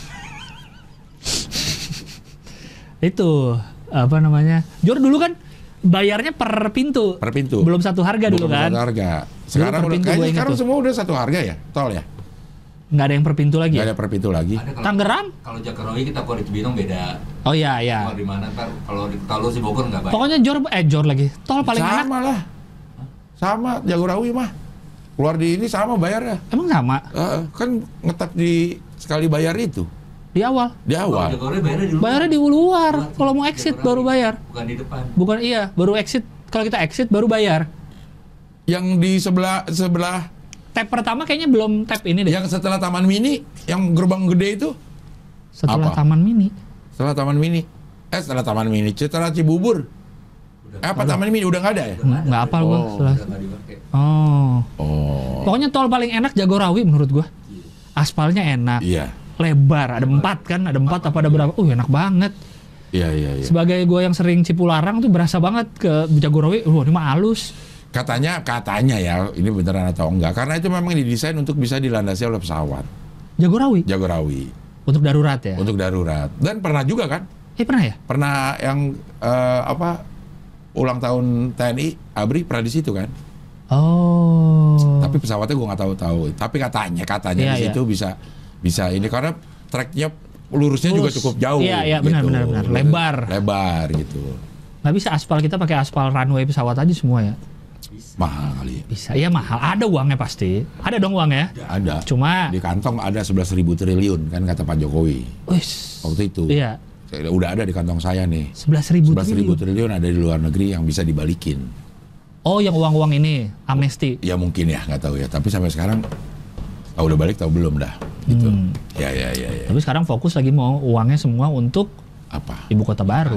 Itu apa namanya? Jor dulu kan bayarnya per pintu. Belum satu harga dulu kan? Satu harga. Sekarang semua udah satu harga ya, tol ya? Nggak ada yang per pintu lagi. Nggak ada per pintu lagi. Tangerang? Kalau Jakarta kita Kori Cibinong beda. Oh iya. Kalau di mana ntar kalau si Bogor nggak bayar. Pokoknya Jor lagi. Tol paling enak. Sama lah. Sama Jagorawi mah. Keluar di ini sama bayarnya. Emang sama? Kan ngetap di sekali bayar itu. Di awal. Bayarnya di luar. Kalau mau exit baru bayar. Bukan di depan. Baru exit. Kalau kita exit baru bayar. Yang di sebelah tap pertama kayaknya belum tap ini deh. Yang setelah Taman Mini, yang gerbang gede itu. Setelah Taman Mini. Setelah Taman Mini, setelah Cibubur. Taman Mini udah nggak ada ya? Nggak apa gua. Pokoknya tol paling enak Jagorawi menurut gua. Aspalnya enak. Iya. Lebar, ada 4 kan? Ada 4 apa ada berapa? Enak banget. Iya. Sebagai gua yang sering Cipularang tuh berasa banget ke Jagorawi. Ini mah halus. Katanya ya, ini beneran atau enggak? Karena itu memang didesain untuk bisa dilandasi oleh pesawat. Jagorawi. Untuk darurat ya. Untuk darurat. Dan pernah juga kan? Pernah ya? Pernah yang ulang tahun TNI ABRI pernah di situ kan? Oh. Tapi pesawatnya gue nggak tahu. Tapi katanya di situ bisa ini karena tracknya lurusnya juga cukup jauh. Iya, gitu. benar. Lebar gitu. Nggak bisa aspal kita pakai aspal runway pesawat aja semua ya. Mahal kali ya. Bisa, iya mahal. Ada uangnya pasti. Ada dong uangnya. Ada. Cuma di kantong ada 11.000 triliun kan kata Pak Jokowi. Waktu itu. Iya. Udah ada di kantong saya nih. 11.000 triliun ada di luar negeri yang bisa dibalikin. Oh, yang uang-uang ini amnesti. Ya mungkin ya, nggak tahu ya. Tapi sampai sekarang udah balik tahu belum dah. Gitu. Ya. Tapi sekarang fokus lagi mau uangnya semua untuk apa? Ibu kota baru.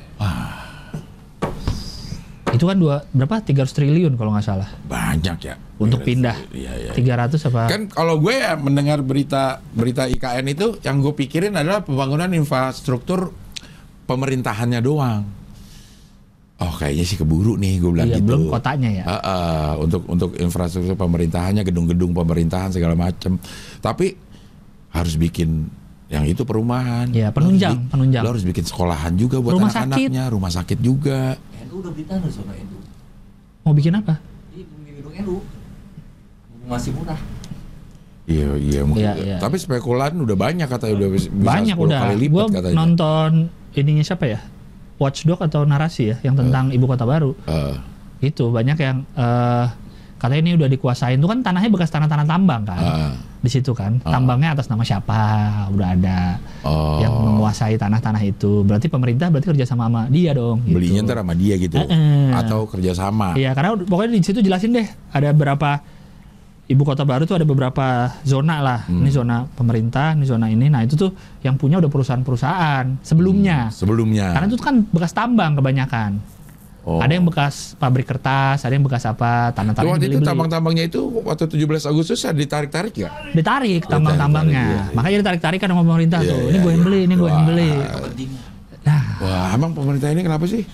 Itu kan 300 triliun kalau nggak salah. Banyak ya. Untuk pindah. Iya. 300 apa? Kan kalau gue ya mendengar berita IKN itu yang gue pikirin adalah pembangunan infrastruktur pemerintahannya doang. Oh kayaknya sih keburu nih gue bilang gitu. Belum kotanya ya. Untuk infrastruktur pemerintahannya, gedung-gedung pemerintahan segala macam. Tapi harus bikin yang itu perumahan. Ya penunjang. Lo harus bikin sekolahan juga buat anak-anaknya, rumah sakit juga. Udah beli tanah sama NU. Mau bikin apa? Gedung NU masih murah. Iya mungkin. Iya. Tapi spekulan udah banyak katanya udah bisa Banyak 10 udah. kali lipat Gue katanya. nonton ininya siapa ya? Watchdog atau narasi ya yang tentang ibu kota baru. Itu banyak yang katanya ini udah dikuasain. Itu kan tanahnya bekas tanah-tanah tambang kan. Di situ kan. Tambangnya atas nama siapa? Udah ada yang menguasai tanah-tanah itu. Berarti pemerintah kerja sama dia dong. Gitu. Belinya ntar sama dia gitu. Atau kerjasama. Iya, karena pokoknya di situ jelasin deh. Ada berapa ibu kota baru tuh ada beberapa zona lah. Ini zona pemerintah, ini zona ini. Nah itu tuh yang punya udah perusahaan-perusahaan sebelumnya. Karena itu kan bekas tambang kebanyakan. Ada yang bekas pabrik kertas, ada yang bekas apa, tanah-tanah waktu itu beli-beli. tambang-tambangnya itu waktu 17 Agustus ada ditarik-tarik ya? Ditarik tambang-tambangnya. Makanya ditarik-tarik kan sama pemerintah tuh. Ini gue yang beli, ini gue yang beli. Wah, emang pemerintah ini kenapa sih?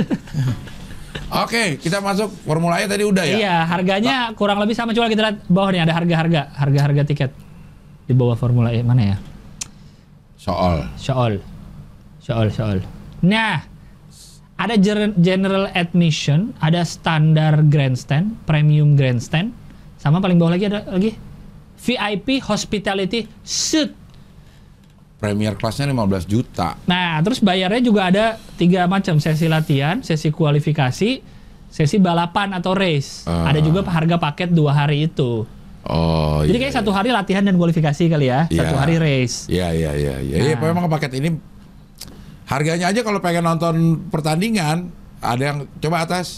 Oke, kita masuk Formula E tadi udah ya? Iya, harganya kurang lebih sama. Coba kita lihat bawah nih ada harga tiket di bawah Formula E mana ya? Soal. Nah, ada general admission, ada standar grandstand, premium grandstand, sama paling bawah lagi ada lagi VIP hospitality suite. Premier kelasnya 15 juta. Nah, terus bayarnya juga ada 3 macam, sesi latihan, sesi kualifikasi, sesi balapan atau race. Ada juga harga paket 2 hari itu. Jadi kayak 1 hari latihan dan kualifikasi kali ya, 1 hari race. Iya. Iya, memang paket ini harganya aja kalau pengen nonton pertandingan ada yang coba atas.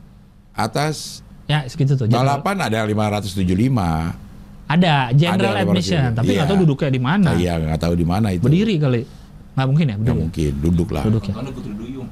Ya, segitu tuh. Balapan ada 575. Ada general admission, tapi nggak tahu duduknya di mana. Iya, nggak tahu di mana itu. Berdiri kali. Nggak mungkin ya? Nggak mungkin, duduk lah. Duduk ya. Karena Putri Duyung.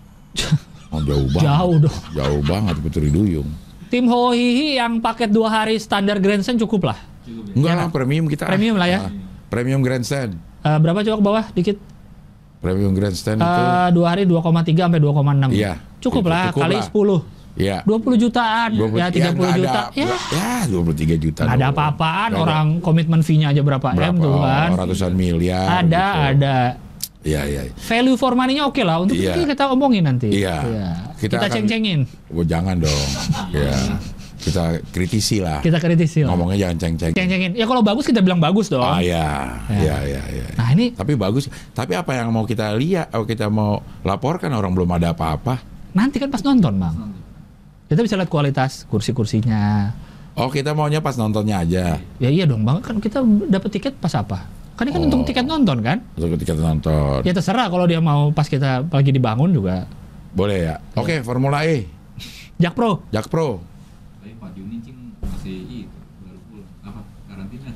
Jauh banget. Jauh dong. Jauh banget Putri Duyung. Tim Hohihi yang paket 2 hari standar grandstand cukup lah. Enggak lah, premium kita. Premium lah ya. Premium grandstand. Berapa coba ke bawah dikit? Premium grandstand itu 2 hari 2,3 sampai 2,6. Iya. Cukup lah, kali 10. Iya. 20 jutaan, 20, ya 30 juta. Ya 23 juta. Ada apa-apaan, orang komitmen fee-nya aja berapa M tuh kan. Ratusan miliar. Ada. Iya. Value for money-nya oke lah, untuk itu kita omongin nanti. Iya. Kita ceng-cengin. Jangan dong. Iya. Kita kritisi lah. Ngomongnya jangan ceng-cengin. Ya kalau bagus kita bilang bagus dong. Iya. Nah ini. Tapi bagus. Tapi apa yang mau kita lihat, kita mau laporkan orang belum ada apa-apa. Nanti kan pas nonton bang. Kita bisa lihat kualitas kursi-kursinya. Kita maunya pas nontonnya aja. Ya iya dong bang, kan kita dapat tiket pas apa? Kan ini kan untuk tiket nonton kan? Untuk tiket nonton. Ya terserah kalau dia mau pas kita lagi dibangun juga. Boleh ya? Oke, Formula E. Jakpro. Tapi 4 Juni Cing masih itu baru pulang. Apa? Karantina.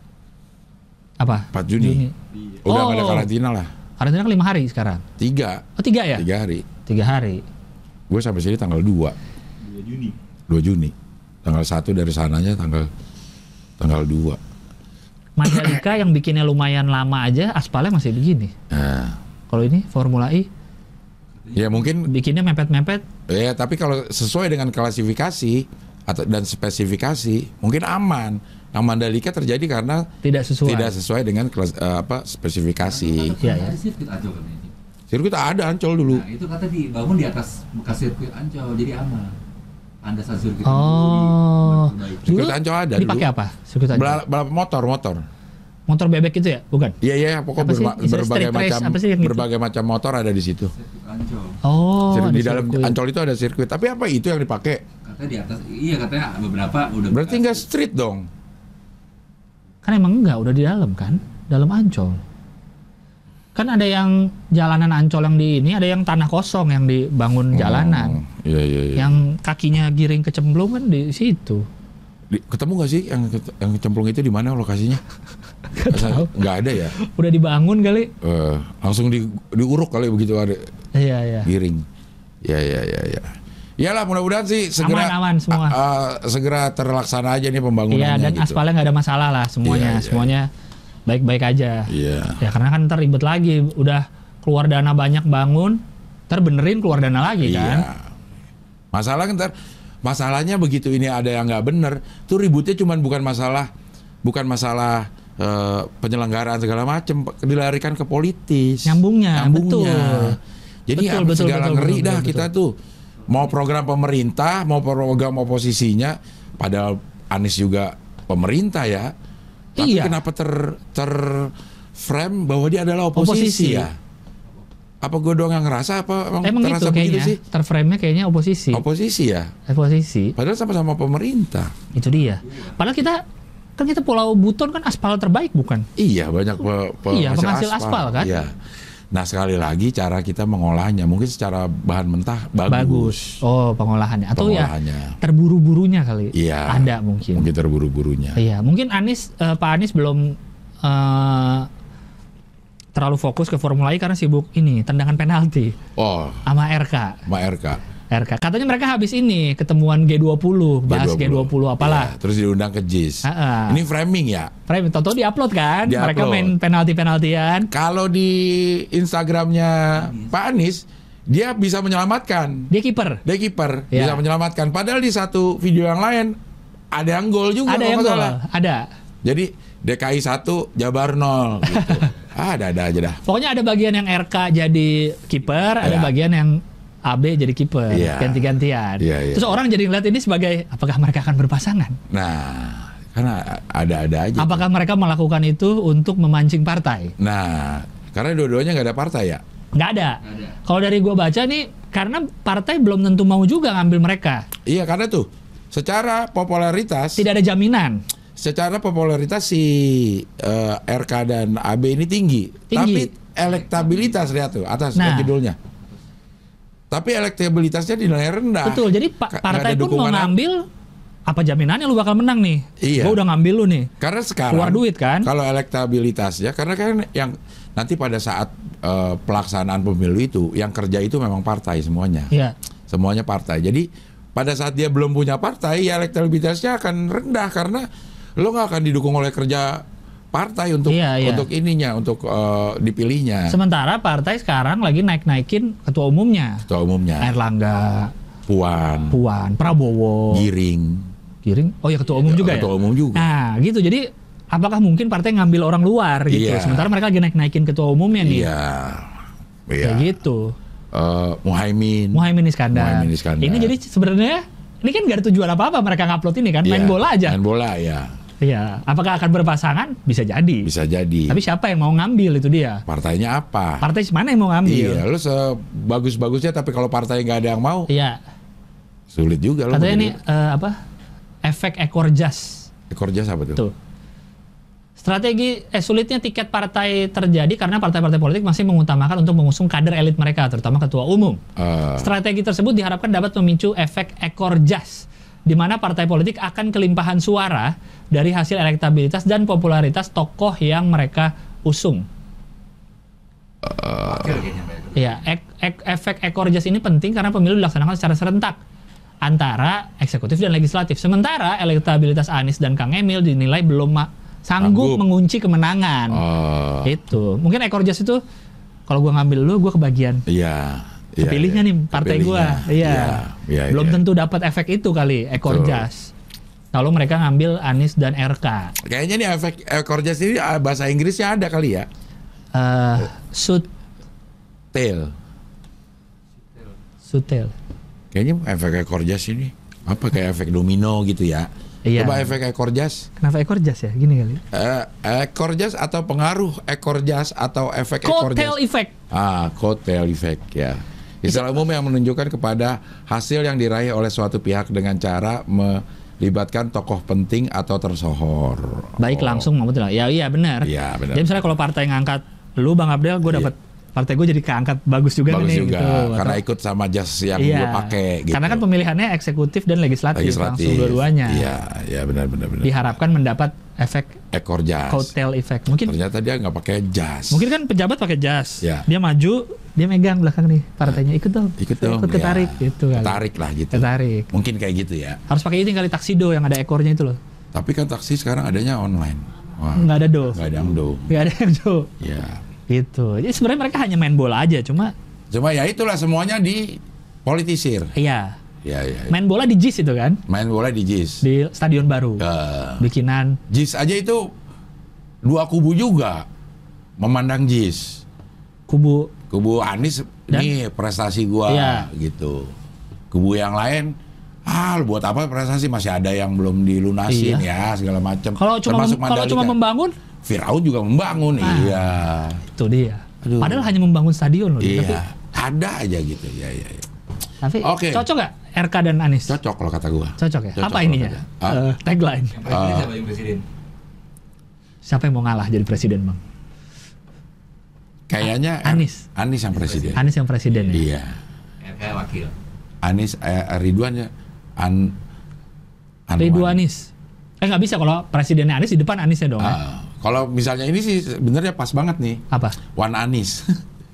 Apa? 4 Juni. Udah nggak ada karantina lah. Karantina kan 5 hari sekarang. 3. 3 ya? 3 hari. 3 hari. Gue sampai sini tanggal 2 Juni. Tanggal 1 dari sananya tanggal 2. Mandalika yang bikinnya lumayan lama aja aspalnya masih begini. Kalau ini Formula E ya mungkin bikinnya mepet-mepet. Ya, tapi kalau sesuai dengan klasifikasi dan spesifikasi mungkin aman. Yang Mandalika terjadi karena tidak sesuai dengan spesifikasi. Iya. Sirkuit Ancol katanya. Sirkuit ada Ancol dulu. Nah, itu kata dibangun di atas bekas sirkuit Ancol, jadi aman. Landasan sirkuit Sirkuit Ancol ada dulu. Dipakai apa? Sirkuit Ancol. Balap motor. Motor bebek itu ya? Bukan? Iya, pokoknya berbagai macam motor ada di situ. Sirkuit Ancol. Di dalam Ancol itu ada sirkuit. Tapi apa itu yang dipakai? Katanya di atas, iya katanya beberapa udah. Berarti nggak street dong? Kan emang enggak, udah di dalam kan? Dalam Ancol. Kan ada yang jalanan Ancol yang di ini, ada yang tanah kosong yang dibangun jalanan. Iya. Yang kakinya giring kecemplung kan di situ. Ketemu nggak sih yang kecemplung itu di mana lokasinya? Nggak ada ya? Udah dibangun kali. Langsung diuruk kali begitu ada. Iya. Giring. Iya. Iyalah, mudah-mudahan sih segera aman semua. Segera terlaksana aja nih pembangunannya. Iya, dan gitu. aspalnya nggak ada masalah lah semuanya. Semuanya baik-baik aja. Iya. Ya karena kan ntar ribet lagi. Udah keluar dana banyak bangun, ntar benerin keluar dana lagi kan. Masalahnya begitu ini ada yang nggak bener, tuh ributnya bukan masalah penyelenggaraan segala macam, dilarikan ke politis. Nyambungnya. Betul. Jadi segala ngeri dah kita tuh. Mau program pemerintah, mau program oposisinya, padahal Anies juga pemerintah ya. Tapi Iya. kenapa frame bahwa dia adalah oposisi ya? Apa gue doang yang ngerasa apa Emang terasa gitu begitu kayaknya. sih? Terframe-nya kayaknya oposisi. Oposisi ya? Oposisi. Padahal sama-sama pemerintah. Itu dia. Padahal kita Pulau Buton kan aspal terbaik bukan? Iya, banyak penghasil aspal kan? Iya. Nah, sekali lagi cara kita mengolahnya mungkin secara bahan mentah bagus. Oh, pengolahannya atau Pengolahannya. ya terburu-burunya kali. Iya. Ada mungkin. Mungkin terburu-burunya. Iya, mungkin Pak Anies belum terlalu fokus ke Formula E karena sibuk ini tendangan penalti Oh, sama RK. Mbak RK. Katanya mereka habis ini ketemuan G20, bahas G20 apalah. Ya, terus diundang ke JIS. Ini framing ya. Frame Toto diupload kan? Di-upload. Mereka main penalti-penaltian. Kalau di Instagramnya Pak Anies, dia bisa menyelamatkan. Dia kiper. Dia kiper, Ya. bisa menyelamatkan. Padahal di satu video yang lain ada yang gol juga. Ada kalau yang nggak gol. salah. Ada. Jadi DKI 1, Jabar 0 gitu. Ada aja dah. Pokoknya ada bagian yang RK jadi kiper, ada Ya. bagian yang AB jadi kiper, Iya. ganti-gantian. Iya, iya. Terus orang jadi ngeliat ini sebagai apakah mereka akan berpasangan? Nah, karena ada aja. Apakah mereka melakukan itu untuk memancing partai? Nah, karena dua-duanya nggak ada partai ya. Nggak ada. Kalau dari gua baca nih, karena partai belum tentu mau juga ngambil mereka. Iya, karena tuh secara popularitas, Tidak ada jaminan. secara popularitas si RK dan AB ini tinggi. Tapi elektabilitas lihat tuh atas Nah. judulnya. Tapi elektabilitasnya dinilai rendah. Betul. Jadi Nggak partai ada pun mau dukungan ngambil, apa jaminannya lu bakal menang nih? Iya. Gua udah ngambil lu nih. Karena sekarang Keluar duit kan? Kalau elektabilitasnya, karena kan yang nanti pada saat pelaksanaan pemilu itu, yang kerja itu memang partai semuanya. Iya. Semuanya partai. Jadi pada saat dia belum punya partai, ya elektabilitasnya akan rendah karena lo nggak akan didukung oleh kerja partai untuk Iya, iya. untuk ininya, untuk dipilihnya. Sementara partai sekarang lagi naik-naikin ketua umumnya. Ketua umumnya, Erlangga, Puan, Prabowo, Giring. Oh ya ketua umum juga ya? Ketua umum juga. Nah gitu, jadi apakah mungkin partai ngambil orang luar gitu? Iya. Sementara mereka lagi naik-naikin ketua umumnya nih. Iya. Kayak gitu. Muhaimin Iskandar. Ini jadi sebenarnya ini kan gak ada tujuan apa-apa mereka ngupload ini kan, main Iya, bola aja. Main bola ya. Iya. Apakah akan berpasangan? Bisa jadi. Bisa jadi. Tapi siapa yang mau ngambil itu dia? Partainya apa? Partai mana yang mau ngambil? Iya, lu sebagus-bagusnya tapi kalau partai nggak ada yang mau, Iya. sulit juga lo. Katanya nih efek ekor jas. Ekor jas apa tuh? Tuh. Strategi sulitnya tiket partai terjadi karena partai-partai politik masih mengutamakan untuk mengusung kader elit mereka, terutama ketua umum. Strategi tersebut diharapkan dapat memicu efek ekor jas, di mana partai politik akan kelimpahan suara dari hasil elektabilitas dan popularitas tokoh yang mereka usung. Ya, efek ekor jas ini penting karena pemilu dilaksanakan secara serentak antara eksekutif dan legislatif. Sementara elektabilitas Anies dan Kang Emil dinilai belum sanggup mengunci kemenangan. Itu. Mungkin ekor jas itu kalau gua ngambil lu, gua kebagian. Iya. Kepilihnya nih partai gua. Iya. Belum tentu dapat efek itu kali ekor jas. Kalau mereka ngambil Anies dan RK. Kayaknya nih efek ekor jas ini bahasa Inggrisnya ada kali ya. Sutel. Kayaknya efek ekor jas ini apa kayak efek domino gitu ya. Iya. Coba efek ekor jas. Kenapa ekor jas ya? Gini kali. Ekor jas atau pengaruh ekor jas atau efek ekor jas. Coattail effect. Coattail effect ya. Istilah umum yang menunjukkan kepada hasil yang diraih oleh suatu pihak dengan cara melibatkan tokoh penting atau tersohor. Baik langsung maupun tidak. Ya iya benar. Iya benar. Jadi misalnya kalau partai ngangkat lu Bang Abdel, gue dapat partai gue jadi keangkat bagus juga nih. Juga, gitu. karena ikut sama jas yang gue pakai. Gitu. Karena kan pemilihannya eksekutif dan legislatif langsung dua-duanya. Iya benar. Diharapkan mendapat efek ekor jas. Coattail effect. Mungkin ternyata dia nggak pakai jas. Mungkin kan pejabat pakai jas. Ya. Dia maju, dia megang belakang nih partainya. Ikut dong. Ikut ketarik gitu kali. Ketarik lah gitu. Ketarik. Mungkin kayak gitu ya. Harus pakai ini kali taksido yang ada ekornya itu loh. Tapi kan taksi sekarang adanya online. Wah. Nggak ada do. Nggak ada yang do. Nggak ada yang do. Iya. Gitu. Jadi sebenarnya mereka hanya main bola aja, cuma ya itulah semuanya dipolitisir. Iya. Iya. Main bola di JIS itu kan? Main bola di JIS. Di Stadion Baru. Bikinan. JIS aja itu dua kubu juga memandang JIS. Kubu Anies ini prestasi gua gitu. Kubu yang lain buat apa prestasi, masih ada yang belum dilunasin ya segala macam. Kalau cuma membangun, Firaun juga membangun. Iya. Itu dia. Aduh. Padahal hanya membangun stadion loh. Iya. Tapi ada aja gitu. Ya. Tapi Oke. cocok nggak RK dan Anies? Cocok kalau kata gua. Cocok ya. Cocok Apa kalau ininya? kata. Tagline. Yang presiden siapa yang presiden? Siapa yang mau ngalah jadi presiden, Bang? Kayaknya Anies. Anies yang presiden. Anies yang presiden ya. Iya. Kayak wakil. Anies Ridwan ya. Ridwan Anies. Nggak bisa kalau presidennya Anies di depan Aniesnya dong. Kalau misalnya ini sih sebenarnya pas banget nih. Apa? Wan Anies.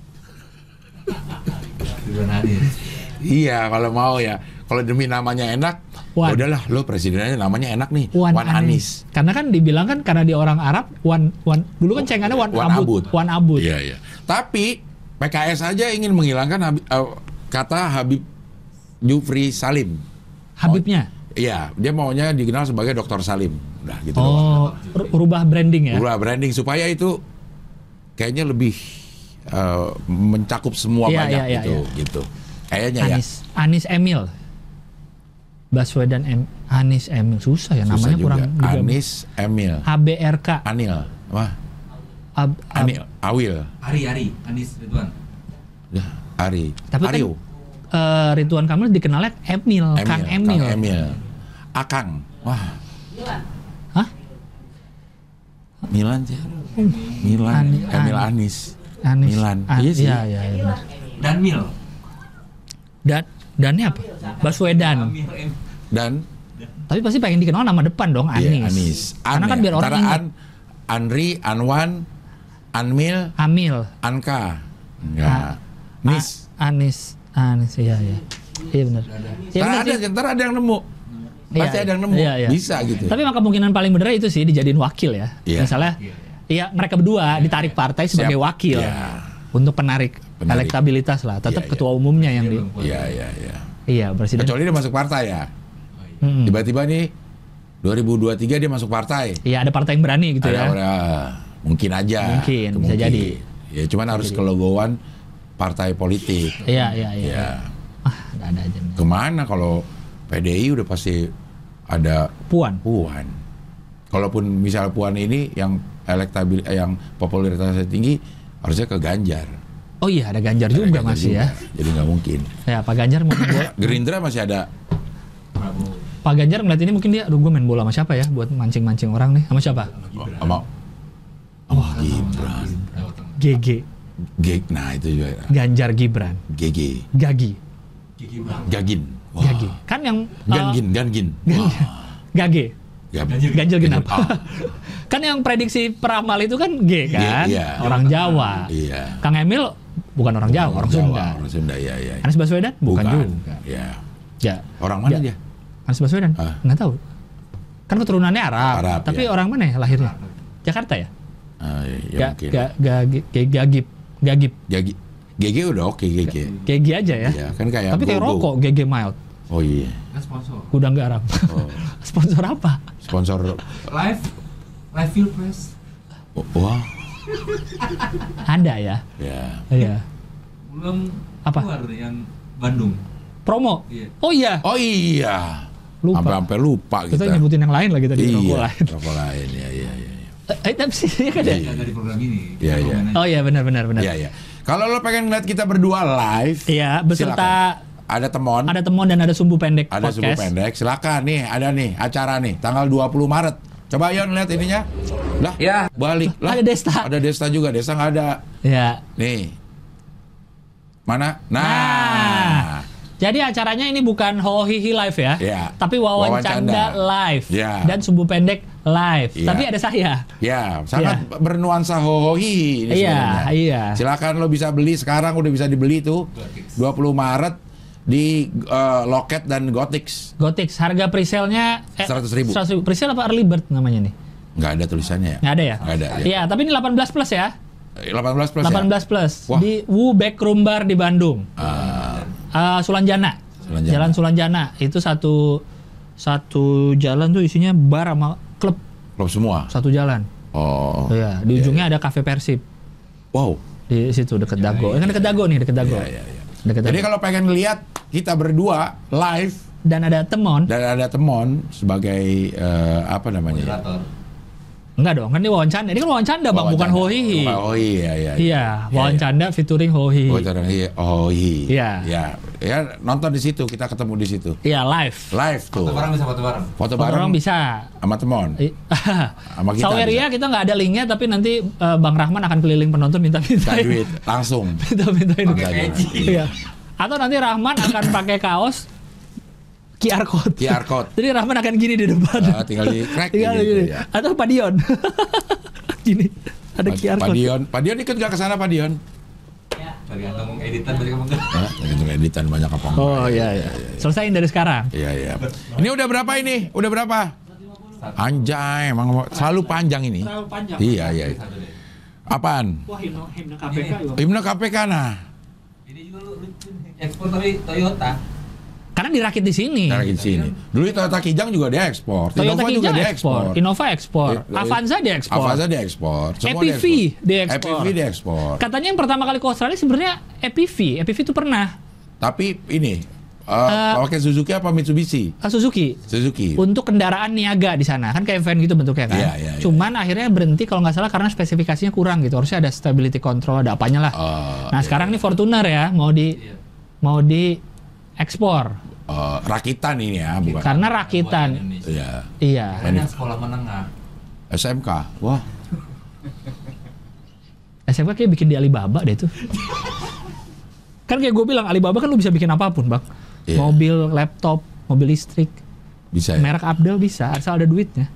Ridwan Anies. Iya, kalau mau ya. Kalau demi namanya enak, Wan. udahlah lo presidennya namanya enak nih. Wan Anies. Karena kan dibilang kan karena dia orang Arab, Wan dulu kan cengannya Wan Abud. Wan Abud. Iya. Tapi PKS aja ingin menghilangkan kata Habib Jufri Salim. Habibnya. Iya, dia maunya dikenal sebagai Dr. Salim. Udah gitu Oh, rubah branding ya. Rubah branding supaya itu kayaknya lebih mencakup semua banyak gitu. Kayaknya Anies Emil. Baswedan Anies Emil, susah ya namanya juga. kurang. Anies Emil. HBRK. Anil. Wah. Anil. Awil. Ari Anies Ridwan. Ya, Ari. Tapi Aryo. kan Ridwan Kamil dikenalnya Kang Emil. Kang Emil. Akang. Wah. Hah? Milan sih. Milan. Emil Anies. Milan. Iya sih. Iya benar. Dan Mil. Dannya apa? Baswedan. Dan Tapi pasti pengen dikenal nama depan dong, Anies. iya, Anies. Karena kan biar orang ingat. Andri, Anwan, Anmil, Amil. Anka. Enggak. Nis. Anies, iya. Iya benar. Iya benar sih. Ntar ada yang nemu. Pasti ada yang nemu. Iya. Bisa gitu. Tapi maka kemungkinan paling benar itu sih dijadiin wakil ya. Iya. Misalnya, iya mereka berdua ditarik partai sebagai wakil. Iya. Untuk penarik elektabilitas lah. Tetap Iya. ketua umumnya yang di. Iya. Iya, presiden. Kecuali dia masuk partai ya. Tiba-tiba nih 2023 dia masuk partai. Iya, ada partai yang berani gitu ya. Mungkin aja. Mungkin, bisa jadi. Ya cuman harus kelogoan partai politik. Iya. Ada aja. Kemana kalau PDI udah pasti ada Puan. Kalaupun misal Puan ini yang yang popularitasnya tinggi, harusnya ke Ganjar. Oh iya, ada Ganjar juga masih ya. Jadi nggak mungkin. Ya, Pak Ganjar mau main bola. Gerindra masih ada. Pak Ganjar ngeliat ini mungkin dia, aduh gue main bola sama siapa ya, buat mancing-mancing orang nih. Sama siapa? Sama Gibran. GG. Nah itu juga. Ganjar Gibran. GG. Gagi. Gagin. Wah. Gagi. Kan yang Gangin. Gage. Ganjil genap. Kan yang prediksi peramal itu kan G kan? Iya. Orang Jawa. Iya. Kang Emil bukan orang Jawa, orang Sunda. Orang Sunda, iya. Anies Baswedan bukan juga. Iya. Ya. Orang mana dia? Anies Baswedan? Nggak tahu. Kan keturunannya Arab tapi ya. orang mana ya lahirnya? Jakarta ya? Ya mungkin. Gagip. GG udah oke GG. GG aja ya. Iya, kan kayak tapi kayak rokok GG mild. Oh iya. Kan sponsor. Gudang garam. Oh. Sponsor apa? Sponsor Live Field Press. Wah. Ada ya? Ya. Iya. Belum Apa? keluar yang Bandung. Promo? Iya. Oh iya. Oh iya. Lupa. Sampai lupa Kita kita. nyebutin yang lain lagi tadi. Iya. Rokok lain. Rokok lain. Iya. Tapi sih kan ya? Nggak dari program ini. Iya. Oh iya benar. Iya. Kalau lo pengen ngeliat kita berdua live, Iya, beserta silakan. Ada temuan dan ada sumbu pendek ada podcast. sumbu pendek. Silakan nih, ada nih acara nih tanggal 20 Maret. Coba Yon lihat ininya. Lah, Ya. balik. Lah, Ada Desta. Ada Desta juga. Desta nggak ada. Ya. Nih. Mana? Nah. Jadi acaranya ini bukan Hohihi live ya. Iya. Tapi Wawancanda live. Iya. Dan sumbu pendek live. Iya. Tapi ada saya. Ya, sangat bernuansa hohi ini sebenarnya. Iya. Silakan lo bisa beli sekarang, udah bisa dibeli tuh 20 Maret di Loket dan Gotix. Gotix harga presale-nya 100.000. 100.000. Presale apa early bird namanya nih? Nggak ada tulisannya ya? Nggak ada ya? Nggak ada. Ya. Iya, tapi ini 18 plus ya. 18 plus 18 plus. Wah. Di Wu Backroom Bar di Bandung. Sulanjana. Jalan Sulanjana. Itu satu jalan tuh isinya bar sama klub. Klub semua. Satu jalan. Oh. Iya, di ujungnya ada Cafe Persib. Wow. Di situ deket Dago. Kan deket Dago nih, deket Dago. Iya. Deket Jadi Dago. kalau pengen lihat kita berdua live dan ada Temon. Dan ada Temon sebagai apa namanya? Ya? Moderator. Enggak dong, kan ini wawancanda. Ini kan wawancanda Bang, bukan Hohihi. Hohihi, ya. Iya, wawancanda featuring Hohihi. Hohihi. Iya. Ya, nonton di situ, kita ketemu di situ. Iya, live. Live tuh. Foto bareng bisa foto bareng. Foto Foto bareng bisa. sama Temon. Sama kita. Saweria kita nggak ada linknya, tapi nanti Bang Rahman akan keliling penonton minta-mintain duit langsung. minta-mintain. Pakai peci. Iya. Atau nanti Rahman akan pakai kaos QR code. Jadi Rahman akan gini di depan. Tinggal di crack Tinggal gitu, gini. ya. Atau Padion. Gini. Ada QR code. Padion ikut gak ke sana Padion? Tergantung editan banyak apa enggak. Tergantung editan banyak apa enggak. Oh iya. Selesaiin dari sekarang. Iya. Ini udah berapa ini? Udah berapa? Anjay, emang selalu panjang ini. Terlalu panjang. Iya. Apaan? Wah, himne KPK juga. Himne KPK nah. Ini juga lu ekspor tapi Toyota. Karena dirakit di sini. Dari sini. Dulu Toyota Kijang juga dia ekspor. Toyota Innova juga Kijang dia ekspor, Innova ekspor, Avanza diekspor. Avanza diekspor. Semua EPV diekspor. EPV diekspor. Katanya yang pertama kali ke Australia sebenarnya EPV itu pernah Tapi ini pakai Suzuki apa Mitsubishi? Suzuki. Untuk kendaraan niaga di sana kan kayak van gitu bentuknya kan. Iya. Cuman akhirnya berhenti kalau nggak salah karena spesifikasinya kurang gitu. Harusnya ada stability control, ada apanya lah. Sekarang ini Fortuner ya mau di ekspor. Rakitan ini ya, bukan. Karena rakitan. Iya. Karena sekolah menengah. SMK. Wah. SMK kayak bikin di Alibaba deh tuh. Kan kayak gue bilang Alibaba kan lu bisa bikin apapun, Bang. Iya. Mobil, laptop, mobil listrik. Bisa ya? Merek Abdel bisa, asal ada duitnya.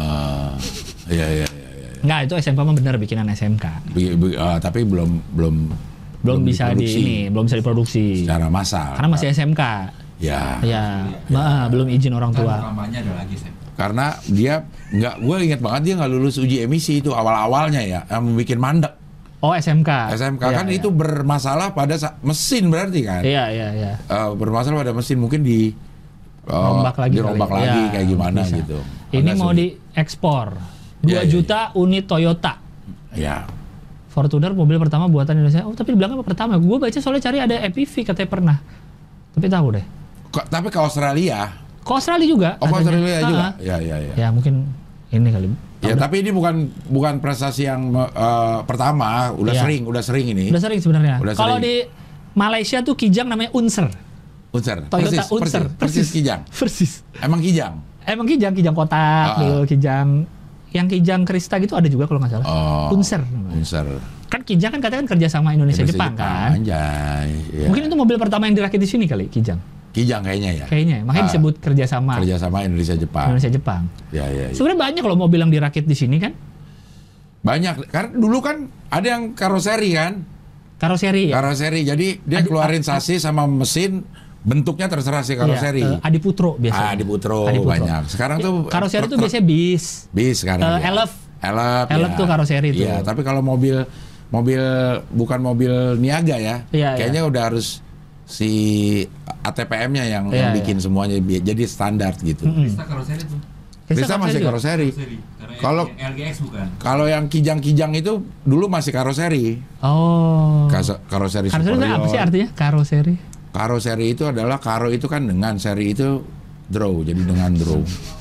Iya. Enggak, itu SMK mah bener bikinan SMK. Tapi belum Bisa belum bisa diproduksi secara massal. karena masih SMK. Ya. Belum izin orang tua. Namanya ada lagi saya. Karena dia gue ingat banget dia nggak lulus uji emisi itu awal-awalnya ya, yang bikin mandek. Oh, SMK. SMK kan itu bermasalah pada mesin berarti kan? Iya. Bermasalah pada mesin mungkin Rombak lagi kayak gimana bisa. gitu. Ini Agak mau sulit. diekspor 2 juta unit Toyota. Ya. Fortuner mobil pertama buatan Indonesia. Oh, tapi dibilang apa pertama? Gue baca soalnya cari ada EPV katanya pernah. Tapi tahu deh. Tapi ke Australia. Ke Australia juga. Ke Australia juga. Ya. Ya mungkin ini kali. Ya, tapi ini bukan prestasi yang pertama, udah sering ini. Udah sering sebenarnya. Udah Kalau sering. di Malaysia tuh Kijang namanya Unser. Toyota Unser. Persis Kijang. Persis. Emang Kijang. Kijang kotak, Kijang yang Kijang Krista gitu ada juga kalau nggak salah. Unser. Kan Kijang kan katanya kerja sama Indonesia Jepang kan. Anjay. Ya. Mungkin itu mobil pertama yang dirakit di sini kali Kijang. Kijang kayaknya ya. Makanya disebut kerjasama. Kerjasama Indonesia Jepang. Ya. Sebenarnya banyak loh mobil yang dirakit di sini kan. Banyak. Karena dulu kan ada yang karoseri kan. Karoseri. Jadi dia keluarin sasis sama mesin. Bentuknya terserah sih karoseri. Adiputro biasanya. Adiputro banyak. Sekarang tuh karoseri itu biasanya bis. Bis sekarang. Elef tuh karoseri itu. Iya, tapi kalau mobil bukan mobil niaga ya. Kayaknya udah harus si ATPM-nya yang bikin semuanya jadi standar gitu. Krista karoseri tuh. Krista masih karoseri. Kalau LGX bukan. Kalau yang kijang-kijang itu dulu masih karoseri. Oh. Karoseri superior. Karoseri apa sih artinya karoseri? Karoseri itu adalah karo itu kan dengan, seri itu draw, jadi dengan draw.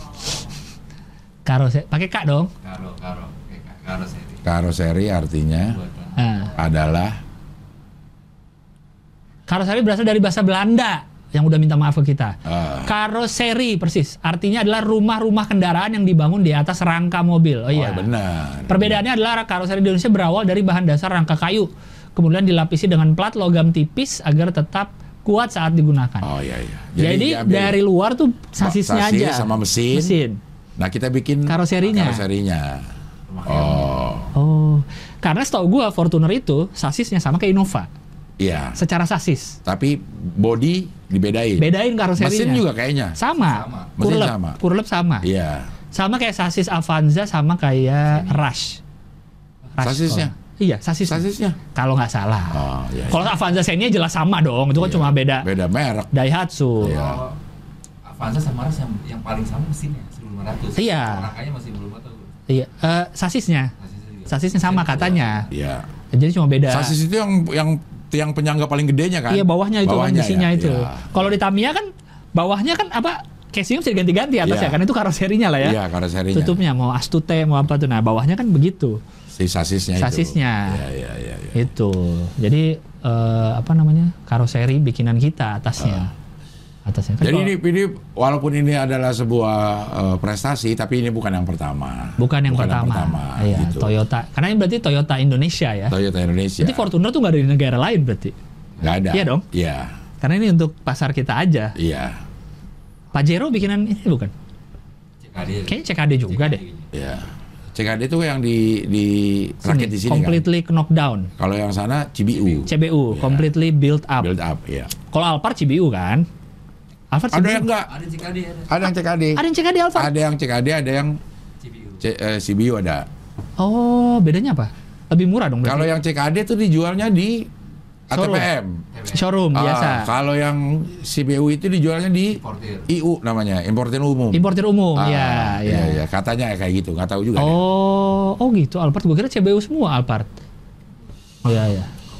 Karoseri pakai K dong. Karoseri. Karoseri artinya adalah karoseri berasal dari bahasa Belanda yang udah minta maaf ke kita. Karoseri persis artinya adalah rumah-rumah kendaraan yang dibangun di atas rangka mobil. Oh iya. Benar. Perbedaannya adalah karoseri di Indonesia berawal dari bahan dasar rangka kayu, kemudian dilapisi dengan plat logam tipis agar tetap kuat saat digunakan. Oh iya. Jadi dari luar tuh sasisnya aja sama mesin. Nah, kita bikin karoserinya. Oh. Karena setahu gua Fortuner itu sasisnya sama kayak Innova. Iya. Secara sasis. Tapi body dibedain. Bedain karoserinya. Mesin juga kayaknya. Sama. Mesin sama. Kurlep sama. Iya. Sama kayak sasis Avanza sama kayak Rush. Sasisnya. Iya, sasisnya. Kalau nggak salah. Iya. Kalau Avanza Xenia jelas sama dong. Itu kan cuma beda merek. Daihatsu. Iya. Avanza sama Rush yang paling sama mesinnya 1500. Iya. Rangkanya masih belum tahu. Iya, sasisnya sama katanya. Iya. Jadi cuma beda. Sasis itu yang penyangga paling gedenya kan? Iya, bawahnya itu kan besinya itu. Iya. Kalau di Tamiya kan Bawahnya kan apa? Casingnya bisa diganti-ganti atasnya Iya. kan itu karoserinya lah ya. Iya, karoserinya. Tutupnya mau Astute mau apa tuh. Nah, bawahnya kan begitu. Si sasisnya itu. Sasisnya. Iya. Itu. Jadi apa namanya? Karoseri bikinan kita atasnya. Atasnya kan. Jadi kalau- ini walaupun ini adalah sebuah prestasi, tapi ini bukan yang pertama. bukan yang pertama. Iya, gitu. Toyota. Karena ini berarti Toyota Indonesia ya. Toyota Indonesia. Berarti Fortuner tuh nggak ada di negara lain berarti. Nggak ada. Iya dong. Iya. Karena ini untuk pasar kita aja. Iya. Pajero bikinan ini bukan? CKD. Kayaknya CKD juga deh. Iya. CKD itu yang di rakit di sini kan. completely knockdown. Kalau yang sana CBU. CBU, Iya. completely built up. Build up, ya. Kalau Alphard CBU kan? Alphard Ada CBU. yang enggak? Ada CKD ada. Ada yang CKD. Ada yang CKD Alphard. Ada yang CKD, ada yang CBU. CBU ada. Oh, bedanya apa? Lebih murah dong berarti. Kalau yang CKD itu dijualnya di Showroom. ATPM. Showroom biasa. Kalau yang CBU itu dijualnya di Importir. IU namanya, importir umum. Importir umum. Iya, Iya. iya. Katanya kayak gitu, nggak tahu juga. deh. Oh gitu. Alphard gue kira CBU semua Alphard. Iya.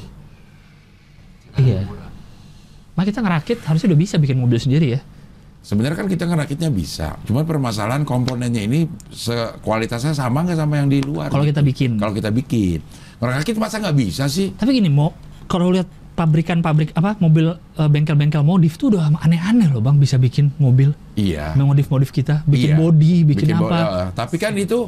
Iya. Mak kita ngerakit harusnya udah bisa bikin mobil sendiri ya. Sebenarnya kan kita ngerakitnya bisa, cuman permasalahan komponennya ini kualitasnya sama nggak sama yang di luar. Kalau kita bikin. Kalau kita bikin, ngerakit masa nggak bisa sih? Tapi gini, kalau lihat pabrik apa mobil bengkel-bengkel modif tuh udah aneh-aneh loh bang, bisa bikin mobil Iya. modif kita, bikin Iya. body, bikin apa? Tapi kan itu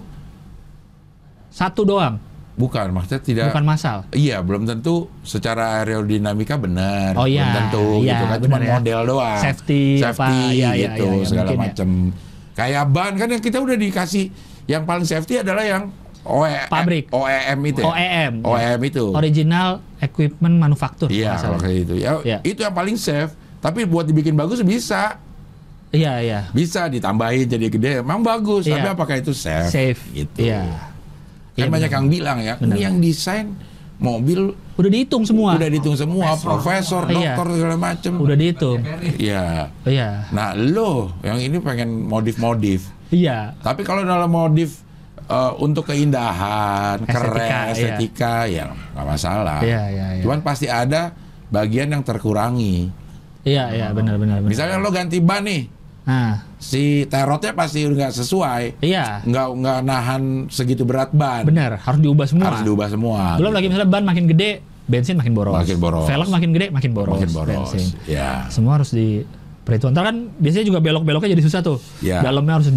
Satu doang, bukan, maksudnya tidak. bukan massal. Iya, belum tentu secara aerodinamika benar. Oh iya, belum tentu iya, gitu kan, benar cuma ya. model doang. Safety, apa, iya, iya, gitu, iya, segala mungkin ya. macam. Kayak ban kan yang kita udah dikasih, yang paling safety adalah yang Pabrik. OEM itu. Ya? OEM. OEM itu. Original Equipment Manufacture. Iya, kalau kalau nggak kayak gitu. Ya, Iya. itu yang paling safe. Tapi buat dibikin bagus bisa. salah. Iya. Bisa ditambahin jadi gede. Emang bagus, Iya. tapi apakah itu safe? Safe. Gitu. Iya. Kan Iya, banyak benar. yang bilang ya, Benar. ini yang desain mobil Udah dihitung semua. udah dihitung semua, profesor, Iya. dokter segala macem. Udah dihitung. Iya. Iya. Nah, lo yang ini pengen modif-modif. Iya. Tapi kalau dalam modif untuk keindahan, Estetika, keren, estetika, ya nggak masalah. Iya. Cuman pasti ada bagian yang terkurangi. Iya, benar. Misalnya lo ganti ban nih, Nah, si terotnya pasti nggak sesuai, iya. nggak nahan segitu berat ban. Benar, harus diubah semua. Harus diubah semua. Belum lagi misalnya ban makin gede, bensin makin boros. Makin boros. Velg makin gede, makin boros. Makin boros. Bensin. Ya. Semua harus diperhitungkan. Ntar kan biasanya juga belok-beloknya jadi susah tuh. Iya. Dalamnya harus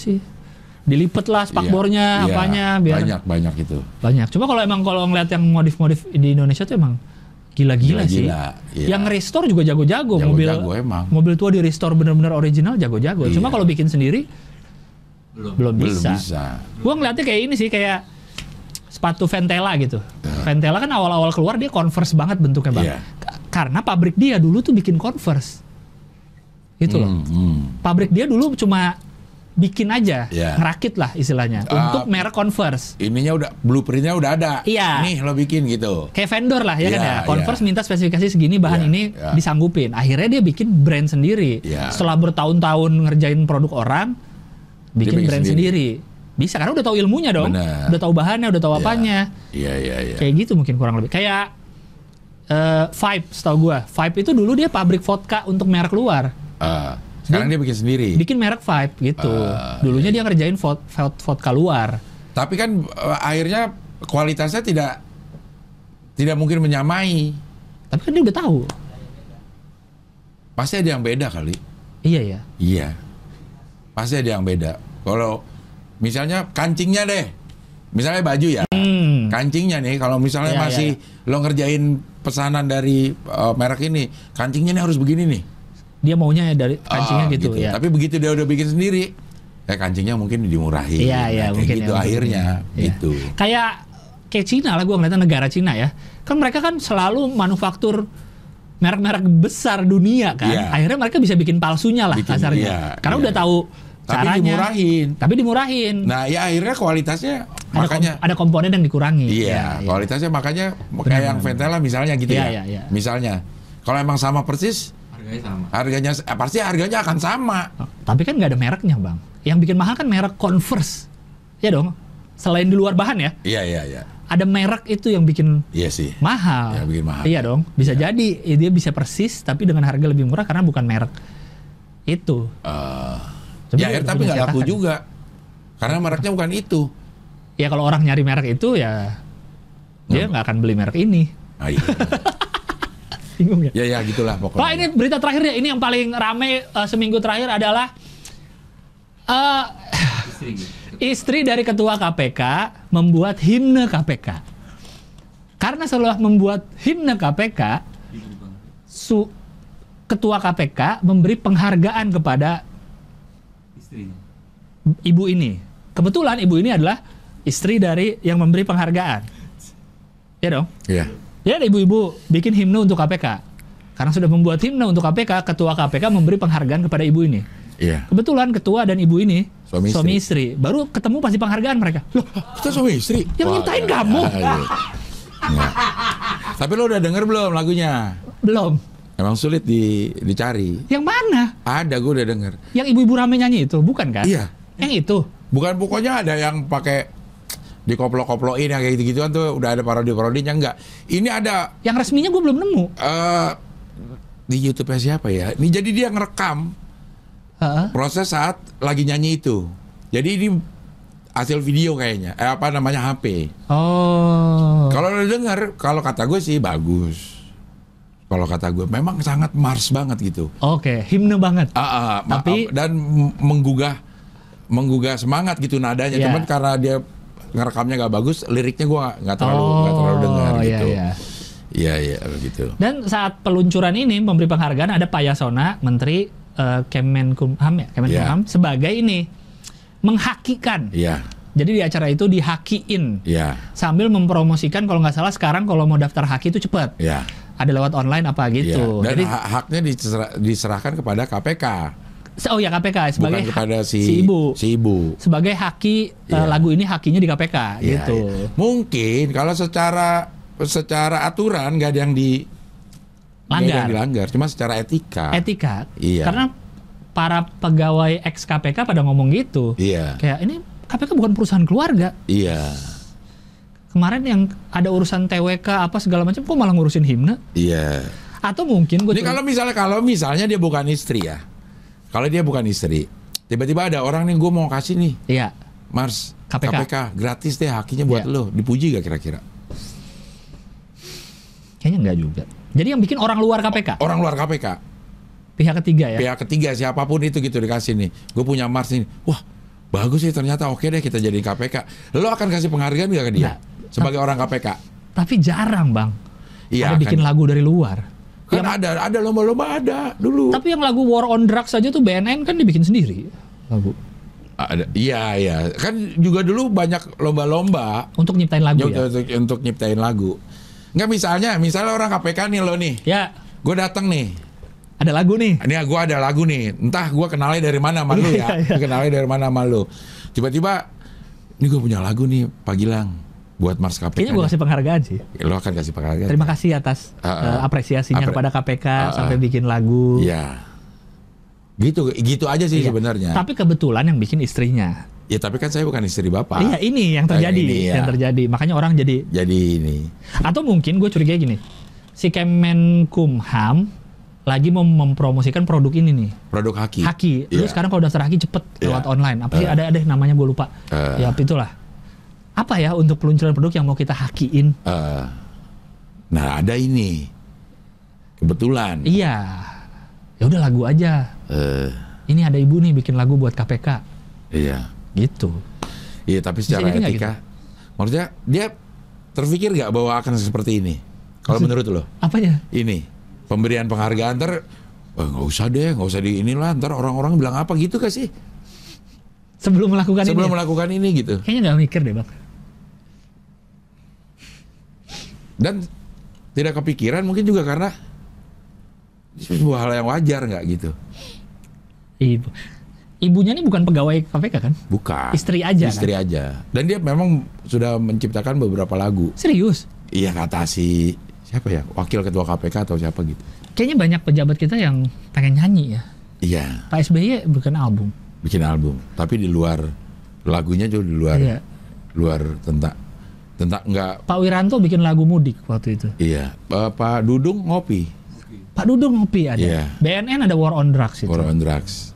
dilipet lah spakbornya, Iya. apanya, biar banyak itu. banyak. Cuma kalau ngeliat yang modif-modif di Indonesia tuh emang gila-gila sih. Gila-gila, iya. Yang restore juga jago-jago. Jago-jago emang. Mobil tua di restore bener-bener original jago-jago. Cuma Iya. kalau bikin sendiri belum bisa. Gua ngeliatnya kayak ini sih, kayak sepatu Ventela gitu. Ventela kan awal-awal keluar dia Converse banget bentuknya bang. Iya. Karena pabrik dia dulu tuh bikin Converse. Gitu loh. Pabrik dia dulu cuma bikin aja, Iya. ngerakit lah istilahnya. Untuk merek Converse. Ininya udah, blueprintnya udah ada. Iya. Nih lo bikin gitu. Kayak vendor lah ya kan Iya, ya. Converse iya. minta spesifikasi segini, bahan Iya, ini iya. disanggupin. Akhirnya dia bikin brand sendiri. Iya. Setelah bertahun-tahun ngerjain produk orang, bikin bikin brand sendiri. Bisa karena udah tahu ilmunya dong. Benar. Udah tahu bahannya, udah tahu Iya. apanya. Iya. Kayak gitu mungkin kurang lebih. Kayak Vibe setahu gua. Vibe itu dulu dia pabrik vodka untuk merek luar. Sekarang dia bikin sendiri. Bikin merek Vibe gitu. Dulunya dia ngerjain vodka luar. Tapi kan akhirnya kualitasnya tidak mungkin menyamai. Tapi kan dia udah tahu. Pasti ada yang beda kali. Iya ya. Iya. Pasti ada yang beda. Kalau misalnya kancingnya deh. Misalnya baju ya. Kancingnya nih, kalau misalnya Iya, masih lo ngerjain pesanan dari merek ini, kancingnya nih harus begini nih. Dia maunya dari kancingnya gitu ya. Tapi begitu dia udah bikin sendiri, kancingnya mungkin dimurahin. Iya, kayak mungkin gitu ya, akhirnya Iya. gitu. Kayak Cina lah, gue ngeliatnya negara Cina ya. Kan mereka kan selalu manufaktur merek-merek besar dunia kan. Iya. Akhirnya mereka bisa bikin palsunya lah Bikin, kasarnya. iya, Karena iya. udah tahu Tapi caranya. Tapi dimurahin. Nah, ya akhirnya kualitasnya makanya ada komponen yang dikurangi. iya, kualitasnya makanya kayak yang Ventela misalnya gitu Iya, ya. iya. Misalnya, kalau emang sama persis, Harganya sama. pasti harganya akan sama. Tapi kan nggak ada mereknya bang. Yang bikin mahal kan merek Converse. Ya dong. Selain di luar bahan ya. Iya. Ada merek itu yang bikin Iya sih. mahal. Yang bikin mahal. Iya dong. Bisa jadi dia bisa persis tapi dengan harga lebih murah karena bukan merek Itu. Ya tapi nggak laku juga. Karena mereknya bukan itu. Ya kalau orang nyari merek itu ya dia nggak akan beli merek ini. Iya. Bingung ya? Ya gitulah pokoknya. Pak, ini berita terakhir ya. Ini yang paling rame seminggu terakhir adalah istri dari ketua KPK membuat himne KPK. Karena setelah membuat himne KPK, ketua KPK memberi penghargaan kepada ibu ini. Kebetulan ibu ini adalah istri dari yang memberi penghargaan. Ya dong? Iya. Ya, ibu-ibu bikin himne untuk KPK. Karena sudah membuat himne untuk KPK, ketua KPK memberi penghargaan kepada ibu ini. Iya. Kebetulan ketua dan ibu ini suami istri. Baru ketemu pasti penghargaan mereka. Loh, kita suami istri? Yang nyiptain kamu. Iya. Tapi lo udah denger belum lagunya? Belum. Emang sulit dicari. Yang mana? Ada, gue udah denger. Yang ibu-ibu rame nyanyi itu, bukan kan? Iya. Yang itu. Bukan, pokoknya ada yang pakai dikoplok-koplokin yang kayak gitu-gituan tuh udah ada parodi-parodinya, enggak. Ini ada yang resminya gue belum nemu. Di YouTube-nya siapa ya? Ini jadi dia ngerekam proses saat lagi nyanyi itu. Jadi ini hasil video kayaknya. HP. Oh. Kalau lo denger, kalau kata gue sih bagus. Kalau kata gue memang sangat Mars banget gitu. Oke, himne banget. Tapi dan menggugah semangat gitu nadanya. Yeah. Cuman karena dia ngerekamnya nggak bagus, liriknya gue nggak terlalu dengar gitu. Iya gitu. Dan saat peluncuran ini memberi penghargaan ada Pak Yasona, Menteri Kemenkumham ya, Kemenkumham sebagai ini menghakikan. Iya. Jadi di acara itu dihakiin. Iya. Sambil mempromosikan kalau nggak salah sekarang kalau mau daftar haki itu cepet. Iya. Ada lewat online apa gitu. Dan jadi haknya diserahkan kepada KPK. Oh ya, KPK sebagai bukan kepada si ibu. Sebagai haki lagu ini hakinya di KPK gitu. Iya. Mungkin kalau secara aturan nggak ada yang dilanggar, cuma secara etika. Iya. Karena para pegawai ex KPK pada ngomong gitu. Iya. Kayak ini KPK bukan perusahaan keluarga. Iya. Kemarin yang ada urusan TWK apa segala macam, kok malah ngurusin himne? Iya. Atau mungkin gue kalau misalnya dia bukan istri ya. Kalau dia bukan istri, tiba-tiba ada orang nih, gue mau kasih nih. Iya. Mars KPK gratis deh hakinya buat lo. Dipuji gak kira-kira? Kayaknya enggak juga. Jadi yang bikin orang luar KPK? Orang luar KPK. Pihak ketiga ya? Pihak ketiga siapapun itu gitu dikasih nih. Gue punya Mars nih. Wah bagus sih ternyata, oke deh kita jadiin KPK. Lo akan kasih penghargaan gak ke dia? Sebagai orang KPK? Tapi jarang bang. Iya, ada bikin lagu dari luar. Kan ada lomba-lomba ada dulu. Tapi yang lagu War on Drugs saja tuh BNN kan dibikin sendiri lagu. Ada, iya. Kan juga dulu banyak lomba-lomba untuk nyiptain lagu untuk nyiptain lagu. Nggak, misalnya orang KPK nih lo nih. Ya. Gue datang nih. Ada lagu nih. Ini gue ada lagu nih. Entah gue kenalnya dari mana sama lu ya. Kenalnya dari mana sama lu. Tiba-tiba, ini gue punya lagu nih, Pak Gilang. Buat Mars KPK. Kayaknya gue kasih penghargaan sih. Lo akan kasih penghargaan. Terima kasih atas apresiasinya kepada KPK sampai bikin lagu. Iya. Gitu aja sih sebenarnya. Tapi kebetulan yang bikin istrinya. Ya tapi kan saya bukan istri bapak. Iya, ini yang terjadi. Yang terjadi. Makanya orang jadi ini. Atau mungkin gue curiga gini. Si Kemenkumham lagi mau mempromosikan produk ini nih. Produk haki. Lu sekarang kalau daftar haki cepet lewat online. Apa sih ada namanya gue lupa. Ya itulah. Apa ya untuk peluncuran produk yang mau kita hakiin? Nah ada ini. Kebetulan. Iya. Ya udah lagu aja. Ini ada ibu nih bikin lagu buat KPK. Iya. Gitu. Iya tapi secara etika. Gitu? Maksudnya dia terpikir nggak bahwa akan seperti ini? Kalau menurut lo? Apanya? Ini pemberian penghargaan nggak usah di inilah, ntar orang-orang bilang apa gitu kah sih? Sebelum melakukan ini gitu. Kayaknya nggak mikir deh bang. Dan tidak kepikiran mungkin juga karena sebuah hal yang wajar nggak gitu. Ibunya ini bukan pegawai KPK kan? Bukan. Istri aja. Dan dia memang sudah menciptakan beberapa lagu. Serius? Iya kata siapa ya? Wakil ketua KPK atau siapa gitu. Kayaknya banyak pejabat kita yang pengen nyanyi ya. Iya. Pak SBY bikin album. Tapi di luar lagunya juga di luar. Iya. Luar tentang enggak. Pak Wiranto bikin lagu mudik waktu itu. Iya. Pak Dudung ngopi. Pak Dudung ngopi ada. Iya. BNN ada war on drugs itu. War on drugs.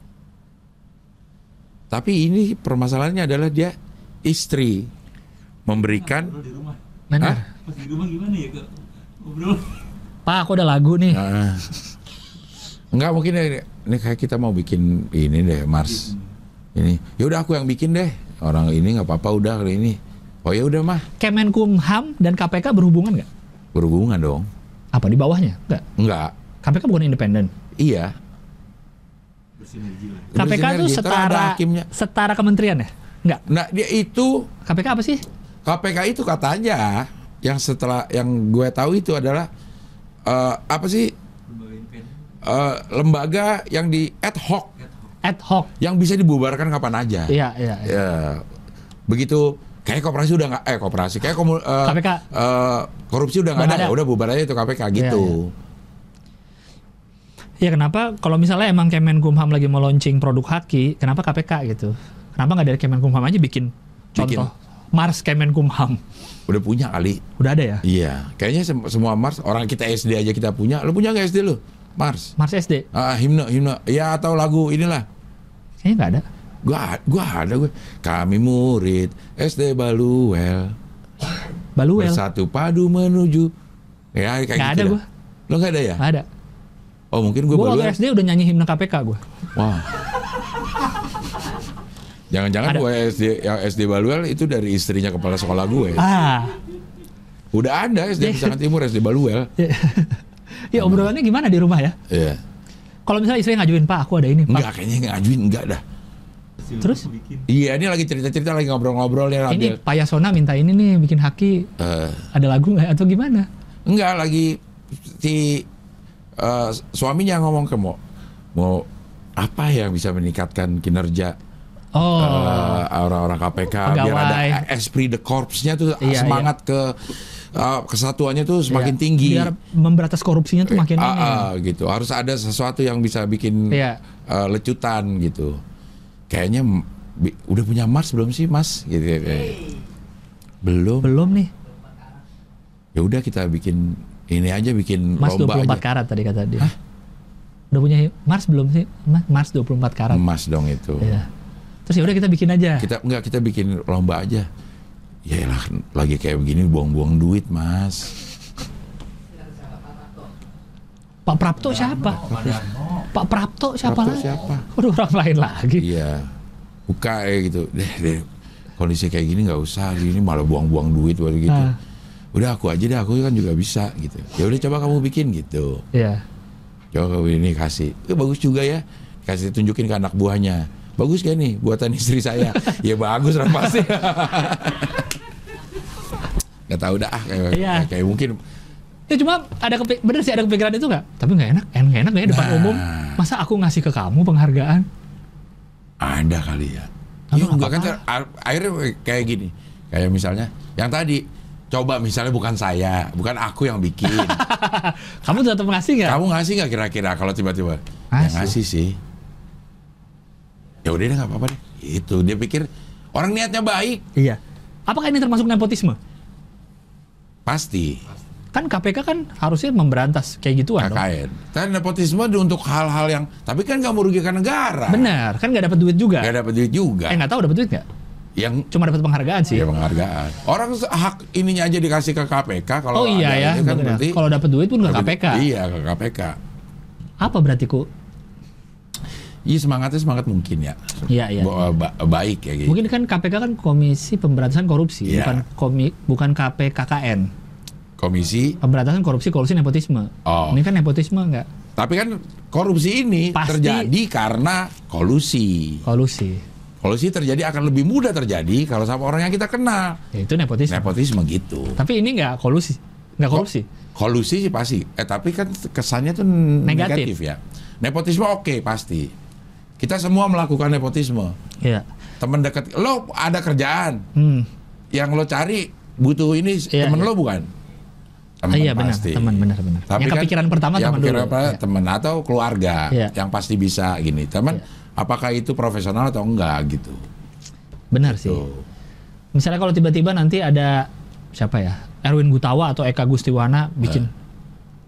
Tapi ini permasalahannya adalah dia istri memberikan. Ngobrol di rumah. Benar. Pas di rumah gimana ya kak? Ngobrol. Pak, aku ada lagu nih. Enggak, mungkin ini kayak kita mau bikin ini deh, Mars. Ini, ya udah aku yang bikin deh. Orang ini nggak apa-apa udah kali ini. Oh ya udah mah. Kemenkumham dan KPK berhubungan nggak? Berhubungan dong. Apa di bawahnya? Nggak. Enggak. KPK bukan independen. Iya. Bersinergi lah. KPK itu Bersinergi, ntar ada hakimnya. setara kementerian ya? Nggak. Nah dia itu KPK apa sih? KPK itu katanya yang setelah yang gue tahu itu adalah apa sih Lembaga independen. lembaga yang di ad hoc Ad hoc. yang bisa dibubarkan kapan aja. Iya. Ya, begitu kayak koperasi udah nggak koperasi kayak KPK. Korupsi udah nggak ada, ya udah bubar aja itu KPK gitu. Ya kenapa kalau misalnya emang Kemenkumham lagi mau launching produk haki, kenapa KPK gitu? Kenapa nggak dari Kemenkumham aja bikin contoh Mars Kemenkumham? Udah punya kali. Udah ada ya? Iya, kayaknya semua Mars orang kita SD aja kita punya. Lu punya nggak SD lu? Mars. Mars SD? Himne. Ya atau lagu inilah. Kayaknya nggak ada. Gua ada gue. Kami murid SD Baluel. Bersatu padu menuju. Ya kayak Nggak gitu. ada dah. gua. Lo nggak ada ya? Nggak ada. Oh mungkin gue Gue Baluel. waktu SD udah nyanyi himne KPK gue. Wah. Jangan-jangan Ada. gue SD Baluel itu dari istrinya kepala sekolah gue. Udah ada SD Pisangan Timur, SD Baluel. Ya obrolannya gimana di rumah ya? Iya. Kalau misalnya istri ngajuin, Pak aku ada ini, Pak. Enggak, kayaknya ngajuin enggak dah. Terus? Iya, ini lagi cerita-cerita, lagi ngobrol-ngobrol ya. Ini Pak Yasona minta ini nih bikin haki. Ada lagu nggak atau gimana? Enggak, lagi si suaminya ngomong ke mau apa yang bisa meningkatkan kinerja orang-orang KPK biar ada esprit de corps-nya tuh semangat ke kesatuannya tuh semakin tinggi. Biar memberantas korupsinya tuh makin gitu. Harus ada sesuatu yang bisa bikin lecutan gitu. Kayaknya udah punya Mars belum sih, Mas? Gitu. Belum. Belum nih. Ya udah kita bikin ini aja, bikin Mars lomba 24 aja. karat tadi kata dia. Hah? Udah punya Mars belum sih? Mars 24 karat. Emas dong itu. Iya. Terus ya udah kita bikin aja. Kita bikin lomba aja. Yaelah, lagi kayak begini buang-buang duit, Mas. Pak Prapto siapa? Pak Prapto siapa lagi? Udah orang lain lagi. Iya. Buka gitu. Deh. Kondisi kayak gini nggak usah, gini malah buang-buang duit gitu. Udah aku aja deh, aku kan juga bisa gitu. Ya udah coba kamu bikin gitu. Iya. Coba kamu ini kasih. Bagus juga ya. Kasih tunjukin ke anak buahnya. Bagus gak nih buatan istri saya? Ya bagus lah pasti. Gak tahu dah kayak mungkin. Ya cuma bener sih ada kepikiran itu nggak? Tapi nggak enak ya depan umum. Masa aku ngasih ke kamu penghargaan? Ada kali ya. Iya enggak kan akhirnya kayak gini. Kayak misalnya yang tadi, coba misalnya bukan saya, bukan aku yang bikin. Kamu tetap ngasih nggak? Kamu ngasih nggak kira-kira kalau tiba-tiba? Ya ngasih sih. Ya udah deh nggak apa-apa deh. Itu dia pikir orang niatnya baik. Iya. Apakah ini termasuk nepotisme? Pasti. Kan KPK kan harusnya memberantas kayak gituan dong. Kan nepotisme untuk hal-hal yang tapi kan nggak merugikan negara. Benar, kan nggak dapat duit juga. Nggak dapat duit juga. Nggak tahu dapat duit nggak? Yang cuma dapat penghargaan sih. Ya penghargaan. Orang hak ininya aja dikasih ke KPK kalau iya ya. kan berarti kalau dapat duit pun ke KPK. Iya ke KPK. Apa berarti ku? Iya semangat mungkin ya. Iya. Baik ya gitu. Mungkin kan KPK kan Komisi Pemberantasan Korupsi, bukan KPKKN. Komisi Pemberantasan Korupsi Nepotisme. Ini kan nepotisme enggak? Tapi kan korupsi ini terjadi karena kolusi. Kolusi terjadi akan lebih mudah terjadi kalau sama orang yang kita kenal. Ya, itu nepotisme. Nepotisme gitu. Tapi ini enggak kolusi. Enggak korupsi. Kolusi sih pasti. Tapi kan kesannya tuh negatif ya. Nepotisme oke, pasti. Kita semua melakukan nepotisme. Iya. Teman dekat lo ada kerjaan. Yang lo cari butuh ini temen lo bukan? Teman benar, teman benar. Tapi yang kepikiran pertama teman dulu. Teman atau keluarga yang pasti bisa gini. Teman apakah itu profesional atau enggak gitu. Benar sih. Misalnya kalau tiba-tiba nanti ada siapa ya? Erwin Gutawa atau Eka Gustiwana bikin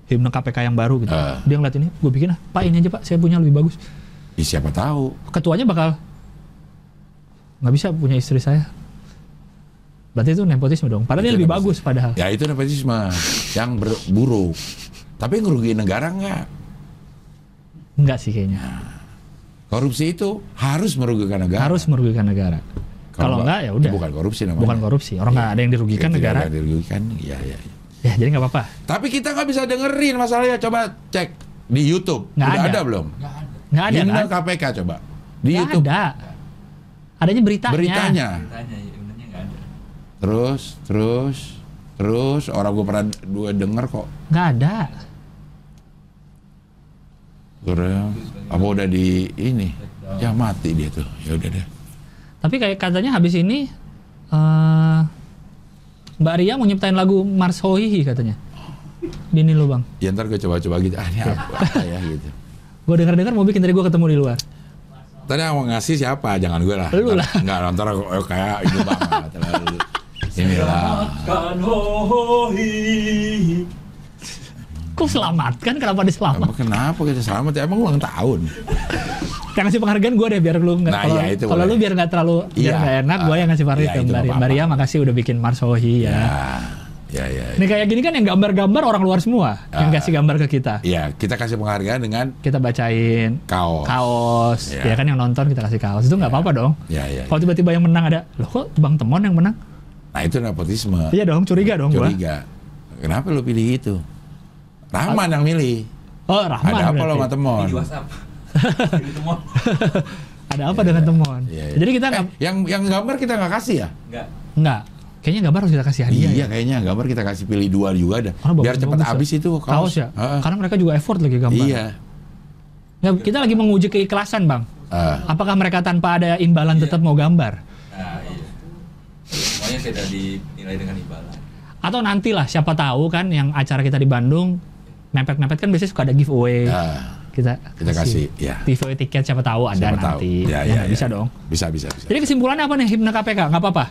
himne KPK yang baru gitu. Dia ngeliat ini, gue bikin Pak ini aja Pak, saya punya lebih bagus. Ya, siapa tahu. Ketuanya bakal nggak bisa punya istri saya. Berarti itu nepotisme dong. Padahal dia lebih bagus padahal. Ya itu nepotisme yang buruk. Tapi ngerugiin negara nggak? Enggak sih kayaknya. Korupsi itu harus merugikan negara. Harus merugikan negara. Kalau enggak ya udah. Bukan korupsi namanya. Bukan korupsi. Orang nggak ada yang dirugikan negara. Tidak ada yang dirugikan. Iya. Ya jadi nggak apa-apa. Tapi kita nggak bisa dengerin masalahnya. Coba cek di YouTube. Nggak Udah ada. ada belum? Nggak ada Himne kan? KPK coba. Di Nggak YouTube. ada. Adanya beritanya. Beritanya. Ditanya, himnenya nggak ada. Terus orang gue pernah denger kok. Nggak ada. Terus apa udah di ini? Ya mati dia tuh. Ya udah deh. Tapi kayak katanya habis ini Mbak Ria mau nyiptain lagu Mars Hohihi katanya. Dini lu bang. Ya ntar gue coba-coba gitu. Ini apa ya gitu. Gue dengar mau bikin dari gue ketemu di luar. Tadi yang mau ngasih siapa? Jangan gue lah. Lu lah. Enggak, ntar kayak itu banget. Inilah. Kok selamatkan? Kenapa diselamat? Kenapa kita selamat? Ya, emang ulang tahun. Yang ngasih penghargaan gue deh biar lu nggak. Nah, iya, itu kalau boleh. lu biar nggak terlalu biar nggak enak, gue yang ngasih penghargaan iya, ke itu Mbak Ria. nggak Mbak Ria apa-apa. makasih udah bikin Mars Hohihi ya. Ya. Ini kayak gini kan yang gambar-gambar orang luar semua yang kasih gambar ke kita. Iya, kita kasih penghargaan dengan Kita bacain kaos. ya kan yang nonton kita kasih kaos itu nggak apa-apa dong. Iya. Kalau tiba-tiba yang menang ada, loh kok Bang Temon yang menang? Nah, itu nepotisme. Iya dong, curiga dong gua. Curiga. Kenapa lu pilih itu? Rahman yang milih. Oh, Rahman. Ada apa berarti. lo sama Temon? Di WhatsApp. Di Temon. Ada apa dengan Temon? Iya. Jadi kita nggak yang gambar kita nggak kasih ya? Enggak. kayaknya gambar harus kita kasih hadiah. Iya, kayaknya gambar kita kasih pilih 2 juga ada. Karena Biar cepat bagus habis itu kaos ya. Karena mereka juga effort lagi gambar. Iya. Ya, kita lagi menguji keikhlasan, Bang. Ah. Apakah mereka tanpa ada imbalan tetap mau gambar? Nah, iya. Semuanya tidak dinilai dengan imbalan. Atau nantilah, siapa tahu kan yang acara kita di Bandung mepet-mepet kan biasanya suka ada giveaway. Kita kasih, ya. giveaway tiket, siapa tahu ada Siapa nanti. tahu. Ya. Bisa dong. Bisa. Jadi kesimpulannya apa nih himne KPK? Nggak apa-apa?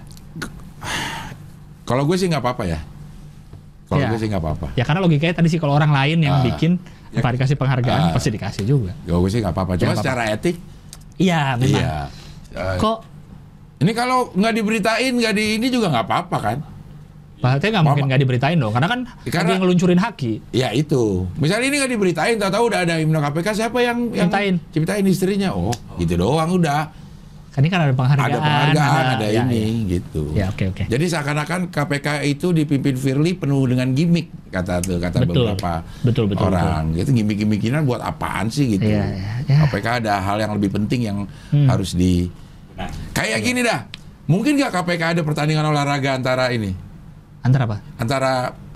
Kalau gue sih nggak apa-apa ya. Kalau Ya. gue sih nggak apa-apa. Ya karena logikanya tadi sih kalau orang lain yang bikin Ya. apa dikasih penghargaan pasti dikasih juga. Kalau gue sih nggak apa-apa. Cuma nggak secara etik, Iya, memang. iya. Kok Ini kalau nggak diberitain, nggak di ini juga nggak apa-apa kan? berarti nggak mungkin nggak diberitain dong, karena kan Karena- lagi ngeluncurin haki. Ya itu. Misalnya ini nggak diberitain, tahu-tahu udah ada himne KPK, siapa yang ciptain istrinya? Oh, gitu doang udah. Kan ini kan ada penghargaan. Ada penghargaan, ada ya, ini gitu. Ya, oke. Jadi seakan-akan KPK itu dipimpin Firly penuh dengan gimmick kata Betul. beberapa Betul. orang. Gitu gimmick-gimmickinan buat apaan sih gitu. Iya. KPK ada hal yang lebih penting yang harus di kayak gini dah. Mungkin nggak KPK ada pertandingan olahraga antara ini? Antara apa? Antara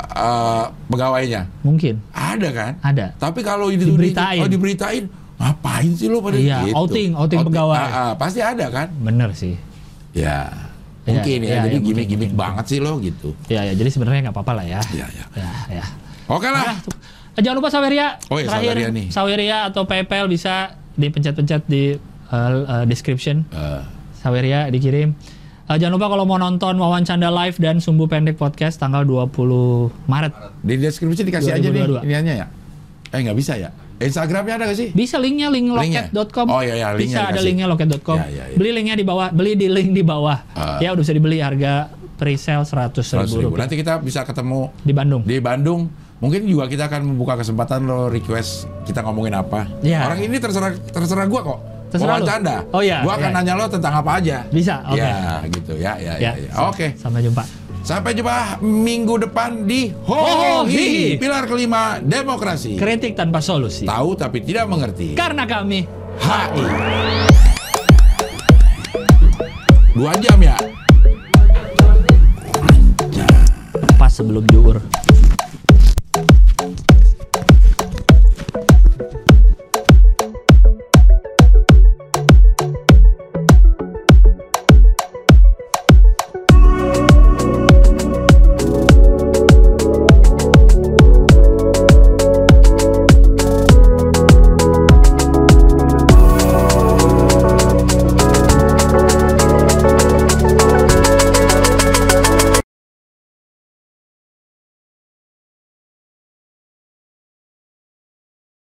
pegawainya? Mungkin. Ada kan? Ada. Tapi kalau itu diberitain, ngapain sih lo pada Iya, gitu? outing pegawai. Pasti ada kan? Bener sih. Ya. Mungkin ya, jadi mungkin, gimmick-gimmick mungkin. banget sih lo gitu. Ya, jadi sebenarnya nggak apa-apa lah ya. Iya. Ya. Oke lah. Jangan lupa Saweria. Oh iya, Terakhir, Saweria nih. Saweria atau PayPal bisa dipencet-pencet di description. Saweria dikirim. Jangan lupa kalau mau nonton Wawan Canda Live dan Sumbu Pendek Podcast tanggal 20 Maret. Di deskripsi dikasih aja 2022. nih iniannya ya. Nggak bisa ya? Instagramnya ada nggak sih? Bisa linknya, link loket.com. Oh iya, linknya bisa ada dikasih. linknya loket.com. Ya. Beli linknya di bawah, beli di link di bawah. Ya udah bisa dibeli, harga pre-sale 100.000 rupiah. Nanti kita bisa ketemu Di Bandung. Di Bandung. Mungkin juga kita akan membuka kesempatan lo request kita ngomongin apa. Ya. Orang ini terserah gua kok. Terserah Wawan lu? Canda. Oh iya, Gua akan iya. nanya lo tentang apa aja. Bisa, oke. Ya, gitu ya. Oke. Sampai jumpa. Sampai jumpa minggu depan di Hohi, pilar kelima demokrasi. Kritik tanpa solusi. Tahu tapi tidak mengerti. Karena kami HI. 2 jam ya. pas sebelum zuhur.